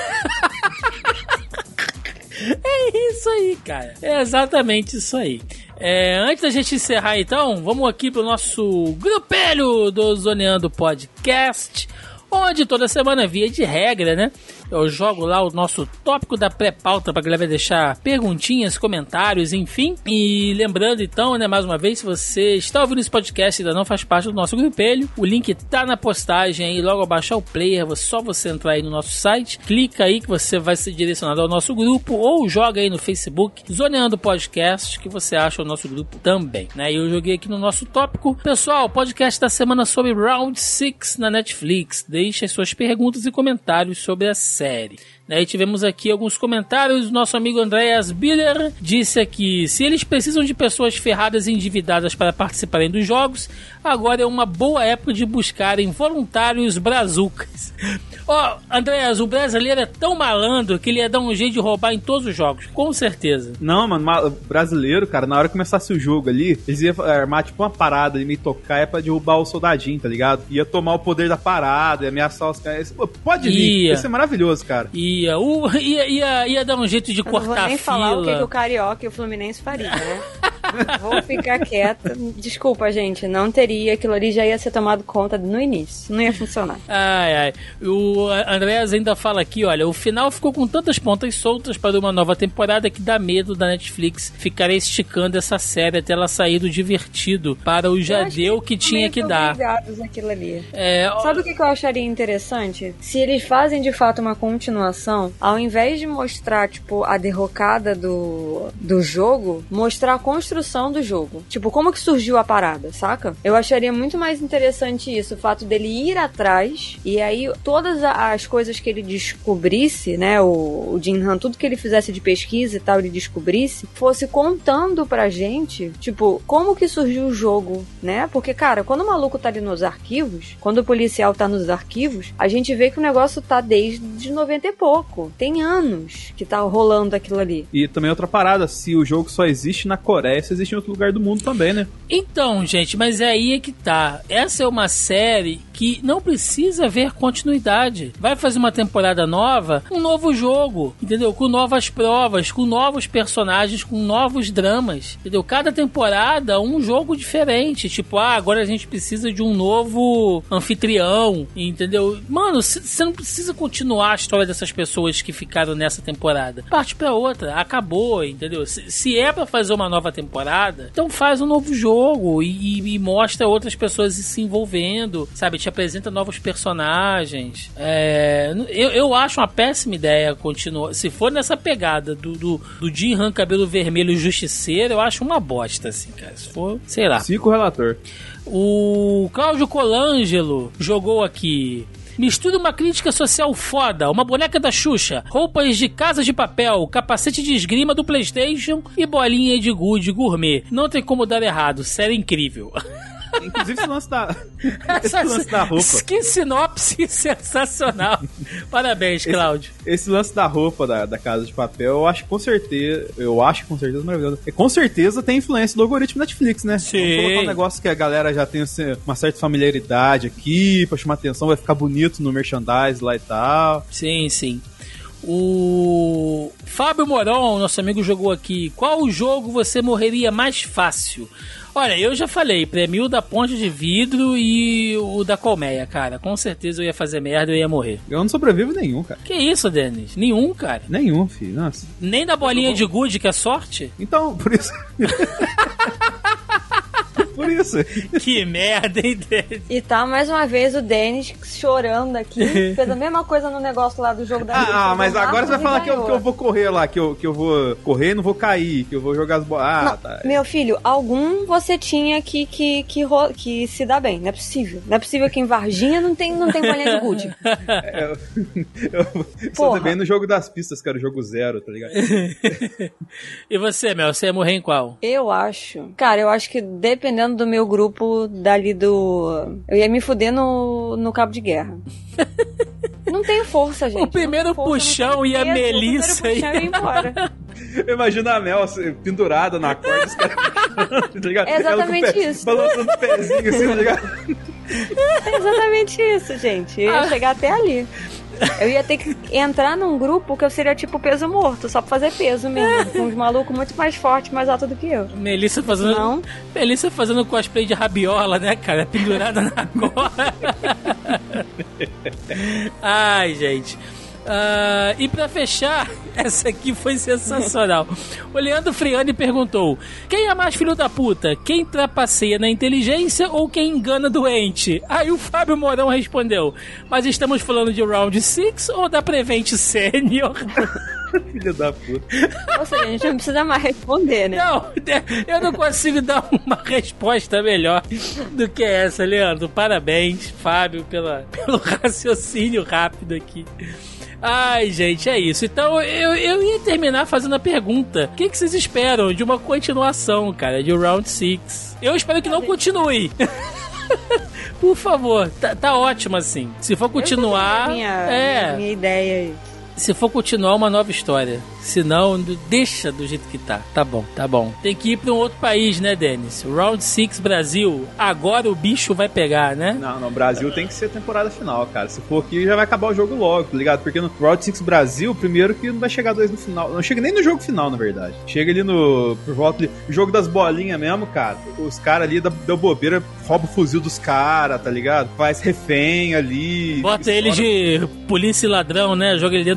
É isso aí, cara. É exatamente isso aí. Antes da gente encerrar, então, vamos aqui pro nosso grupelho do Zoneando Podcast, onde toda semana, via de regra, né, eu jogo lá o nosso tópico da pré-pauta pra galera deixar perguntinhas, comentários, enfim. E lembrando, então, né, mais uma vez, se você está ouvindo esse podcast e ainda não faz parte do nosso grupelho, o link tá na postagem aí, logo abaixo ao player, só você entrar aí no nosso site, clica aí que você vai ser direcionado ao nosso grupo, ou joga aí no Facebook, Zoneando Podcast, que você acha o nosso grupo também, né? E eu joguei aqui no nosso tópico. Pessoal, podcast da semana sobre Round 6 na Netflix. Deixe as suas perguntas e comentários sobre a série. E tivemos aqui alguns comentários. Nosso amigo Andreas Biller disse aqui: se eles precisam de pessoas ferradas e endividadas para participarem dos jogos, agora é uma boa época de buscarem voluntários brazucas. Andreas, o brasileiro é tão malandro que ele ia dar um jeito de roubar em todos os jogos, com certeza. Não, mano, brasileiro, cara, na hora que começasse o jogo ali, eles iam armar tipo uma parada de meio tocar pra derrubar o soldadinho, tá ligado? Ia tomar o poder da parada, ia ameaçar os caras. Pode vir, ia ser maravilhoso, cara. Ia dar um jeito de cortar a fila. Não vou nem falar o que o Carioca e o Fluminense fariam, né? Vou ficar quieta. Desculpa, gente, não teria. Aquilo ali já ia ser tomado conta no início. Não ia funcionar. O Andreas ainda fala aqui, olha, o final ficou com tantas pontas soltas para uma nova temporada que dá medo da Netflix ficar esticando essa série até ela sair do divertido para o já deu que tinha que dar. Aquilo ali. Sabe o que eu acharia interessante? Se eles fazem de fato uma continuação, ao invés de mostrar, tipo, a derrocada do jogo, mostrar a construção construção do jogo. Tipo, como que surgiu a parada, saca? Eu acharia muito mais interessante isso, o fato dele ir atrás, e aí todas as coisas que ele descobrisse, né, o Jim Han, tudo que ele fizesse de pesquisa e tal, ele descobrisse, fosse contando pra gente, tipo, como que surgiu o jogo, né? Porque, cara, quando o maluco tá ali nos arquivos, quando o policial tá nos arquivos, a gente vê que o negócio tá desde 90 e pouco. Tem anos que tá rolando aquilo ali. E também outra parada, se o jogo só existe na Coreia, se existe em outro lugar do mundo também, né? Então, gente, mas é aí que tá. Essa é uma série que não precisa ver continuidade. Vai fazer uma temporada nova, um novo jogo, entendeu? Com novas provas, com novos personagens, com novos dramas, entendeu? Cada temporada um jogo diferente. Tipo, agora a gente precisa de um novo anfitrião, entendeu? Mano, você não precisa continuar a história dessas pessoas que ficaram nessa temporada. Parte pra outra, acabou, entendeu? Se é pra fazer uma nova temporada, então faz um novo jogo e mostra outras pessoas se envolvendo, sabe? Te apresenta novos personagens. Eu acho uma péssima ideia continuar. Se for nessa pegada do Jim Han cabelo vermelho justiceiro, eu acho uma bosta, assim, cara. Se for, sei lá. Cico relator. O Cláudio Colangelo jogou aqui: mistura uma crítica social foda, uma boneca da Xuxa, roupas de casa de papel, capacete de esgrima do PlayStation e bolinha de gude gourmet. Não tem como dar errado, série incrível. Inclusive esse lance da roupa. Que sinopse sensacional. Parabéns, Cláudio. Esse lance da roupa da Casa de Papel, eu acho que com certeza maravilhoso. E com certeza tem influência do algoritmo Netflix, né? Sim. Vamos colocar um negócio que a galera já tem uma certa familiaridade aqui, pra chamar atenção, vai ficar bonito no merchandise lá e tal. Sim, sim. O Fábio Moron, nosso amigo, jogou aqui: qual jogo você morreria mais fácil? Olha, eu já falei, pra mim o da ponte de vidro e o da colmeia, cara. Com certeza eu ia fazer merda e eu ia morrer. Eu não sobrevivo nenhum, cara. Que isso, Denis? Nenhum, cara? Nenhum, filho. Nossa. Nem da bolinha de gude, que é sorte? Então, por isso... Por isso. Que merda, hein, Denis? E tá mais uma vez o Denis chorando aqui. Fez a mesma coisa no negócio lá do jogo da mas agora você vai falar que eu vou correr lá, que eu vou correr e não vou cair, que eu vou jogar as bolas. Tá. Meu filho, algum você tinha que se dar bem. Não é possível. Não é possível que em Varginha não tem bolinha de gude. Eu sou bem no jogo das pistas, cara, o jogo 0, tá ligado? E você, Mel, você ia morrer em qual? Eu acho que dependendo do meu grupo dali eu ia me fuder no cabo de guerra. Não tenho força, gente. O primeiro puxão e a Melissa ia embora. Imagina a Mel pendurada na corda, os caras tá ligado? É exatamente isso. Balançando o pezinho assim, tá ligado? É exatamente isso, gente. Eu ia chegar até ali. Eu ia ter que entrar num grupo que eu seria tipo peso morto, só pra fazer peso mesmo. Com uns malucos muito mais fortes, mais altos do que eu. Melissa fazendo cosplay de rabiola, né, cara? Pendurada na corda. Ai, gente. E pra fechar, essa aqui foi sensacional. O Leandro Friani perguntou: quem é mais filho da puta? Quem trapaceia na inteligência ou quem engana doente? Aí o Fábio Mourão respondeu: mas estamos falando de Round 6 ou da Prevent Senior? Filho da puta. Ou seja, a gente não precisa mais responder, né? Não, eu não consigo dar uma resposta melhor do que essa, Leandro. Parabéns, Fábio, pelo raciocínio rápido aqui. Ai, gente, é isso. Então, eu ia terminar fazendo a pergunta: o que vocês esperam de uma continuação, cara, de Round 6? Eu espero que não continue. Por favor, tá ótimo assim. Se for continuar... minha ideia aí. Se for continuar, uma nova história. Se não, deixa do jeito que tá. Tá bom, tá bom. Tem que ir pra um outro país, né, Denis? Round 6 Brasil. Agora o bicho vai pegar, né? Não, Brasil tem que ser a temporada final, cara. Se for aqui, já vai acabar o jogo logo, tá ligado? Porque no Round 6 Brasil, primeiro que não vai chegar 2 no final. Não chega nem no jogo final, na verdade. Chega ali por volta do jogo das bolinhas mesmo, cara. Os caras ali da bobeira roubam o fuzil dos caras, tá ligado? Faz refém ali. Bota ele de polícia e ladrão, né? Joga ele dentro de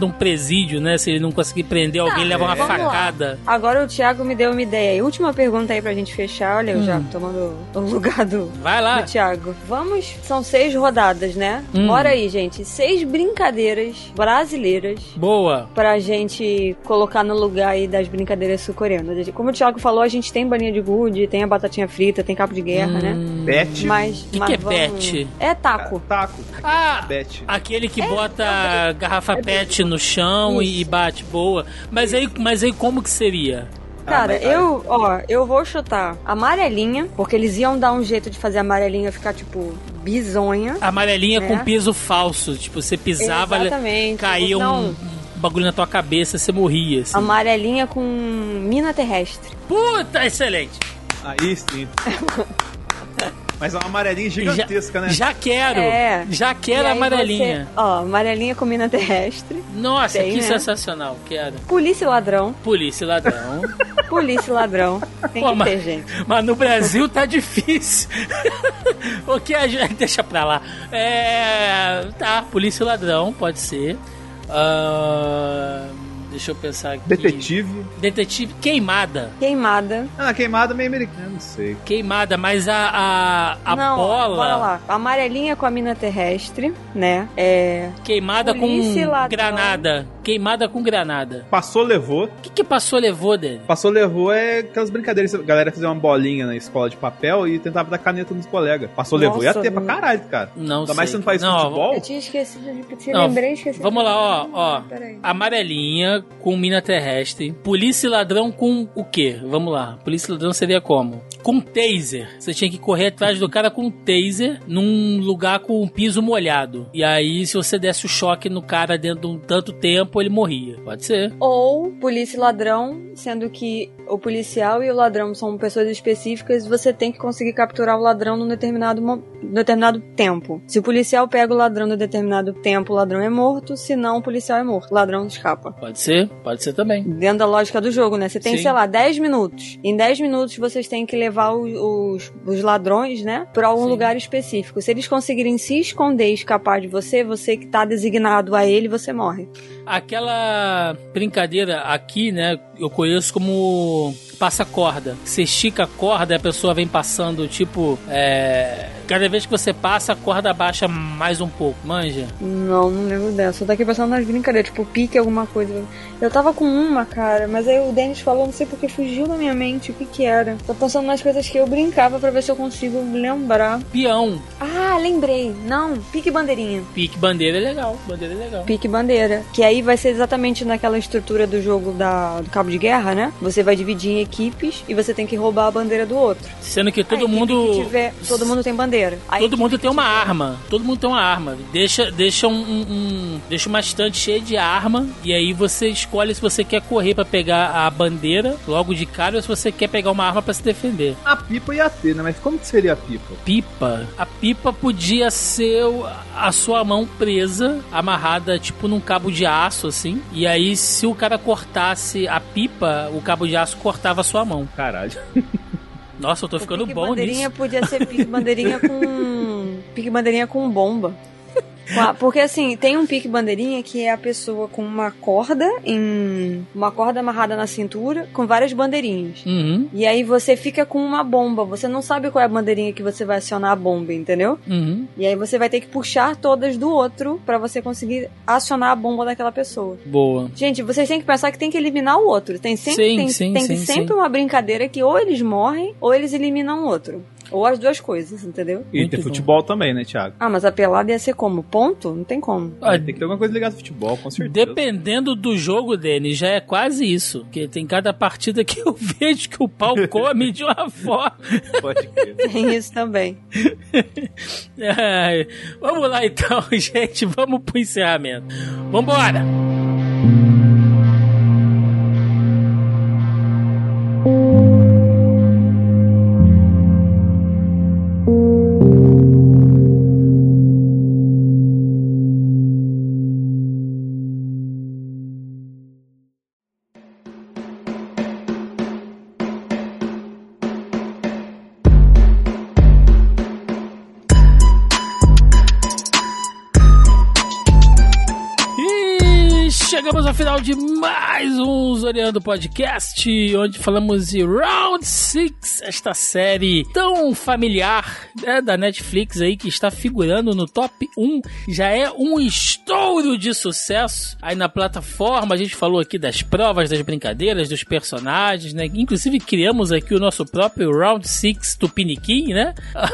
um presídio, né? Se ele não conseguir prender alguém, leva uma facada. Lá. Agora o Thiago me deu uma ideia. E última pergunta aí pra gente fechar. Olha, eu já tomando o lugar do Thiago. Vamos, são 6 rodadas, né? Bora aí, gente. 6 brincadeiras brasileiras. Boa. Pra gente colocar no lugar aí das brincadeiras sul-coreanas. Como o Thiago falou, a gente tem balinha de gude, tem a batatinha frita, tem cabo de guerra, né? Bet. Mas que é bet? É taco. Taco. Bet. Aquele que bota garrafa pet no chão e bate. Boa. Mas aí como que seria? Cara, eu vou chutar amarelinha, porque eles iam dar um jeito de fazer a amarelinha ficar, tipo, bizonha. Amarelinha com piso falso. Tipo, você pisava, caía um bagulho na tua cabeça, você morria. Assim. Amarelinha com mina terrestre. Puta, excelente. Aí sim. Mas é uma amarelinha gigantesca, né? Já quero a amarelinha. Amarelinha com mina terrestre. Nossa, que sensacional, quero. Polícia e ladrão. Polícia e ladrão. Polícia e ladrão. Tem que ter, gente. Mas no Brasil tá difícil. O que a gente... Deixa pra lá. Tá, polícia e ladrão, pode ser. Deixa eu pensar aqui. Detetive. Queimada. Queimada meio americana, não sei. Queimada, mas a bola... Bora lá. Amarelinha com a mina terrestre, né? Queimada com granada. Queimada com granada. Passou, levou. O que passou, levou dele? Passou, levou é aquelas brincadeiras. A galera fazia uma bolinha na escola de papel e tentava dar caneta nos colegas. Passou, levou. Ia ter pra caralho, cara. Não Ainda mais se não faz futebol. Eu tinha esquecido de... Lembrei e esqueci. Vamos lá, ó. Amarelinha com mina terrestre. Polícia e ladrão com o quê? Vamos lá. Polícia e ladrão seria como? Com taser. Você tinha que correr atrás do cara com taser num lugar com um piso molhado. E aí, se você desse o choque no cara dentro de um tanto tempo, ele morria. Pode ser. Ou polícia e ladrão, sendo que o policial e o ladrão são pessoas específicas, você tem que conseguir capturar o ladrão num determinado tempo. Se o policial pega o ladrão num determinado tempo, o ladrão é morto. Se não, o policial é morto. O ladrão escapa. Pode ser também. Dentro da lógica do jogo, né? Você tem, sei lá, 10 minutos. Em 10 minutos vocês têm que levar os ladrões, né? Pra algum lugar específico. Se eles conseguirem se esconder e escapar de você que tá designado a ele, você morre. Aquela brincadeira aqui, né? Eu conheço como passa-corda. Você estica a corda e a pessoa vem passando, tipo... Cada vez que você passa, a corda abaixa mais um pouco, manja? Não lembro dessa. Eu tô aqui pensando nas brincadeiras, tipo pique, alguma coisa. Eu tava com uma, cara, mas aí o Dennis falou, não sei porque fugiu da minha mente o que era. Tô pensando nas coisas que eu brincava pra ver se eu consigo lembrar. Peão. Ah, lembrei. Não, pique bandeirinha. Pique bandeira é legal, Pique bandeira. Que aí vai ser exatamente naquela estrutura do jogo do cabo de guerra, né? Você vai dividir em equipes e você tem que roubar a bandeira do outro. Sendo que todo mundo... todo mundo tem bandeira. Todo mundo tem uma arma. Deixa uma estante cheia de arma e aí você escolhe se você quer correr pra pegar a bandeira logo de cara ou se você quer pegar uma arma pra se defender. A pipa ia ter, né? Mas como que seria a pipa? A pipa podia ser a sua mão presa, amarrada tipo num cabo de aço, assim. E aí se o cara cortasse a pipa, o cabo de aço cortava a sua mão. Caralho. Nossa, eu tô ficando bom nisso. Podia ser pique bandeirinha com bomba. Porque assim, tem um pique bandeirinha que é a pessoa com uma corda amarrada na cintura com várias bandeirinhas. Uhum. E aí você fica com uma bomba. Você não sabe qual é a bandeirinha que você vai acionar a bomba, entendeu? Uhum. E aí você vai ter que puxar todas do outro pra você conseguir acionar a bomba daquela pessoa. Boa. Gente, vocês têm que pensar que tem que eliminar o outro. Tem sempre uma brincadeira que ou eles morrem ou eles eliminam o outro. Ou as duas coisas, entendeu? E muito tem futebol também, né, Thiago? Ah, mas a pelada ia ser como? Ponto? Não tem como. Tem que ter alguma coisa ligada ao futebol, com certeza. Dependendo do jogo, Denis, já é quase isso. Porque tem cada partida que eu vejo que o pau come de uma forma. Pode crer. Tem isso também. Vamos lá então, gente. Vamos pro encerramento. Vambora! chegamos ao final de mais um Zoneando Podcast, onde falamos de Round 6, esta série tão familiar, né, da Netflix aí, que está figurando no top 1, já é um estouro de sucesso aí na plataforma. A gente falou aqui das provas, das brincadeiras, dos personagens, né, inclusive criamos aqui o nosso próprio Round 6 Tupiniquim, né?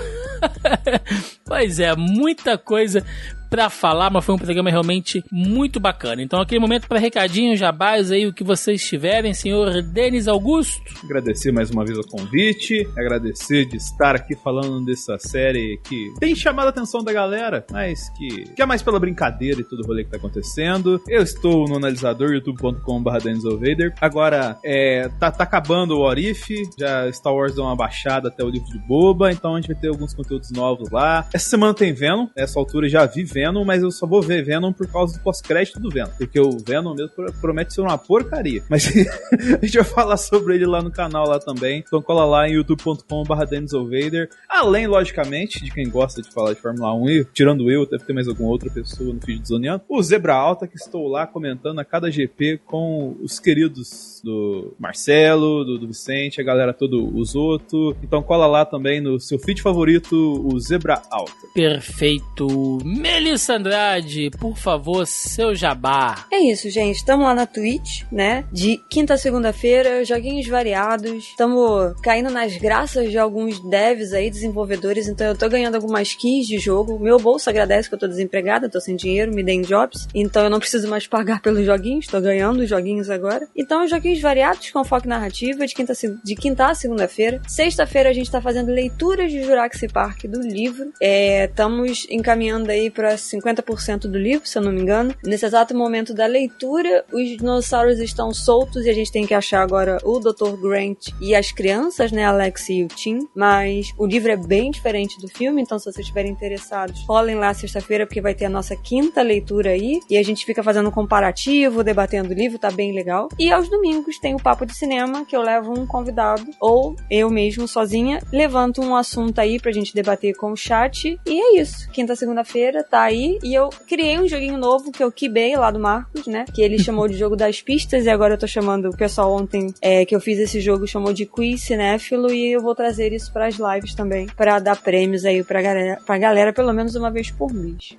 Pois é, muita coisa pra falar, mas foi um programa realmente muito bacana. Então, aquele momento para recadinhos, jabás aí, o que vocês tiverem, senhor Denis Augusto. Agradecer mais uma vez o convite, agradecer de estar aqui falando dessa série que tem chamado a atenção da galera, mas que é mais pela brincadeira e todo o rolê que tá acontecendo. Eu estou no analisador, youtube.com/DenisOvader. Agora, tá acabando o What If, já Star Wars deu uma baixada até o livro do Boba, então a gente vai ter alguns conteúdos novos lá. Essa semana tem Venom, nessa altura já vi Venom, mas eu só vou ver Venom por causa do pós-crédito do Venom, porque o Venom mesmo promete ser uma porcaria, mas a gente vai falar sobre ele lá no canal lá também, então cola lá em youtube.com/DenisOvader, além, logicamente, de quem gosta de falar de Fórmula 1, e tirando eu, deve ter mais alguma outra pessoa no feed do Zoneando, o Zebra Alta, que estou lá comentando a cada GP com os queridos do Marcelo, do Vicente, a galera toda, o Zoto, então cola lá também no seu feed favorito, o Zebra Alta. Perfeito. Melissa Andrade, por favor, seu jabá. É isso, gente. Estamos lá na Twitch, né? De quinta a segunda-feira, joguinhos variados. Estamos caindo nas graças de alguns devs aí, desenvolvedores. Então eu tô ganhando algumas keys de jogo. Meu bolso agradece que eu tô desempregada, tô sem dinheiro, me deem jobs. Então eu não preciso mais pagar pelos joguinhos. Tô ganhando os joguinhos agora. Então, joguinhos variados com foco narrativa de quinta a segunda-feira. Sexta-feira a gente tá fazendo leituras de Jurassic Park do livro. Estamos encaminhando aí para 50% do livro, se eu não me engano. Nesse exato momento da leitura, os dinossauros estão soltos e a gente tem que achar agora o Dr. Grant e as crianças, né, Alex e o Tim. Mas o livro é bem diferente do filme, então se vocês estiverem interessados, rolem lá sexta-feira, porque vai ter a nossa quinta leitura aí, e a gente fica fazendo um comparativo, debatendo o livro, tá bem legal. E aos domingos tem o Papo de Cinema, que eu levo um convidado, ou eu mesmo, sozinha, levanto um assunto aí pra gente debater com o chat, e é isso. Quinta, segunda-feira, tá aí, e eu criei um joguinho novo que eu quibei lá do Marcos, né, que ele chamou de jogo das pistas, e agora eu tô chamando, o pessoal ontem que eu fiz esse jogo chamou de quiz cinéfilo, e eu vou trazer isso pras lives também, pra dar prêmios aí pra galera pelo menos uma vez por mês.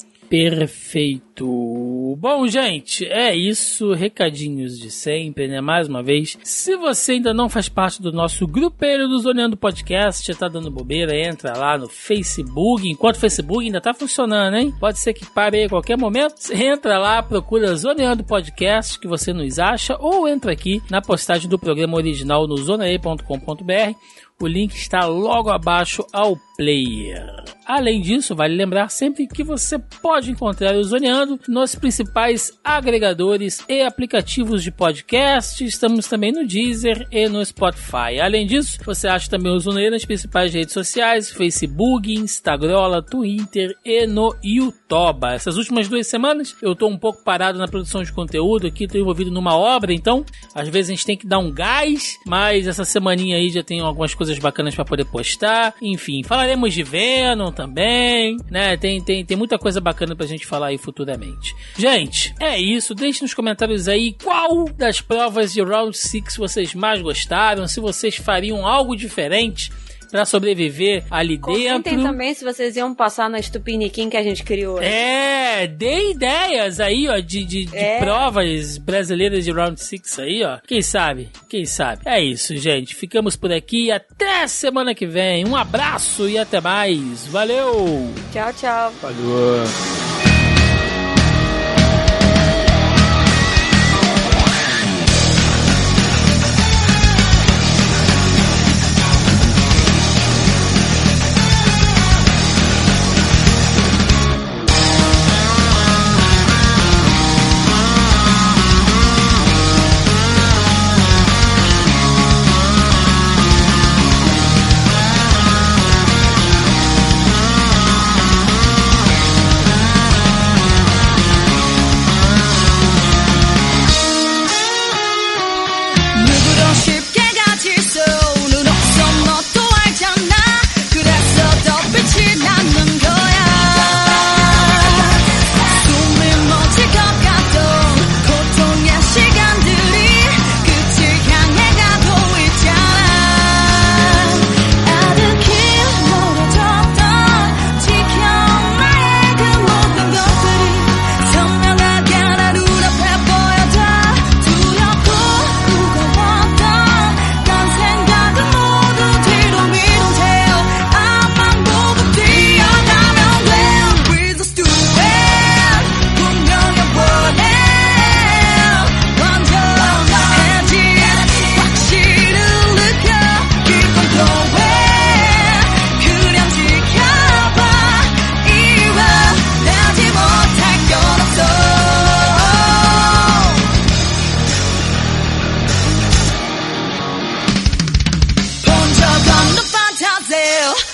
Perfeito. Bom, gente, é isso. Recadinhos de sempre, né? Mais uma vez, se você ainda não faz parte do nosso grupeiro do Zoneando Podcast, já tá dando bobeira, entra lá no Facebook, enquanto o Facebook ainda tá funcionando, hein? Pode ser que pare aí a qualquer momento. Você entra lá, procura Zoneando Podcast, que você nos acha, ou entra aqui na postagem do programa original no zonae.com.br. O link está logo abaixo ao player. Além disso, vale lembrar sempre que você pode encontrar o Zoneando nos principais agregadores e aplicativos de podcast. Estamos também no Deezer e no Spotify. Além disso, você acha também o Zoneando nas principais redes sociais, Facebook, Instagram, Twitter e no YouTube. Essas últimas 2 semanas eu estou um pouco parado na produção de conteúdo aqui, estou envolvido numa obra, então às vezes a gente tem que dar um gás, mas essa semaninha aí já tem algumas coisas bacanas para poder postar. Enfim, falaremos de Venom também, né? Tem muita coisa bacana pra gente falar aí futuramente. Gente, é isso. Deixe nos comentários aí qual das provas de Round 6 vocês mais gostaram, se vocês fariam algo diferente pra sobreviver ali dentro. Comentem também se vocês iam passar na Tupiniquim que a gente criou. Dê ideias aí, ó, de provas brasileiras de Round 6 aí, ó. Quem sabe? É isso, gente. Ficamos por aqui. Até semana que vem. Um abraço e até mais. Valeu! Tchau, tchau. Valeu!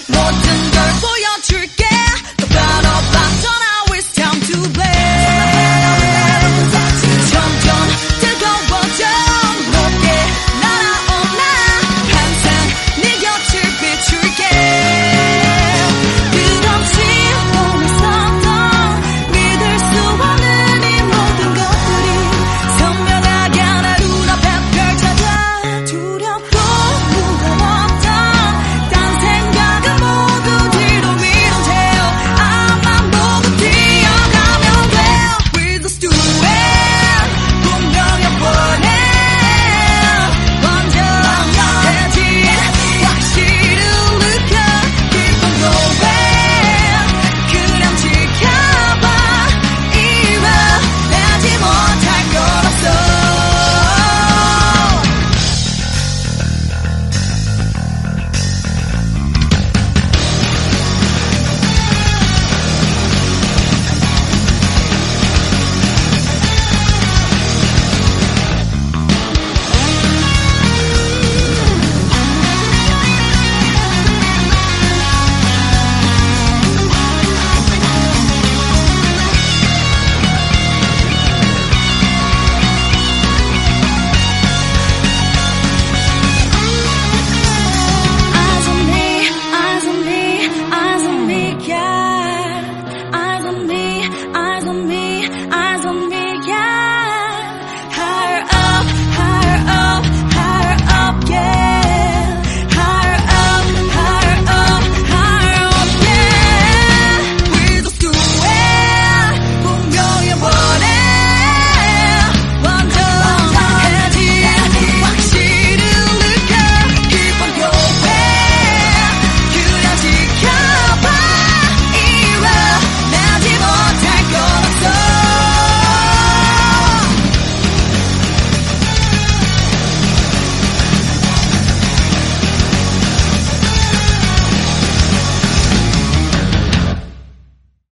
Want to